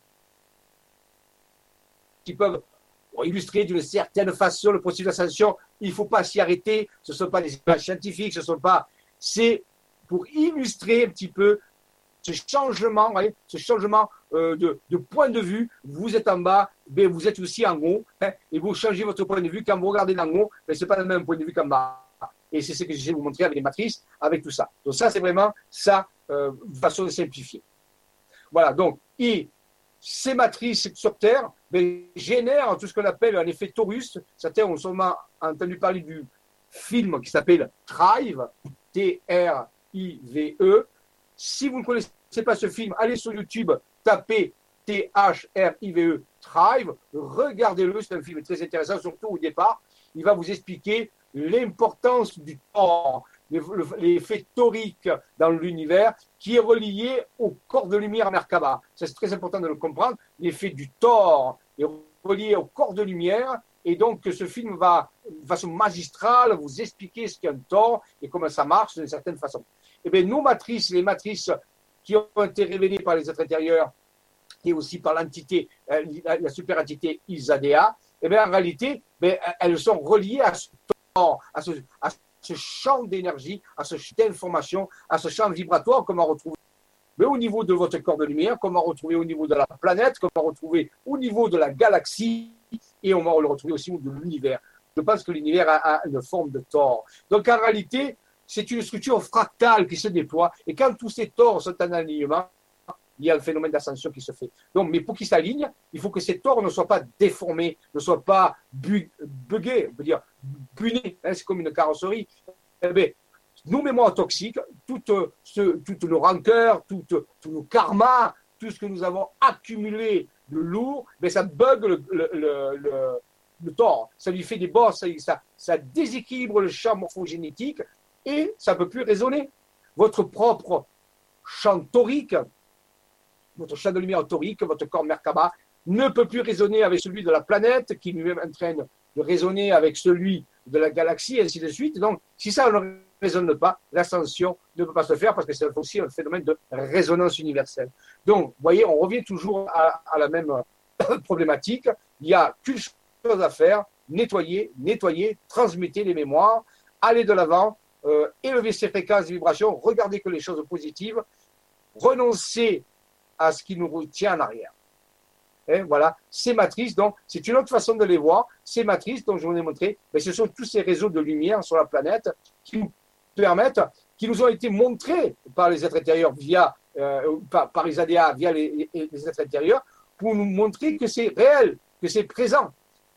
Qui peuvent illustrer d'une certaine façon le processus d'ascension. Il ne faut pas s'y arrêter. Ce ne sont pas des images scientifiques, ce sont pas. C'est pour illustrer un petit peu ce changement, voyez, ce changement euh, de, de point de vue. Vous êtes en bas, mais vous êtes aussi en haut, hein, et vous changez votre point de vue. Quand vous regardez en haut, ce n'est pas le même point de vue qu'en bas. Et c'est ce que j'essaie de vous montrer avec les matrices, avec tout ça. Donc ça, c'est vraiment ça, euh, façon de simplifier. Voilà. Donc, et ces matrices sur Terre ben, génèrent tout ce qu'on appelle un effet torus. Certains ont sûrement entendu parler du film qui s'appelle Thrive, T R I V E. Si vous ne connaissez pas ce film, allez sur YouTube, tapez T H R I V E, Thrive, regardez-le, c'est un film très intéressant, surtout au départ. Il va vous expliquer l'importance du corps, l'effet torique dans l'univers qui est relié au corps de lumière Merkaba. Ça, c'est très important de le comprendre. L'effet du Thor est relié au corps de lumière et donc ce film va, de façon magistrale, vous expliquer ce qu'est un Thor et comment ça marche d'une certaine façon. Et bien, nos matrices, les matrices qui ont été révélées par les êtres intérieurs et aussi par l'entité, la, la super entité Isadea, et bien, en réalité, bien, elles sont reliées à ce Thor, à ce, à ce champ d'énergie, à ce champ d'information, à ce champ vibratoire qu'on va retrouver mais au niveau de votre corps de lumière, qu'on va retrouver au niveau de la planète, qu'on va retrouver au niveau de la galaxie, et on va le retrouver aussi au niveau de l'univers. Je pense que l'univers a, a une forme de Thor. Donc en réalité, c'est une structure fractale qui se déploie, et quand tous ces tors sont en alignement, il y a un phénomène d'ascension qui se fait. Donc, mais pour qu'ils s'alignent, il faut que ces tors ne soient pas déformés, ne soient pas bu buggés, on peut dire bunés, hein, c'est comme une carrosserie. Eh bien, nos mémoires toxiques, toutes, ce, toutes nos rancœurs, toutes, tous nos karmas, tout ce que nous avons accumulé de lourd, ben ça bug le, le, le, le, le tort. Ça lui fait des bosses, ça, ça, ça déséquilibre le champ morphogénétique et ça ne peut plus résonner. Votre propre champ torique, votre champ de lumière torique, votre corps Merkaba, ne peut plus résonner avec celui de la planète qui lui-même entraîne de raisonner avec celui de la galaxie, et ainsi de suite. Donc, si ça ne résonne pas, l'ascension ne peut pas se faire parce que c'est aussi un phénomène de résonance universelle. Donc, vous voyez, on revient toujours à, à la même problématique. Il n'y a qu'une chose à faire, nettoyer, nettoyer, transmettez les mémoires, aller de l'avant, euh, élever ses fréquences de vibration, regardez que les choses positives, renoncer à ce qui nous retient en arrière. Et voilà, ces matrices, donc, c'est une autre façon de les voir. Ces matrices, dont je vous ai montré, mais ce sont tous ces réseaux de lumière sur la planète qui nous permettent, qui nous ont été montrés par les êtres intérieurs via, euh, par, par les A D A, via les, les, les êtres intérieurs, pour nous montrer que c'est réel, que c'est présent.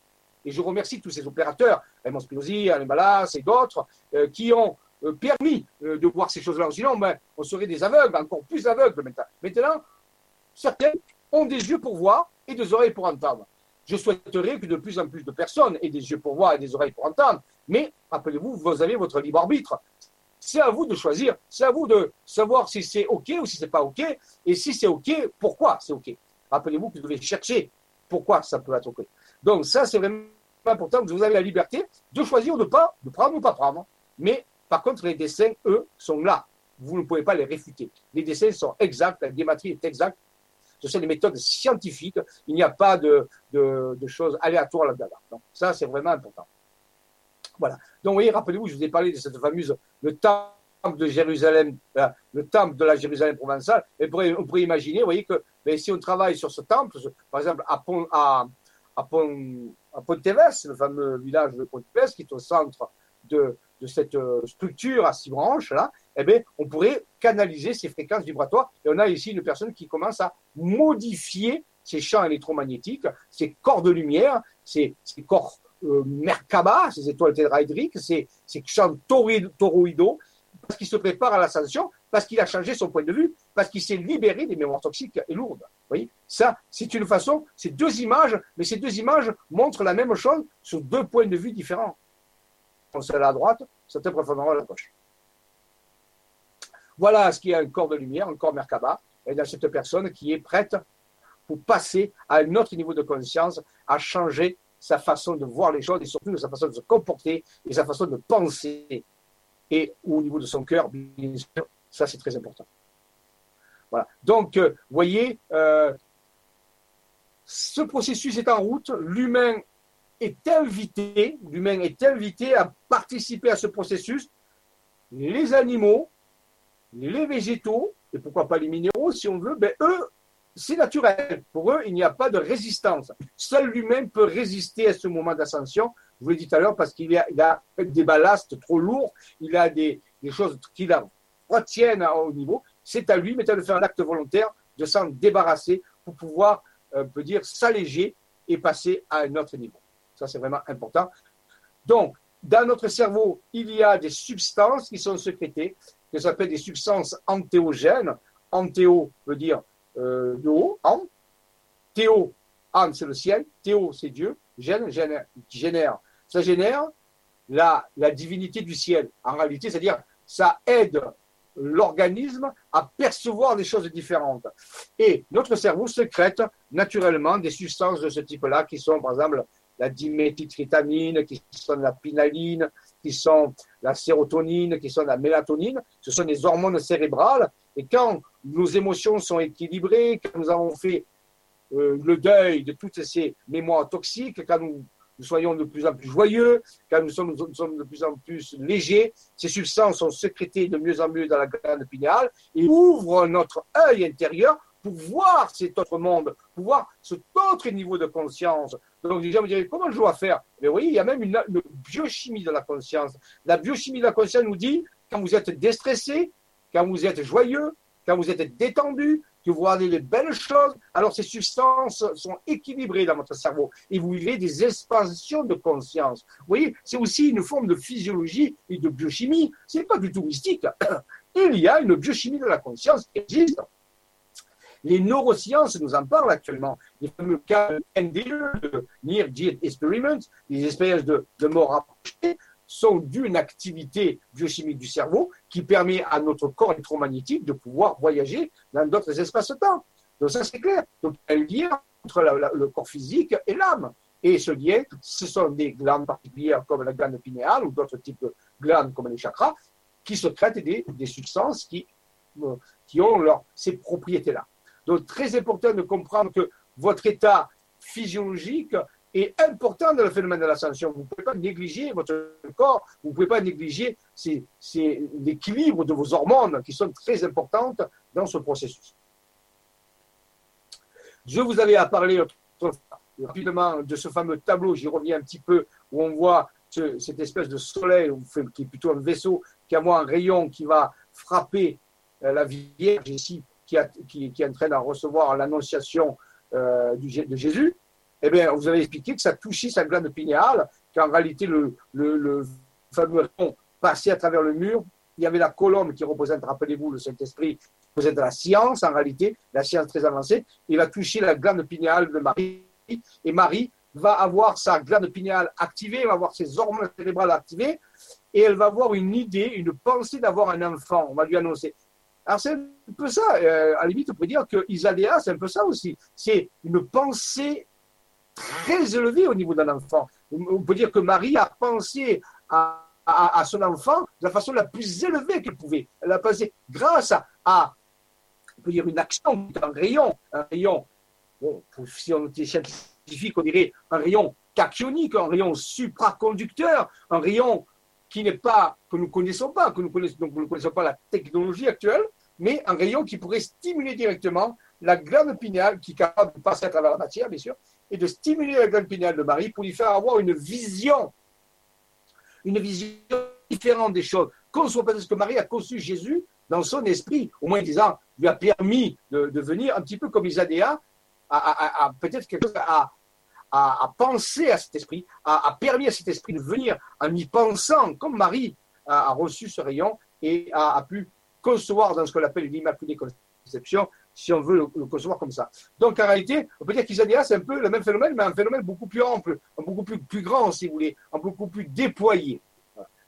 Et je remercie tous ces opérateurs, Raymond Spinozzi, Alain Ballas et d'autres, euh, qui ont euh, permis euh, de voir ces choses-là. Sinon, ben, on serait des aveugles, encore plus aveugles maintenant. Maintenant, certains ont des yeux pour voir et des oreilles pour entendre. Je souhaiterais que de plus en plus de personnes aient des yeux pour voir et des oreilles pour entendre, mais rappelez-vous, vous avez votre libre arbitre. C'est à vous de choisir, c'est à vous de savoir si c'est OK ou si c'est pas OK, et si c'est OK, pourquoi c'est OK. Rappelez-vous que vous devez chercher pourquoi ça peut être OK. Donc ça, c'est vraiment important, que vous avez la liberté de choisir ou de pas, de prendre ou pas prendre. Mais par contre, les dessins, eux, sont là. Vous ne pouvez pas les réfuter. Les dessins sont exacts, la gématrie est exacte. Ce sont des méthodes scientifiques. Il n'y a pas de, de, de choses aléatoires là-dedans. Donc, ça, c'est vraiment important. Voilà. Donc, vous voyez, rappelez-vous, je vous ai parlé de cette fameuse, le temple de Jérusalem, le temple de la Jérusalem provençale. Et on pourrait, on pourrait imaginer, vous voyez, que ben, si on travaille sur ce temple, par exemple, à Pont, à, à Pont, à Ponteves, le fameux village de Ponteves, qui est au centre de, de cette structure à six branches, là, eh bien, on pourrait canaliser ces fréquences vibratoires. Et on a ici une personne qui commence à modifier ces champs électromagnétiques, ces corps de lumière, ces, ces corps euh, Merkaba, ces étoiles tétraédriques, ces, ces champs toroïdaux, parce qu'il se prépare à l'ascension, parce qu'il a changé son point de vue, parce qu'il s'est libéré des mémoires toxiques et lourdes. Vous voyez, ça, c'est une façon, c'est deux images, mais ces deux images montrent la même chose sur deux points de vue différents. Celle à droite, certaines profondeurs de la poche. Voilà ce qui est un corps de lumière, un corps Merkaba, et dans cette personne qui est prête pour passer à un autre niveau de conscience, à changer sa façon de voir les choses et surtout sa façon de se comporter et sa façon de penser. Et au niveau de son cœur, bien sûr, ça c'est très important. Voilà. Donc, vous euh, voyez, euh, ce processus est en route, l'humain est invité, l'humain est invité à participer à ce processus. Les animaux, les végétaux, et pourquoi pas les minéraux si on veut, ben eux, c'est naturel. Pour eux, il n'y a pas de résistance. Seul l'humain peut résister à ce moment d'ascension. Je vous l'ai dit tout à l'heure, parce qu'il a, il a des ballasts trop lourds, il a des, des choses qui la retiennent au niveau. C'est à lui, maintenant, de faire un acte volontaire, de s'en débarrasser pour pouvoir, on peut dire, s'alléger et passer à un autre niveau. Ça, c'est vraiment important. Donc, dans notre cerveau, il y a des substances qui sont sécrétées, qui s'appellent des substances antéogènes. Antéo veut dire euh, de haut, an. Théo, an, c'est le ciel. Théo, c'est Dieu. Gène, gène, qui génère. Ça génère la, la divinité du ciel. En réalité, c'est-à-dire, ça aide l'organisme à percevoir des choses différentes. Et notre cerveau sécrète naturellement des substances de ce type-là qui sont, par exemple, la diméthyltryptamine, qui sont la pinaline, qui sont la sérotonine, qui sont la mélatonine. Ce sont des hormones cérébrales. Et quand nos émotions sont équilibrées, quand nous avons fait euh, le deuil de toutes ces mémoires toxiques, quand nous, nous soyons de plus en plus joyeux, quand nous sommes, nous sommes de plus en plus légers, ces substances sont sécrétées de mieux en mieux dans la glande pinéale et ouvrent notre œil intérieur pour voir cet autre monde, pour voir cet autre niveau de conscience. Donc, les gens me diraient, comment je dois faire? Mais oui, il y a même une, une biochimie de la conscience. La biochimie de la conscience nous dit, quand vous êtes déstressé, quand vous êtes joyeux, quand vous êtes détendu, que vous regardez les belles choses, alors ces substances sont équilibrées dans votre cerveau et vous vivez des expansions de conscience. Vous voyez, c'est aussi une forme de physiologie et de biochimie. Ce n'est pas du tout mystique. Il y a une biochimie de la conscience qui existe. Les neurosciences nous en parlent actuellement. Les fameux cas N D E, de Near Death Experiments, les expériences de, de mort rapprochée, sont d'une activité biochimique du cerveau qui permet à notre corps électromagnétique de pouvoir voyager dans d'autres espaces-temps. Donc ça, c'est clair. Donc, il y a un lien entre la, la, le corps physique et l'âme. Et ce lien, ce sont des glandes particulières comme la glande pinéale ou d'autres types de glandes comme les chakras qui sécrètent des, des substances qui, euh, qui ont leur, ces propriétés-là. Donc, très important de comprendre que votre état physiologique est important dans le phénomène de l'ascension. Vous ne pouvez pas négliger votre corps, vous ne pouvez pas négliger ces, ces, l'équilibre de vos hormones qui sont très importantes dans ce processus. Je vous avais à parler rapidement de ce fameux tableau, j'y reviens un petit peu, où on voit ce, cette espèce de soleil qui est plutôt un vaisseau, qui a un rayon qui va frapper la Vierge ici, qui, a, qui, qui est en train de recevoir l'annonciation euh, du, de Jésus. Eh bien, vous avez expliqué que ça touchait sa glande pinéale, qu'en réalité, le, le, le fameux rayon passait à travers le mur. Il y avait la colonne qui représente, rappelez-vous, le Saint-Esprit, qui représente la science, en réalité, la science très avancée. Il va toucher la glande pinéale de Marie. Et Marie va avoir sa glande pinéale activée, elle va avoir ses hormones cérébrales activées, et elle va avoir une idée, une pensée d'avoir un enfant. On va lui annoncer. Alors, c'est un peu ça. Euh, à la limite, on pourrait dire que Isadéa, c'est un peu ça aussi. C'est une pensée très élevé au niveau d'un enfant. On peut dire que Marie a pensé à, à, à son enfant de la façon la plus élevée qu'elle pouvait. Elle a pensé grâce à, à on peut dire une action, un rayon, un rayon, bon, si on était scientifique, on dirait un rayon cachionique, un rayon supraconducteur, un rayon qui n'est pas, que nous ne connaissons pas, que nous connaissons, donc nous ne connaissons pas la technologie actuelle, mais un rayon qui pourrait stimuler directement la glande pinéale, qui est capable de passer à travers la matière, bien sûr, et de stimuler la glande pinéale de Marie pour lui faire avoir une vision, une vision différente des choses. Conçoit parce que Marie a conçu Jésus dans son esprit, au moins disant, lui a permis de, de venir un petit peu comme Isadéa, à, à, à peut-être quelque chose à, à, à penser à cet esprit, a, a permis à cet esprit de venir en y pensant, comme Marie a, a reçu ce rayon et a, a pu concevoir dans ce qu'on appelle l'Immaculée Conception, si on veut le, le concevoir comme ça. Donc, en réalité, on peut dire qu'Isadéa, c'est un peu le même phénomène, mais un phénomène beaucoup plus ample, un beaucoup plus, plus grand, si vous voulez, un beaucoup plus déployé.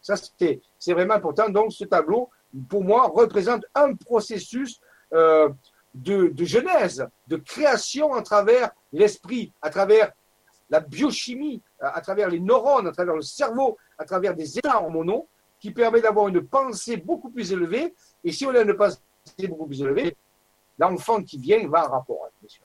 Ça, c'est, c'est vraiment important. Donc, ce tableau, pour moi, représente un processus euh, de, de genèse, de création à travers l'esprit, à travers la biochimie, à, à travers les neurones, à travers le cerveau, à travers des états hormonaux, qui permet d'avoir une pensée beaucoup plus élevée. Et si on a une pensée beaucoup plus élevée, l'enfant qui vient va en rapport avec monsieur.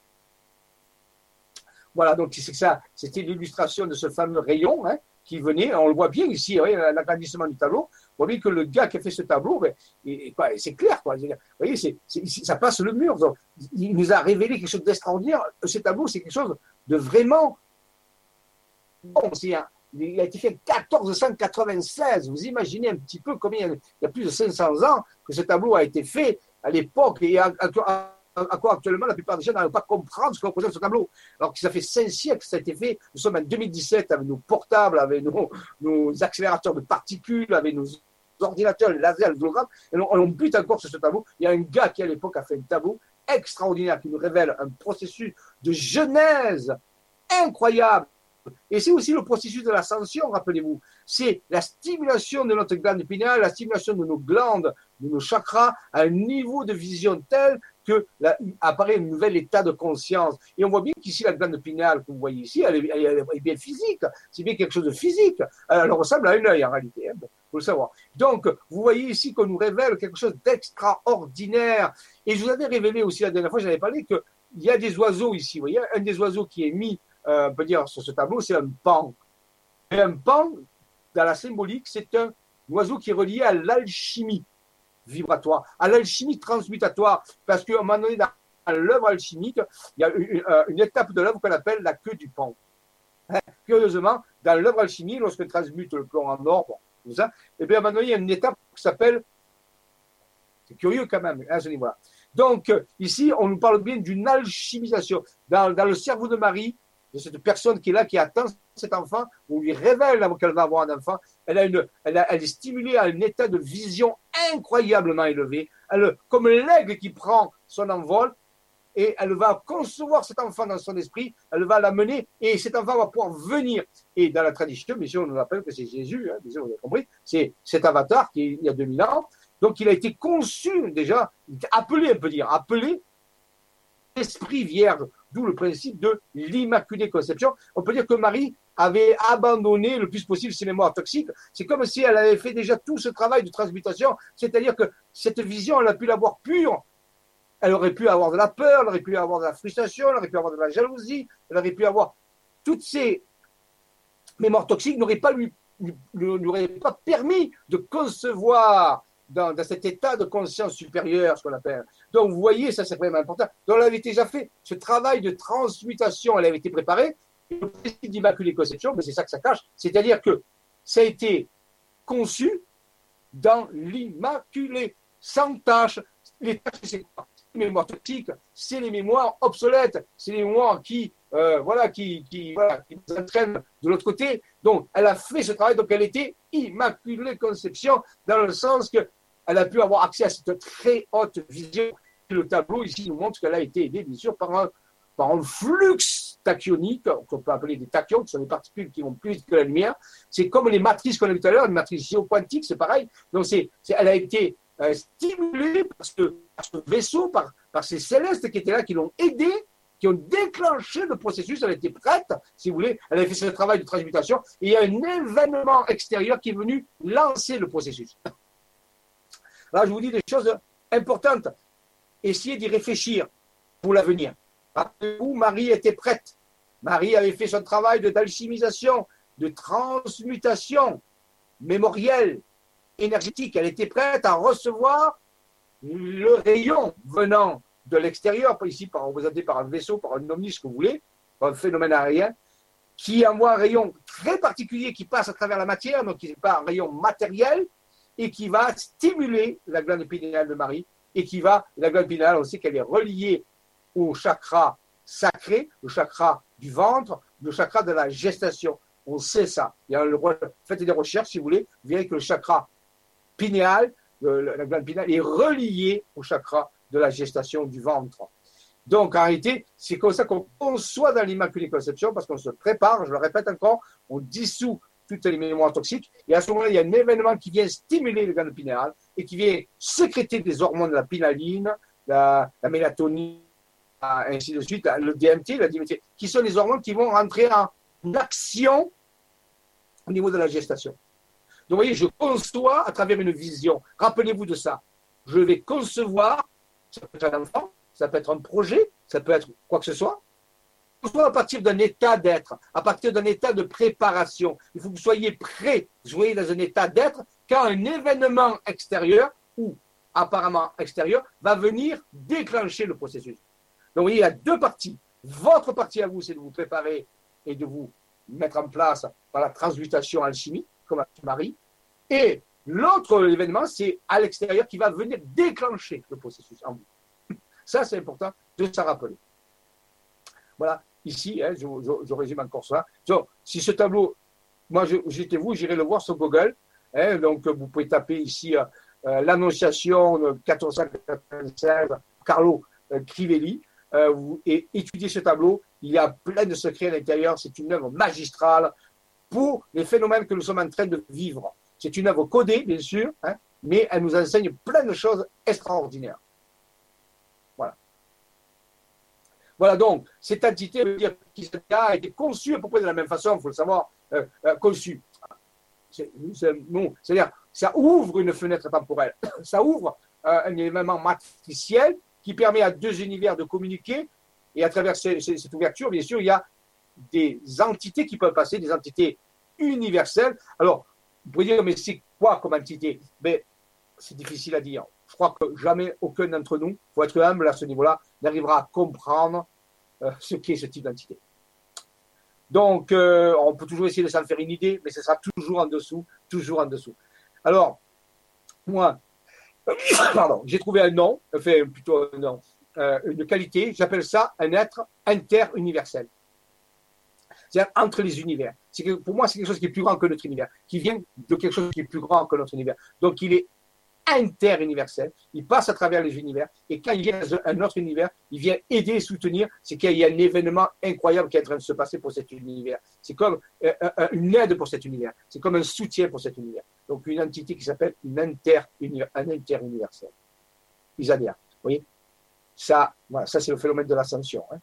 Voilà, donc c'est ça, c'était l'illustration de ce fameux rayon hein, qui venait, on le voit bien ici, oui, l'agrandissement du tableau. Vous voyez que le gars qui a fait ce tableau, ben, et, et, quoi, c'est clair, quoi. Vous voyez, c'est, c'est, ça passe le mur. Donc, il nous a révélé quelque chose d'extraordinaire. Ce tableau, c'est quelque chose de vraiment bon. C'est un, il a été fait en quatorze cent quatre-vingt-seize. Vous imaginez un petit peu combien, il y a plus de cinq cents ans que ce tableau a été fait à l'époque et à, à, à quoi actuellement la plupart des gens n'arrivent pas à comprendre ce que représente ce tableau. Alors que ça fait cinq siècles que ça a été fait. Nous sommes en deux mille dix-sept avec nos portables, avec nos, nos accélérateurs de particules, avec nos ordinateurs, les lasers, les hologrammes, et on, on bute encore sur ce tableau. Il y a un gars qui à l'époque a fait un tableau extraordinaire qui nous révèle un processus de genèse incroyable. Et c'est aussi le processus de l'ascension, rappelez-vous. C'est la stimulation de notre glande pinéale, la stimulation de nos glandes, de nos chakras, à un niveau de vision tel que là, apparaît un nouvel état de conscience. Et on voit bien qu'ici, la glande pinéale que vous voyez ici, elle est, elle est bien physique. C'est bien quelque chose de physique. Elle ressemble à un œil, en réalité. Il faut le savoir. Donc, vous voyez ici qu'on nous révèle quelque chose d'extraordinaire. Et je vous avais révélé aussi la dernière fois, j'avais parlé qu'il y a des oiseaux ici. Vous voyez, un des oiseaux qui est mis Euh, on peut dire sur ce tableau, c'est un pan. Et un pan, dans la symbolique, c'est un oiseau qui est relié à l'alchimie vibratoire, à l'alchimie transmutatoire, parce qu'à un moment donné, dans l'œuvre alchimique, il y a une, une étape de l'œuvre qu'on appelle la queue du pan. Hein, curieusement, dans l'œuvre alchimique, lorsqu'on transmute le plomb en or, bon, tout ça, et bien à un moment donné, il y a une étape qui s'appelle, c'est curieux quand même, hein, ce niveau-là. Donc, ici, on nous parle bien d'une alchimisation. Dans, dans le cerveau de Marie, de cette personne qui est là, qui attend cet enfant, on lui révèle qu'elle va avoir un enfant, elle, a une, elle, a, elle est stimulée à un état de vision incroyablement élevé, elle, comme l'aigle qui prend son envol, et elle va concevoir cet enfant dans son esprit, elle va l'amener, et cet enfant va pouvoir venir. Et dans la tradition, bien sûr, on nous rappelle que c'est Jésus, hein, bien sûr, vous avez compris, c'est cet avatar qui est il y a deux mille ans, donc il a été conçu déjà, appelé, on peut dire, appelé esprit vierge, d'où le principe de l'immaculée conception. On peut dire que Marie avait abandonné le plus possible ses mémoires toxiques. C'est comme si elle avait fait déjà tout ce travail de transmutation, c'est-à-dire que cette vision, elle a pu l'avoir pure. Elle aurait pu avoir de la peur, elle aurait pu avoir de la frustration, elle aurait pu avoir de la jalousie, elle aurait pu avoir toutes ces mémoires toxiques n'auraient pas lui, lui, lui auraient pas permis de concevoir Dans, dans cet état de conscience supérieure, ce qu'on appelle. Donc, vous voyez, ça, c'est vraiment important. Donc, elle avait déjà fait ce travail de transmutation, elle avait été préparée. Et le principe d'immaculée conception, mais c'est ça que ça cache. C'est-à-dire que ça a été conçu dans l'immaculé, sans tâche. Les tâches, c'est quoi? Les mémoires toxiques, c'est les mémoires obsolètes, c'est les mémoires qui, euh, voilà, qui, qui, voilà, qui nous entraînent de l'autre côté. Donc, elle a fait ce travail, donc elle était immaculée conception, dans le sens que elle a pu avoir accès à cette très haute vision. Le tableau ici nous montre qu'elle a été aidée, bien sûr, par un, par un flux tachyonique, qu'on peut appeler des tachyons, qui sont des particules qui vont plus vite que la lumière. C'est comme les matrices qu'on a vu tout à l'heure, une matrice géoquantique, c'est pareil. Donc, c'est, c'est, elle a été euh, stimulée par ce, par ce vaisseau, par, par ces célestes qui étaient là, qui l'ont aidée, qui ont déclenché le processus. Elle était prête, si vous voulez. Elle a fait ce travail de transmutation. Et il y a un événement extérieur qui est venu lancer le processus. Là, je vous dis des choses importantes. Essayez d'y réfléchir pour l'avenir. Rappelez-vous, Marie était prête. Marie avait fait son travail de, d'alchimisation, de transmutation mémorielle, énergétique. Elle était prête à recevoir le rayon venant de l'extérieur, ici par, représenté par un vaisseau, par un omni, ce que vous voulez, par un phénomène aérien, qui envoie un rayon très particulier qui passe à travers la matière, donc qui n'est pas un rayon matériel, et qui va stimuler la glande pinéale de Marie, et qui va, la glande pinéale, on sait qu'elle est reliée au chakra sacré, le chakra du ventre, le chakra de la gestation. On sait ça. Il y a le, faites des recherches, si vous voulez, vous verrez que le chakra pinéal, le, la glande pinéale, est relié au chakra de la gestation du ventre. Donc, en réalité, c'est comme ça qu'on conçoit dans l'Immaculée Conception, parce qu'on se prépare, je le répète encore, on dissout toutes les mémoires toxiques. Et à ce moment-là, il y a un événement qui vient stimuler le glande pinéale et qui vient sécréter des hormones, la pinaline, la, la mélatonine, ainsi de suite, le D M T, la D M T, qui sont les hormones qui vont rentrer en action au niveau de la gestation. Donc, vous voyez, je conçois à travers une vision. Rappelez-vous de ça. Je vais concevoir, ça peut être un enfant, ça peut être un projet, ça peut être quoi que ce soit, soit à partir d'un état d'être, à partir d'un état de préparation. Il faut que vous soyez prêt, vous soyez dans un état d'être, quand un événement extérieur, ou apparemment extérieur, va venir déclencher le processus. Donc, vous voyez, il y a deux parties. Votre partie à vous, c'est de vous préparer et de vous mettre en place par la transmutation alchimique, comme à Marie. Et l'autre événement, c'est à l'extérieur qui va venir déclencher le processus en vous. Ça, c'est important de s'en rappeler. Voilà, ici, hein, je, je, je résume encore ça. Donc, si ce tableau, moi, j'étais vous, j'irai le voir sur Google. Hein, donc, vous pouvez taper ici euh, euh, l'Annonciation de quatorze cent quatre-vingt-seize, Carlo euh, Crivelli, euh, vous, et étudier ce tableau. Il y a plein de secrets à l'intérieur. C'est une œuvre magistrale pour les phénomènes que nous sommes en train de vivre. C'est une œuvre codée, bien sûr, hein, mais elle nous enseigne plein de choses extraordinaires. Voilà. Voilà, donc, cette entité veut dire qui a été conçue à peu près de la même façon, il faut le savoir, euh, euh, conçue. C'est, c'est, non, c'est-à-dire, ça ouvre une fenêtre temporelle, ça ouvre euh, un événement matriciel qui permet à deux univers de communiquer, et à travers ce, ce, cette ouverture, bien sûr, il y a des entités qui peuvent passer, des entités universelles. Alors, vous pourriez dire, mais c'est quoi comme entité? Mais c'est difficile à dire. Je crois que jamais aucun d'entre nous, il faut être humble à ce niveau-là, n'arrivera à comprendre euh, ce qu'est ce type d'entité. Donc, euh, on peut toujours essayer de s'en faire une idée, mais ce sera toujours en dessous, toujours en dessous. Alors, moi, pardon, j'ai trouvé un nom, enfin plutôt un nom, euh, une qualité, j'appelle ça un être interuniversel. C'est-à-dire entre les univers. C'est que, pour moi, c'est quelque chose qui est plus grand que notre univers, qui vient de quelque chose qui est plus grand que notre univers. Donc, il est interuniversel, il passe à travers les univers, et quand il vient dans un autre univers, il vient aider et soutenir, c'est qu'il y a un événement incroyable qui est en train de se passer pour cet univers. C'est comme euh, euh, une aide pour cet univers, c'est comme un soutien pour cet univers. Donc, une entité qui s'appelle une inter, un interuniversel. Isadea, vous voyez ça, voilà, ça c'est le phénomène de l'ascension. Hein.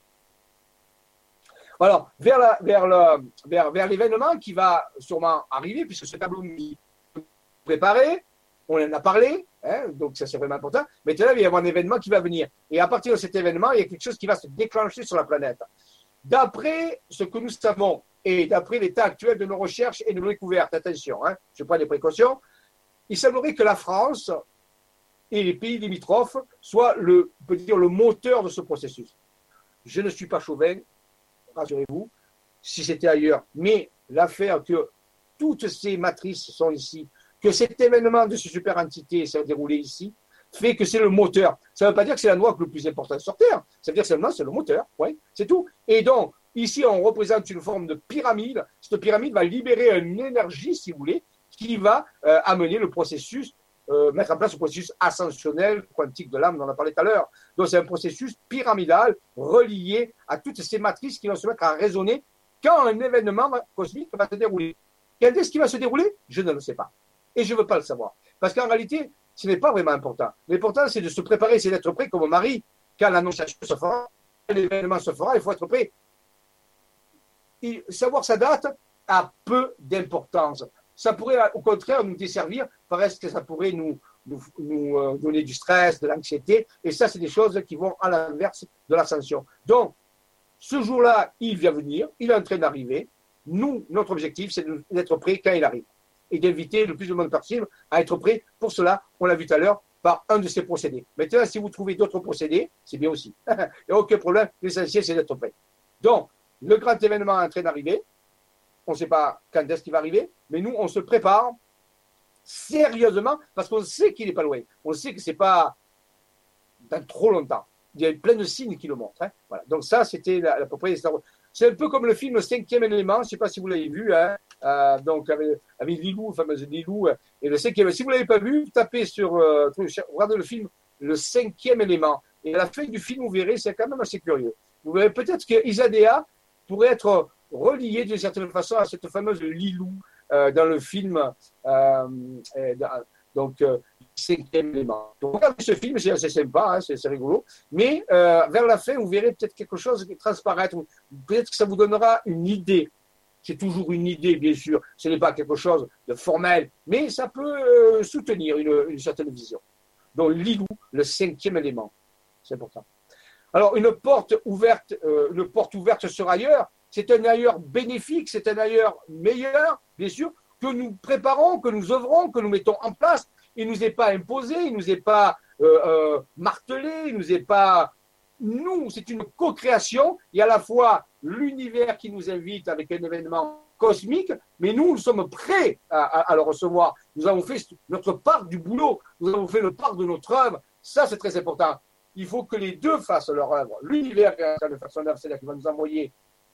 Alors, vers, la, vers, le, vers, vers l'événement qui va sûrement arriver, puisque ce tableau est préparé, on en a parlé, hein, donc ça c'est vraiment important. Maintenant, il va y avoir un événement qui va venir. Et à partir de cet événement, il y a quelque chose qui va se déclencher sur la planète. D'après ce que nous savons, et d'après l'état actuel de nos recherches et de nos découvertes, attention, hein, je prends des précautions, il semblerait que la France et les pays limitrophes soient le, on peut dire, le moteur de ce processus. Je ne suis pas chauvin, rassurez-vous, si c'était ailleurs, mais l'affaire que toutes ces matrices sont ici, que cet événement de ce super entité s'est déroulé ici, fait que c'est le moteur. Ça ne veut pas dire que c'est la loi le plus important sur Terre, ça veut dire seulement que c'est le moteur, ouais, c'est tout. Et donc, ici, on représente une forme de pyramide. Cette pyramide va libérer une énergie, si vous voulez, qui va euh, amener le processus, euh, mettre en place le processus ascensionnel, quantique de l'âme, dont on a parlé tout à l'heure. Donc, c'est un processus pyramidal relié à toutes ces matrices qui vont se mettre à résonner quand un événement cosmique va se dérouler. Quand est-ce qu'il va se dérouler? Je ne le sais pas. Et je ne veux pas le savoir. Parce qu'en réalité, ce n'est pas vraiment important. L'important, c'est de se préparer, c'est d'être prêt comme Marie. Quand l'annonciation se fera, quand l'événement se fera, il faut être prêt. Et savoir sa date a peu d'importance. Ça pourrait, au contraire, nous desservir parce que ça pourrait nous, nous, nous euh, donner du stress, de l'anxiété. Et ça, c'est des choses qui vont à l'inverse de l'ascension. Donc, ce jour-là, il vient venir, il est en train d'arriver. Nous, notre objectif, c'est d'être prêt quand il arrive. Et d'inviter le plus de monde possible à être prêt. Pour cela, on l'a vu tout à l'heure, par un de ces procédés. Maintenant, si vous trouvez d'autres procédés, c'est bien aussi. Il n'y a aucun problème. L'essentiel, c'est d'être prêt. Donc, le grand événement est en train d'arriver. On ne sait pas quand est-ce qu'il va arriver, mais nous, on se prépare sérieusement parce qu'on sait qu'il n'est pas loin. On sait que ce n'est pas dans trop longtemps. Il y a plein de signes qui le montrent. Hein. Voilà. Donc ça, c'était à peu près... C'est un peu comme le film Le Cinquième élément, je ne sais pas si vous l'avez vu, hein. euh, donc avec, avec Lilou, la fameuse Lilou. Et le cinquième, si vous ne l'avez pas vu, tapez sur... Euh, regardez le film Le Cinquième élément. Et à la fin du film, vous verrez, c'est quand même assez curieux. Vous verrez peut-être que Isadea pourrait être relié d'une certaine façon à cette fameuse Lilou euh, dans le film, euh, dans, donc, euh, Cinquième élément. Donc, regardez ce film, c'est assez sympa, hein, c'est, c'est rigolo, mais euh, vers la fin, vous verrez peut-être quelque chose qui transparaître, peut-être que ça vous donnera une idée. C'est toujours une idée, bien sûr, ce n'est pas quelque chose de formel, mais ça peut euh, soutenir une, une certaine vision. Donc, Lilou, le cinquième élément, c'est important. Alors, une porte ouverte, euh, une porte ouverte sur ailleurs, c'est un ailleurs bénéfique, c'est un ailleurs meilleur, bien sûr, que nous préparons, que nous œuvrons, que nous mettons en place. Il ne nous est pas imposé, il ne nous est pas euh, euh, martelé, il ne nous est pas... Nous, c'est une co-création. Il y a à la fois l'univers qui nous invite avec un événement cosmique, mais nous, nous sommes prêts à, à, à le recevoir. Nous avons fait notre part du boulot, nous avons fait le part de notre œuvre. Ça, c'est très important. Il faut que les deux fassent leur œuvre. L'univers qui est en train de faire son œuvre, c'est-à-dire qu'il va nous envoyer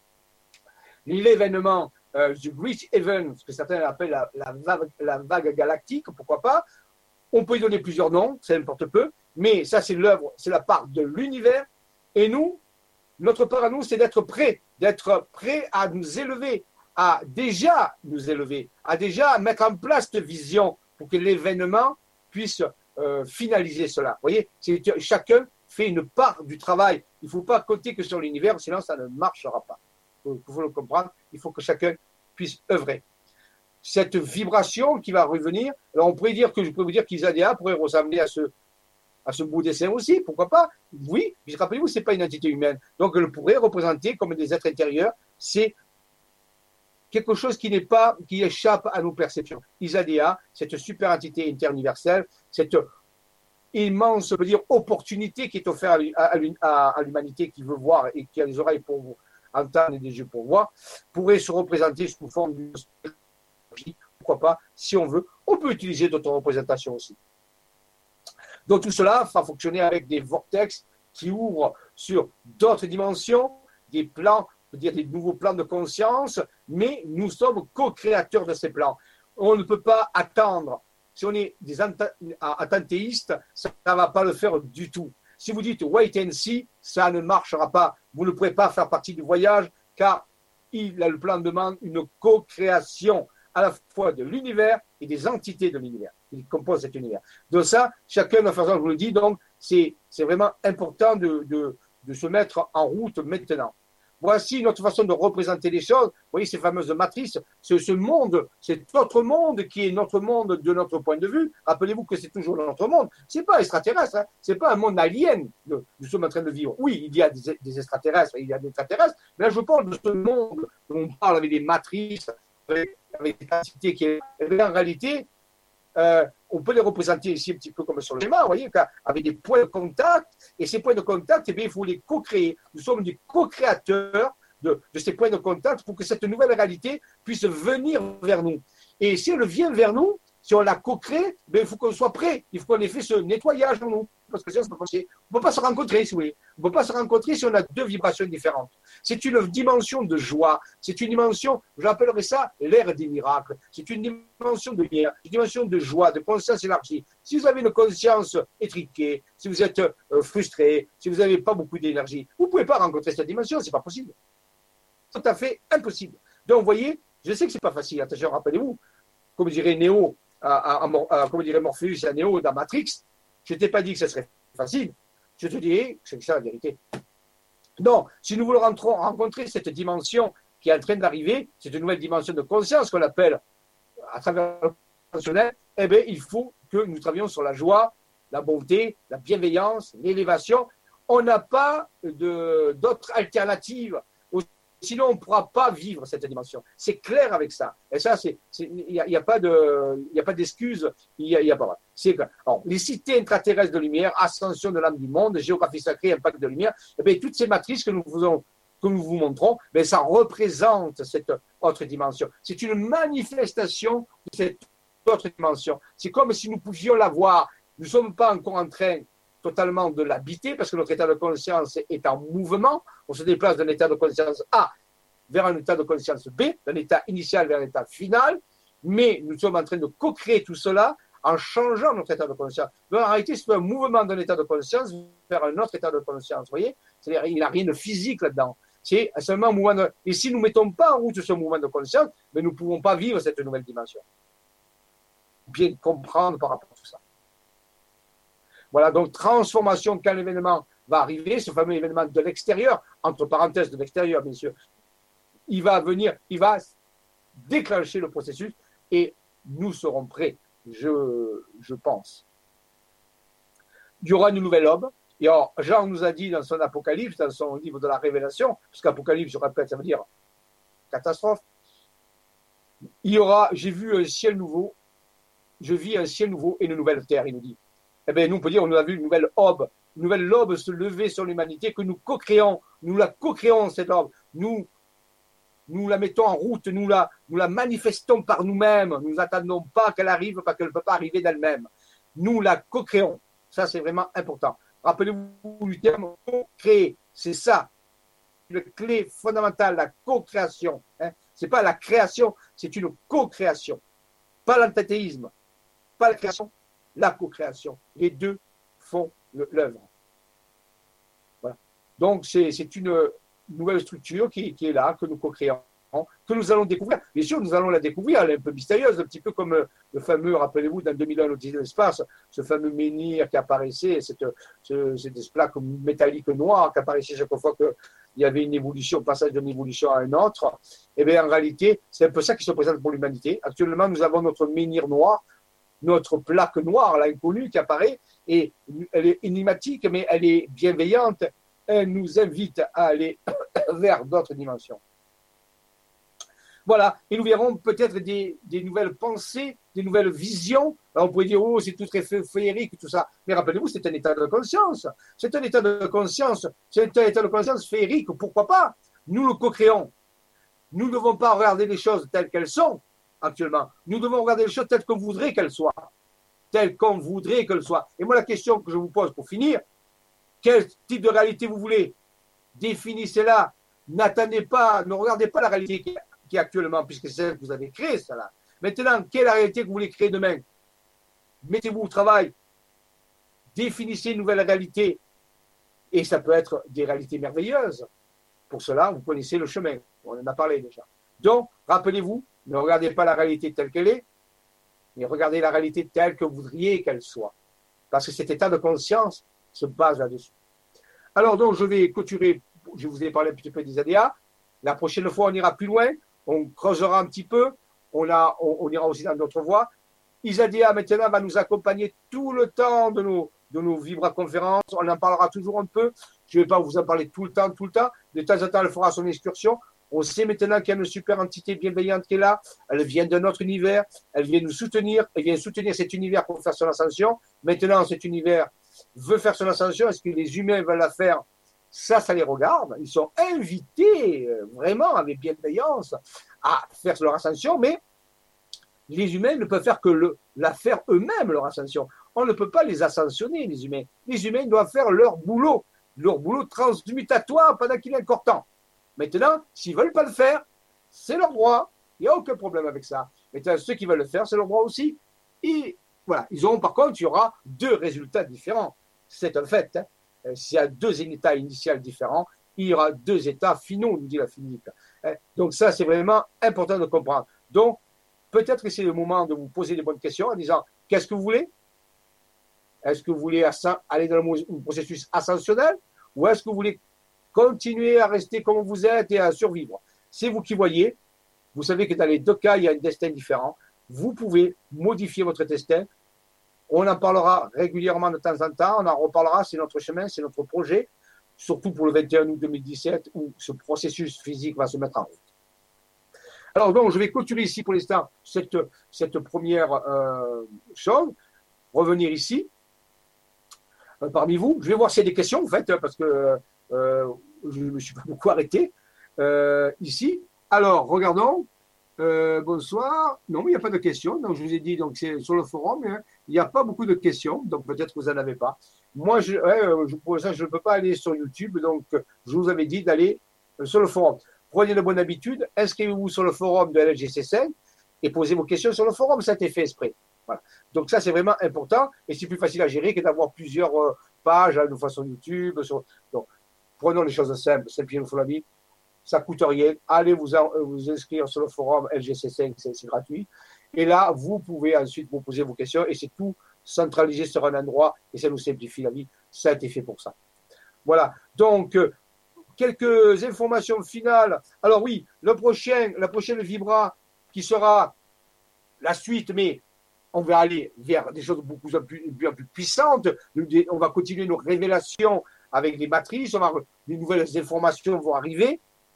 l'événement euh, du Great Event, ce que certains appellent la, la, vague, la vague galactique, pourquoi pas. On peut y donner plusieurs noms, ça importe peu, mais ça, c'est l'œuvre, c'est la part de l'univers. Et nous, notre part à nous, c'est d'être prêts, d'être prêts à nous élever, à déjà nous élever, à déjà mettre en place cette vision pour que l'événement puisse euh, finaliser cela. Vous voyez, c'est, chacun fait une part du travail. Il ne faut pas compter que sur l'univers, sinon ça ne marchera pas. Il faut, faut le comprendre, il faut que chacun puisse œuvrer. Cette vibration qui va revenir, alors on pourrait dire que je peux vous dire qu'Isadéa pourrait ressembler à ce, à ce beau dessin aussi, pourquoi pas? Oui, mais rappelez-vous, ce n'est pas une entité humaine. Donc elle pourrait représenter comme des êtres intérieurs, c'est quelque chose qui n'est pas, qui échappe à nos perceptions. Isadéa, cette super entité interuniverselle, cette immense, on peut dire, opportunité qui est offerte à, à, à l'humanité qui veut voir et qui a des oreilles pour vous entendre et des yeux pour voir, pourrait se représenter sous forme d'une... Pourquoi pas, si on veut, on peut utiliser d'autres représentations aussi. Donc tout cela va fonctionner avec des vortex qui ouvrent sur d'autres dimensions, des plans, on peut dire des nouveaux plans de conscience, mais nous sommes co-créateurs de ces plans. On ne peut pas attendre. Si on est des attentéistes, ça ne va pas le faire du tout. Si vous dites wait and see, ça ne marchera pas. Vous ne pourrez pas faire partie du voyage car il, le plan demande une co-création à la fois de l'univers et des entités de l'univers qui composent cet univers. De ça, chacun de la façon, je vous le dis, donc c'est, c'est vraiment important de, de, de se mettre en route maintenant. Voici une autre façon de représenter les choses. Vous voyez ces fameuses matrices, c'est ce monde, c'est notre monde qui est notre monde de notre point de vue. Rappelez-vous que c'est toujours notre monde. C'est pas extraterrestre, hein. C'est pas un monde alien que nous sommes en train de vivre. Oui, il y a des, des extraterrestres, il y a des extraterrestres, mais là je parle de ce monde dont on parle avec des matrices, avec, avec des entités qui est en réalité. Euh, on peut les représenter ici un petit peu comme sur le schéma, vous voyez, avec des points de contact, et ces points de contact, eh bien, il faut les co-créer. Nous sommes des co-créateurs de, de ces points de contact pour que cette nouvelle réalité puisse venir vers nous. Et si elle vient vers nous, si on la co-crée, ben, il faut qu'on soit prêt. Il faut qu'on ait fait ce nettoyage en nous. Parce que sinon, c'est pas possible. On ne peut pas se rencontrer, si vous voulez. On ne peut pas se rencontrer si on a deux vibrations différentes. C'est une dimension de joie. C'est une dimension, j'appellerais ça l'ère des miracles. C'est une dimension de lumière, une dimension de joie, de conscience élargie. Si vous avez une conscience étriquée, si vous êtes euh, frustré, si vous n'avez pas beaucoup d'énergie, vous ne pouvez pas rencontrer cette dimension, ce n'est pas possible. C'est tout à fait impossible. Donc, vous voyez, je sais que ce n'est pas facile. Attention, rappelez-vous, comme dirait Néo, à, à, à, comme dirait Morpheus à Néo dans Matrix, je ne t'ai pas dit que ce serait facile. Je te dis que c'est ça la vérité. Donc, si nous voulons rencontrer cette dimension qui est en train d'arriver, cette nouvelle dimension de conscience qu'on appelle à travers le conscientionnel, eh bien, il faut que nous travaillions sur la joie, la bonté, la bienveillance, l'élévation. On n'a pas de, d'autres alternatives. Sinon, on ne pourra pas vivre cette dimension. C'est clair avec ça. Et ça, il n'y a, y a pas de, y a pas d'excuses. Il y a, y a pas. C'est que, alors, les cités intraterrestres de lumière, ascension de l'âme du monde, géographie sacrée, impact de lumière, et bien, toutes ces matrices que nous faisons, que nous vous montrons, bien, ça représente cette autre dimension. C'est une manifestation de cette autre dimension. C'est comme si nous pouvions la voir. Nous ne sommes pas encore en train totalement de l'habiter, parce que notre état de conscience est en mouvement. On se déplace d'un état de conscience A vers un état de conscience B, d'un état initial vers un état final, mais nous sommes en train de co-créer tout cela en changeant notre état de conscience. Donc, en réalité, c'est un mouvement d'un état de conscience vers un autre état de conscience, vous voyez? C'est-à-dire, il n'y a rien de physique là-dedans. C'est seulement un mouvement de... Et si nous ne mettons pas en route ce mouvement de conscience, mais nous ne pouvons pas vivre cette nouvelle dimension. Bien comprendre par rapport à tout ça. Voilà, donc transformation quand l'événement va arriver, ce fameux événement de l'extérieur, entre parenthèses de l'extérieur, bien sûr, il va venir, il va déclencher le processus et nous serons prêts, je, je pense. Il y aura une nouvelle aube. Et alors, Jean nous a dit dans son Apocalypse, dans son livre de la Révélation, parce qu'Apocalypse, je répète, ça veut dire catastrophe, il y aura, j'ai vu un ciel nouveau, je vis un ciel nouveau et une nouvelle terre, il nous dit. Eh bien, nous, on peut dire, on a vu une nouvelle aube, une nouvelle aube se lever sur l'humanité, que nous co-créons, nous la co-créons, cette aube. Nous, nous la mettons en route, nous la, nous la manifestons par nous-mêmes. Nous n'attendons pas qu'elle arrive, parce qu'elle ne peut pas arriver d'elle-même. Nous la co-créons. Ça, c'est vraiment important. Rappelez-vous du terme co-créer. C'est ça, la clé fondamentale, la co-création. Hein. Ce n'est pas la création, c'est une co-création. Pas l'antithéisme, pas la création, la co-création. Les deux font l'œuvre. Voilà. Donc, c'est une nouvelle structure qui, qui est là, que nous co-créons, que nous allons découvrir. Bien sûr, nous allons la découvrir, elle est un peu mystérieuse, un petit peu comme le fameux, rappelez-vous, dans deux mille un, l'Odyssée de l'espace, ce fameux menhir qui apparaissait, cette, ce, cette plaque métallique noire qui apparaissait chaque fois qu'il y avait une évolution, passage d'une évolution à une autre. Et bien, en réalité, c'est un peu ça qui se présente pour l'humanité. Actuellement, nous avons notre menhir noir, notre plaque noire, l'inconnue qui apparaît, et elle est énigmatique, mais elle est bienveillante. Elle nous invite à aller vers d'autres dimensions. Voilà, et nous verrons peut-être des, des nouvelles pensées, des nouvelles visions. Alors on pourrait dire, oh, c'est tout très féerique, tout ça. Mais rappelez-vous, c'est un état de conscience. C'est un état de conscience. C'est un état de conscience féerique, pourquoi pas? Nous le co-créons. Nous ne devons pas regarder les choses telles qu'elles sont actuellement. Nous devons regarder les choses telles qu'on voudrait qu'elles soient. Telles qu'on voudrait qu'elles soient. Et moi, la question que je vous pose pour finir, quel type de réalité vous voulez? Définissez-la. N'attendez pas, ne regardez pas la réalité qui est qui est actuellement, puisque c'est celle que vous avez créée, ça là. Maintenant, quelle est la réalité que vous voulez créer demain? Mettez-vous au travail, définissez une nouvelle réalité, et ça peut être des réalités merveilleuses. Pour cela, vous connaissez le chemin, on en a parlé déjà. Donc, rappelez-vous, ne regardez pas la réalité telle qu'elle est, mais regardez la réalité telle que vous voudriez qu'elle soit. Parce que cet état de conscience se base là-dessus. Alors, donc, je vais clôturer, je vous ai parlé un petit peu des A D A. La prochaine fois, on ira plus loin. On creusera un petit peu, on, a, on, on ira aussi dans d'autres voies. Isadia, maintenant, va nous accompagner tout le temps de nos, de nos vibra-conférences. On en parlera toujours un peu. Je ne vais pas vous en parler tout le temps, tout le temps. De temps en temps, elle fera son excursion. On sait maintenant qu'il y a une super entité bienveillante qui est là. Elle vient de notre univers. Elle vient nous soutenir. Elle vient soutenir cet univers pour faire son ascension. Maintenant, cet univers veut faire son ascension. Est-ce que les humains veulent la faire? Ça, ça les regarde. Ils sont invités, vraiment, avec bienveillance, à faire leur ascension, mais les humains ne peuvent faire que le, la faire eux-mêmes, leur ascension. On ne peut pas les ascensionner, les humains. Les humains doivent faire leur boulot, leur boulot transmutatoire pendant qu'il est encore temps. Maintenant, s'ils ne veulent pas le faire, c'est leur droit. Il n'y a aucun problème avec ça. Maintenant, ceux qui veulent le faire, c'est leur droit aussi. Et voilà, ils auront, par contre, il y aura deux résultats différents. C'est un fait, hein. S'il y a deux états initiaux différents, il y aura deux états finaux, nous dit la physique. Donc ça, c'est vraiment important de comprendre. Donc, peut-être que c'est le moment de vous poser des bonnes questions en disant, qu'est-ce que vous voulez? Est-ce que vous voulez aller dans le processus ascensionnel ou est-ce que vous voulez continuer à rester comme vous êtes et à survivre? C'est vous qui voyez. Vous savez que dans les deux cas, il y a un destin différent. Vous pouvez modifier votre destin. On en parlera régulièrement de temps en temps, on en reparlera, c'est notre chemin, c'est notre projet, surtout pour le vingt et un août deux mille dix-sept, où ce processus physique va se mettre en route. Alors donc, je vais clôturer ici pour l'instant cette, cette première euh, chose, revenir ici, euh, parmi vous. Je vais voir s'il y a des questions, en fait, parce que euh, je ne me suis pas beaucoup arrêté euh, ici. Alors, regardons. Euh, bonsoir. Non, mais il n'y a pas de questions. Donc, je vous ai dit, donc c'est sur le forum. Hein, il n'y a pas beaucoup de questions. Donc, peut-être que vous n'en avez pas. Moi, je, ouais, je, pour ça, je ne peux pas aller sur YouTube. Donc, je vous avais dit d'aller sur le forum. Prenez de bonne habitude. Inscrivez-vous sur le forum de L G C cinq et posez vos questions sur le forum. Ça a été fait exprès. Voilà. Donc, ça, c'est vraiment important. Et c'est plus facile à gérer que d'avoir plusieurs euh, pages, une fois sur YouTube. Sur... Donc, prenons les choses simples. Simplifions la vie. ça ne coûte rien. Allez vous, en, vous inscrire sur le forum L G C cinq, c'est, c'est gratuit. Et là, vous pouvez ensuite vous poser vos questions et c'est tout centralisé sur un endroit et ça nous simplifie la vie. Ça a été fait pour ça. Voilà. Donc, euh, quelques informations finales. Alors oui, le prochain, la prochaine Vibra qui sera la suite, mais on va aller vers des choses beaucoup plus, bien plus puissantes. On va continuer nos révélations avec des matrices. On va, des nouvelles informations vont arriver.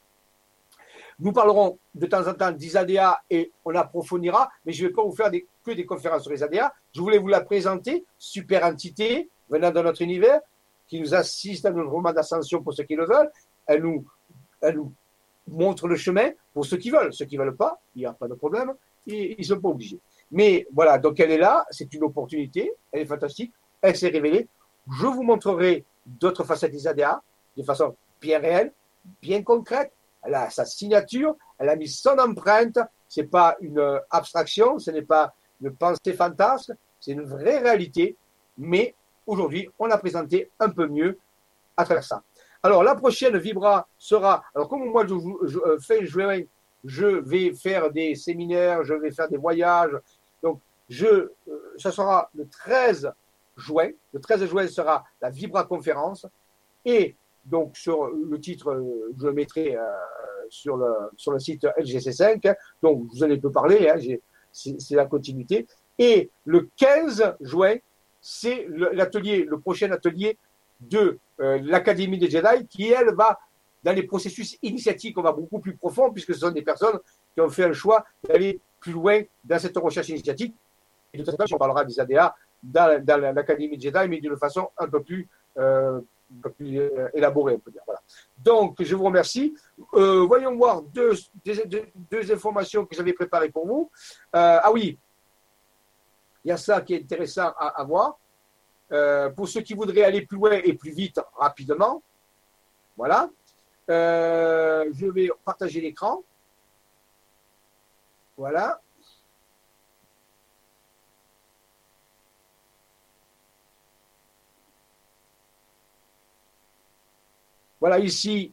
Nous parlerons de temps en temps des A D A et on approfondira, mais je ne vais pas vous faire des, que des conférences sur les A D A. Je voulais vous la présenter, super entité venant de notre univers, qui nous assiste à notre roman d'ascension pour ceux qui le veulent. Elle nous, elle nous montre le chemin pour ceux qui veulent. Ceux qui ne veulent pas, il n'y a pas de problème, ils ne sont pas obligés. Mais voilà, donc elle est là, c'est une opportunité, elle est fantastique, elle s'est révélée. Je vous montrerai d'autres facettes des A D A de façon bien réelle, bien concrète. Elle a sa signature, elle a mis son empreinte. Ce n'est pas une abstraction, ce n'est pas une pensée fantasque, c'est une vraie réalité. Mais aujourd'hui, on l'a présenté un peu mieux à travers ça. Alors, la prochaine Vibra sera, alors comme moi, je, je, fin juin, je vais faire des séminaires, je vais faire des voyages. Donc, je, ça sera le treize juin. Le treize juin sera la Vibra conférence. Et donc, sur le titre, je le mettrai euh, sur, le, sur le site L G C cinq. Donc, vous en avez peu parlé, hein, j'ai, c'est, c'est la continuité. Et le quinze juin, c'est le, l'atelier, le prochain atelier de euh, l'Académie des Jedi qui, elle, va dans les processus initiatiques, on va beaucoup plus profond puisque ce sont des personnes qui ont fait un choix d'aller plus loin dans cette recherche initiatique. Et de toute façon, on parlera des A D A dans, dans l'Académie des Jedi, mais d'une façon un peu plus, euh, un peu plus euh, élaborée, on peut dire. Voilà. Donc, je vous remercie. Euh, voyons voir deux, deux, deux, deux informations que j'avais préparées pour vous. Euh, ah oui, il y a ça qui est intéressant à, à voir. Euh, pour ceux qui voudraient aller plus loin et plus vite, rapidement, voilà. Euh, je vais partager l'écran. Voilà. Voilà ici.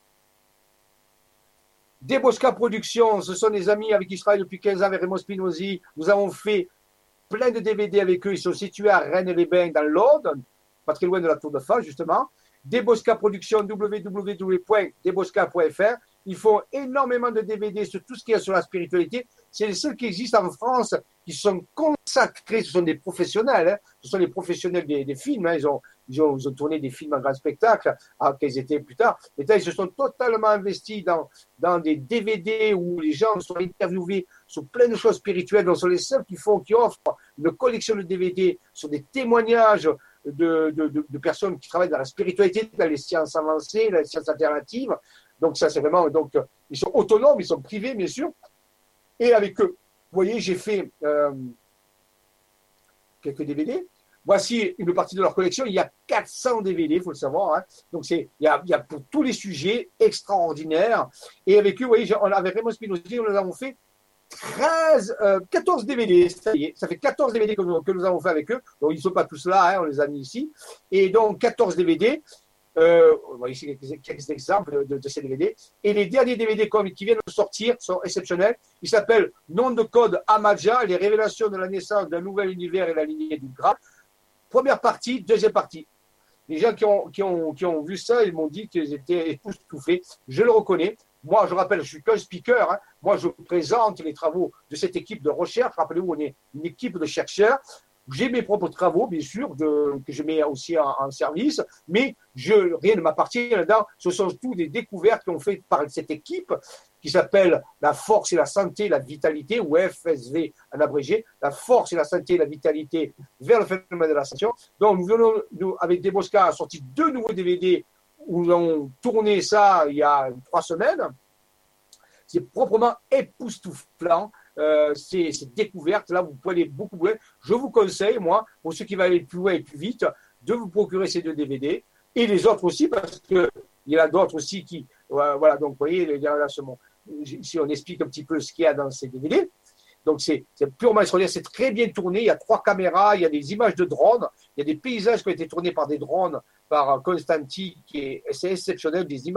Debosca Productions, ce sont des amis avec qui je travaille depuis quinze ans avec Raymond Spinozzi. Nous avons fait plein de D V D avec eux. Ils sont situés à Rennes-les-Bains dans l'Aude, pas très loin de la Tour de Fa, justement. Debosca Productions, w w w point debosca point f r. Ils font énormément de D V D sur tout ce qu'il y a sur la spiritualité. C'est les seuls qui existent en France qui sont consacrés. Ce sont des professionnels. Hein. Ce sont les professionnels des, des films. Hein. Ils, ont, ils, ont, ils ont tourné des films en grand spectacle, alors qu'ils étaient plus tard. Et là, ils se sont totalement investis dans, dans des D V D où les gens sont interviewés sur plein de choses spirituelles. Donc, ce sont les seuls qui font, qui offrent une collection de D V D sur des témoignages de, de, de, de personnes qui travaillent dans la spiritualité, dans les sciences avancées, dans les sciences alternatives. Donc, ça, c'est vraiment, donc, ils sont autonomes, ils sont privés, bien sûr. Et avec eux, vous voyez, j'ai fait euh, quelques D V D. Voici une partie de leur collection. Il y a quatre cents D V D, il faut le savoir. Hein. Donc, c'est, il y, a, il y a pour tous les sujets extraordinaires. Et avec eux, vous voyez, on, avec Raymond Spinozzi, nous avons fait treize, euh, quatorze D V D. Ça y est, ça fait quatorze D V D que nous, que nous avons fait avec eux. Donc, ils ne sont pas tous là, hein, on les a mis ici. Et donc, quatorze D V D. Euh, vous voyez ici quelques, quelques exemples de, de ces D V D. Et les derniers D V D comme, qui viennent de sortir sont exceptionnels. Ils s'appellent Nom de code Amaja, les révélations de la naissance d'un nouvel univers et la lignée du Graal. Première partie, deuxième partie. Les gens qui ont, qui ont, qui ont vu ça, ils m'ont dit qu'ils étaient époustouflés. Je le reconnais. Moi, je rappelle, je suis qu'un speaker. Hein. Moi, je présente les travaux de cette équipe de recherche. Rappelez-vous, on est une équipe de chercheurs. J'ai mes propres travaux, bien sûr, de, que je mets aussi en, en service, mais je, rien ne m'appartient là-dedans. Ce sont tous des découvertes qu'on fait par cette équipe qui s'appelle la force et la santé, la vitalité, ou F S V en abrégé, la force et la santé et la vitalité vers le phénomène de l'ascension. Donc, nous venons, nous, avec Debosca, a sorti deux nouveaux D V D où nous avons tourné ça il y a trois semaines. C'est proprement époustouflant. Euh, ces, ces découvertes-là, vous pouvez aller beaucoup plus loin. Je vous conseille, moi, pour ceux qui veulent aller plus loin et plus vite, de vous procurer ces deux D V D et les autres aussi, parce qu'il y en a d'autres aussi qui. Euh, voilà, donc vous voyez, là, ici on explique un petit peu ce qu'il y a dans ces D V D. Donc c'est, c'est purement extraordinaire, c'est très bien tourné. Il y a trois caméras, il y a des images de drones, il y a des paysages qui ont été tournés par des drones, par Constanti, qui est, c'est exceptionnel, des images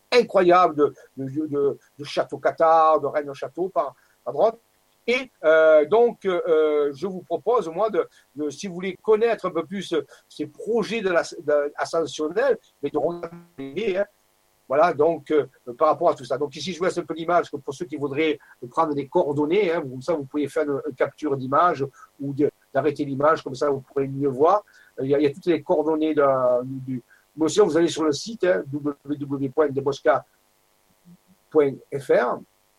incroyables de, de, de, de château Qatar, de Rennes Château par, à droite. Et euh, donc, euh, je vous propose, moi, de, de, si vous voulez connaître un peu plus ces projets de la, de, ascensionnels, mais de regarder, hein, voilà, donc, euh, par rapport à tout ça. Donc, ici, je vous laisse un peu l'image pour ceux qui voudraient prendre des coordonnées. Hein, comme ça, vous pouvez faire une, une capture d'image ou de, d'arrêter l'image, comme ça, vous pourrez mieux voir. Il y a, il y a toutes les coordonnées de, du. Mais aussi, vous allez sur le site hein, w w w point debosca point f r.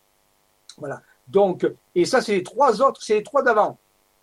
Voilà. Donc, et ça, c'est les trois autres, c'est les trois d'avant.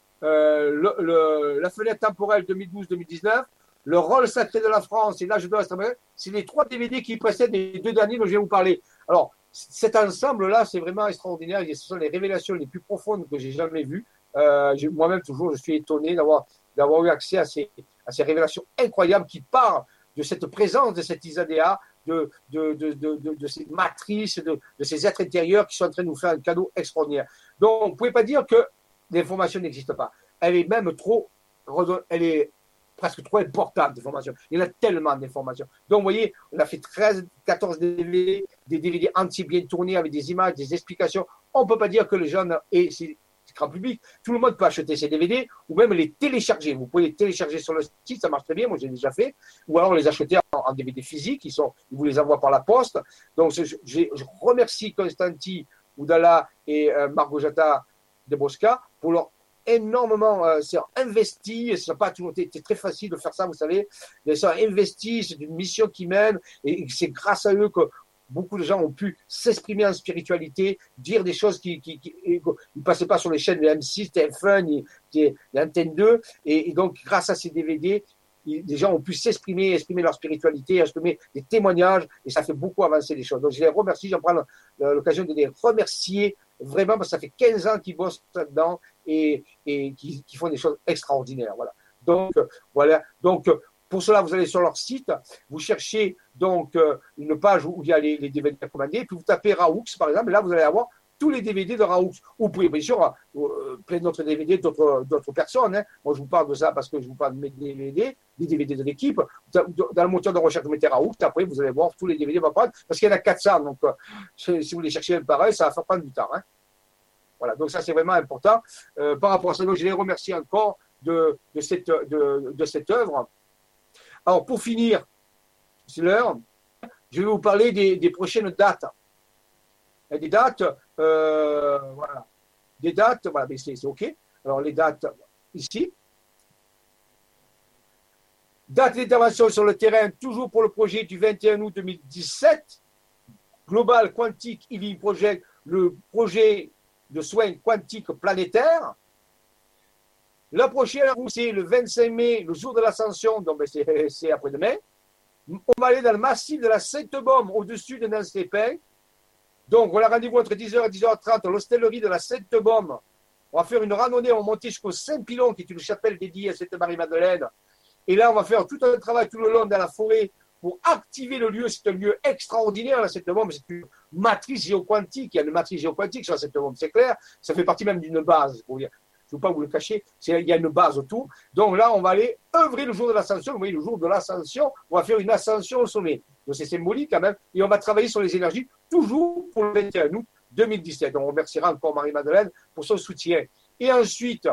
Euh, le, le, la fenêtre temporelle deux mille douze deux mille dix-neuf, le rôle sacré de la France et l'âge de l'Assemblée, c'est les trois D V D qui précèdent les deux derniers dont je vais vous parler. Alors, cet ensemble-là, c'est vraiment extraordinaire. Ce sont les révélations les plus profondes que j'ai jamais vues. Euh, moi-même, toujours, je suis étonné d'avoir, d'avoir eu accès à ces, à ces révélations incroyables qui partent de cette présence de cette Isadéa, de, de, de, de, de, de ces matrices, de, de ces êtres intérieurs qui sont en train de nous faire un cadeau extraordinaire. Donc, vous ne pouvez pas dire que l'information n'existe pas. Elle est même trop, elle est presque trop importante, l'information. Il y en a tellement d'informations. Donc, vous voyez, on a fait treize, quatorze D V D, des D V D entiers bien tournés avec des images, des explications. On ne peut pas dire que les jeunes et c'est grand public, tout le monde peut acheter ces D V D ou même les télécharger. Vous pouvez les télécharger sur le site, ça marche très bien, moi j'ai déjà fait, ou alors les acheter en, en D V D physique, ils, sont, ils vous les envoient par la poste. Donc, je, je, je remercie Constanti, Oudala et euh, Margojata Debosca pour leur énormément euh, c'est investi, ça n'a pas toujours été très facile de faire ça, vous savez, mais ça a investi, c'est une mission qu'ils mènent et c'est grâce à eux que beaucoup de gens ont pu s'exprimer en spiritualité, dire des choses qui qui, qui ne passaient pas sur les chaînes de M six, T F un, ni, ni Antenne deux, et, et donc grâce à ces D V D, les gens ont pu s'exprimer, exprimer leur spiritualité, exprimer des témoignages, et ça fait beaucoup avancer les choses. Donc je les remercie, j'en prends l'occasion de les remercier vraiment, parce que ça fait quinze ans qu'ils bossent là-dedans et, et qui, qui font des choses extraordinaires. Voilà. Donc, voilà. Donc, pour cela, vous allez sur leur site, vous cherchez donc une page où il y a les, les D V D à commander, puis vous tapez Raoux, par exemple, et là, vous allez avoir tous les D V D de Raoux. Vous pouvez, bien sûr, euh, plein d'autres D V D d'autres, d'autres personnes. Hein. Moi, je vous parle de ça parce que je vous parle de mes D V D, des D V D de l'équipe. Dans le moteur de recherche, vous mettez Raoux, après, vous allez voir tous les D V D vont prendre, parce qu'il y en a quatre cents. Donc, euh, si vous les cherchez un pareil, ça va faire prendre du temps. Hein. Voilà, donc ça, c'est vraiment important. Euh, par rapport à ça, donc, je les remercie encore de, de, cette, de, de cette œuvre. Alors, pour finir, c'est l'heure, je vais vous parler des, des prochaines dates. Et des dates, euh, voilà. Des dates, voilà, mais c'est, c'est OK. Alors, les dates ici. Date d'intervention sur le terrain, toujours pour le projet du vingt et un août deux mille dix-sept. Global Quantique Healing Project, le projet de soins quantiques planétaires. La prochaine, c'est le vingt-cinq mai, le jour de l'ascension, donc c'est, c'est après-demain. On va aller dans le massif de la Sainte-Baume, au-dessus de Nantes-les-Pins. Donc, on a rendez-vous entre dix heures et dix heures trente à l'hostellerie de la Sainte-Baume. On va faire une randonnée, on va monter jusqu'au Saint-Pilon, qui est une chapelle dédiée à Sainte-Marie-Madeleine. Et là, on va faire tout un travail tout le long dans la forêt pour activer le lieu. C'est un lieu extraordinaire, la Sainte-Baume. C'est une matrice géoquantique. Il y a une matrice géoquantique sur la Sainte-Baume, c'est clair. Ça fait partie même d'une base, pour dire. Je ne veux pas vous le cacher, c'est, il y a une base autour. Donc là, on va aller œuvrer le jour de l'ascension. Vous voyez, le jour de l'ascension, on va faire une ascension au sommet. Donc c'est symbolique quand même. Et on va travailler sur les énergies, toujours pour le vingt et un août deux mille dix-sept. Donc on remerciera encore Marie-Madeleine pour son soutien. Et ensuite,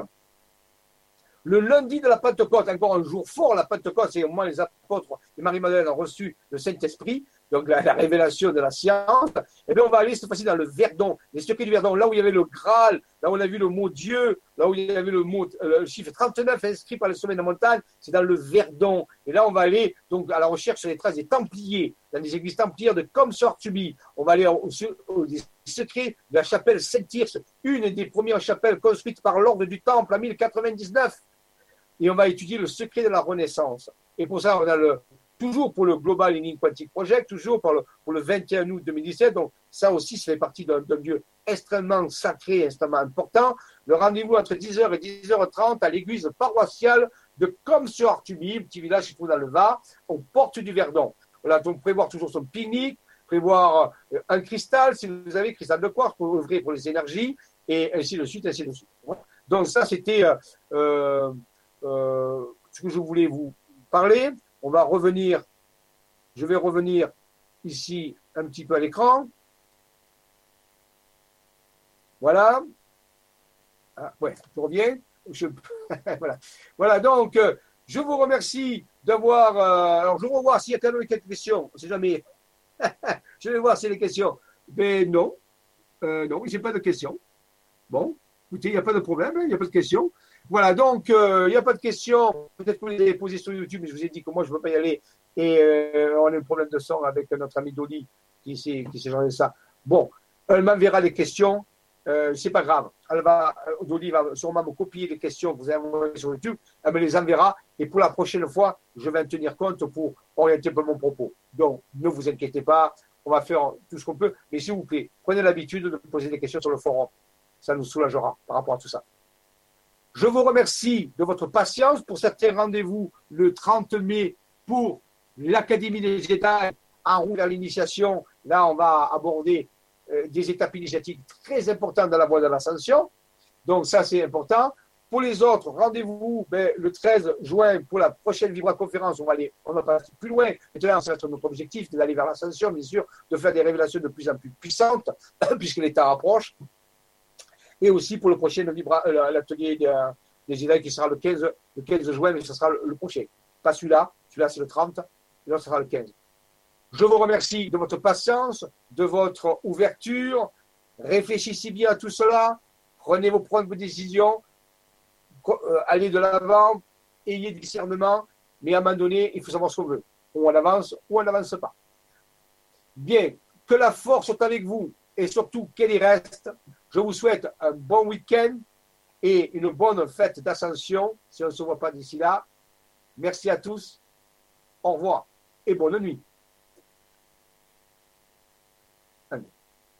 le lundi de la Pentecôte, encore un jour fort, la Pentecôte, c'est au moment où les apôtres et Marie-Madeleine ont reçu le Saint-Esprit, donc la, la révélation de la science. Et bien on va aller cette fois-ci dans le Verdon, les secrets du Verdon, là où il y avait le Graal, là où on a vu le mot Dieu, là où il y avait le mot, euh, le chiffre trente-neuf inscrit par le sommet de la montagne, c'est dans le Verdon. Et là on va aller donc à la recherche sur les traces des Templiers, dans les églises templières de Comsortuby. On va aller aux au, secrets de la chapelle Saint-Tirce, une des premières chapelles construites par l'ordre du Temple en mille quatre-vingt-dix-neuf. Et on va étudier le secret de la Renaissance. Et pour ça, on a le, toujours pour le Global Healing Quantic Project, toujours pour le, pour le vingt et un août deux mille dix-sept. Donc, ça aussi, ça fait partie d'un, d'un lieu extrêmement sacré, extrêmement important. Le rendez-vous entre dix heures et dix heures trente à l'église paroissiale de Commes-sur-Artuby, petit village qui se trouve dans le Var, aux portes du Verdon. Voilà, donc prévoir toujours son pique-nique, prévoir un cristal, si vous avez cristal de quartz pour ouvrir pour les énergies, et ainsi de suite, ainsi de suite. Donc, ça, c'était euh, euh, euh, ce que je voulais vous parler. On va revenir, je vais revenir ici un petit peu à l'écran. Voilà. Ah, ouais, je reviens. Je... voilà. Voilà, donc, euh, je vous remercie d'avoir. Euh, alors, je vais voir s'il y a quand même quelques questions. On ne sait jamais. Je vais voir s'il y a des questions. Mais non. Euh, non, je n'ai pas de questions. Bon, écoutez, il n'y a pas de problème, il hein, n'y a pas de questions. Voilà, donc, euh, il n'y a pas de questions. Peut-être que vous les avez posées sur YouTube, mais je vous ai dit que moi, je ne veux pas y aller. Et euh, on a un problème de son avec notre ami Dolly qui s'est qui s'est changé ça. Bon, elle m'enverra les questions. Euh, c'est pas grave. Elle va, Dolly va sûrement me copier les questions que vous avez envoyées sur YouTube. Elle me les enverra. Et pour la prochaine fois, je vais en tenir compte pour orienter un peu mon propos. Donc, ne vous inquiétez pas. On va faire tout ce qu'on peut. Mais s'il vous plaît, prenez l'habitude de poser des questions sur le forum. Ça nous soulagera par rapport à tout ça. Je vous remercie de votre patience pour certains rendez-vous le trente mai pour l'Académie des Jedi en route vers l'initiation. Là, on va aborder euh, des étapes initiatiques très importantes dans la voie de l'ascension. Donc, ça, c'est important. Pour les autres, rendez-vous ben, le treize juin pour la prochaine Vibra-conférence. On va aller, on va passer plus loin. Maintenant, ça va être notre objectif d'aller vers l'ascension, bien sûr, de faire des révélations de plus en plus puissantes, puisque l'état approche. Et aussi pour le prochain euh, l'atelier des, des Jedi qui sera le quinze, le quinze juin, mais ce sera le, le prochain. Pas celui-là, celui-là c'est le trente, et l'autre sera le quinze. Je vous remercie de votre patience, de votre ouverture. Réfléchissez bien à tout cela, prenez vos propres décisions, euh, allez de l'avant, ayez du discernement, mais à un moment donné, il faut savoir ce qu'on veut. Ou on avance, ou on n'avance pas. Bien, que la force soit avec vous, et surtout qu'elle y reste. Je vous souhaite un bon week-end et une bonne fête d'ascension, si on ne se voit pas d'ici là. Merci à tous. Au revoir et bonne nuit. Allez.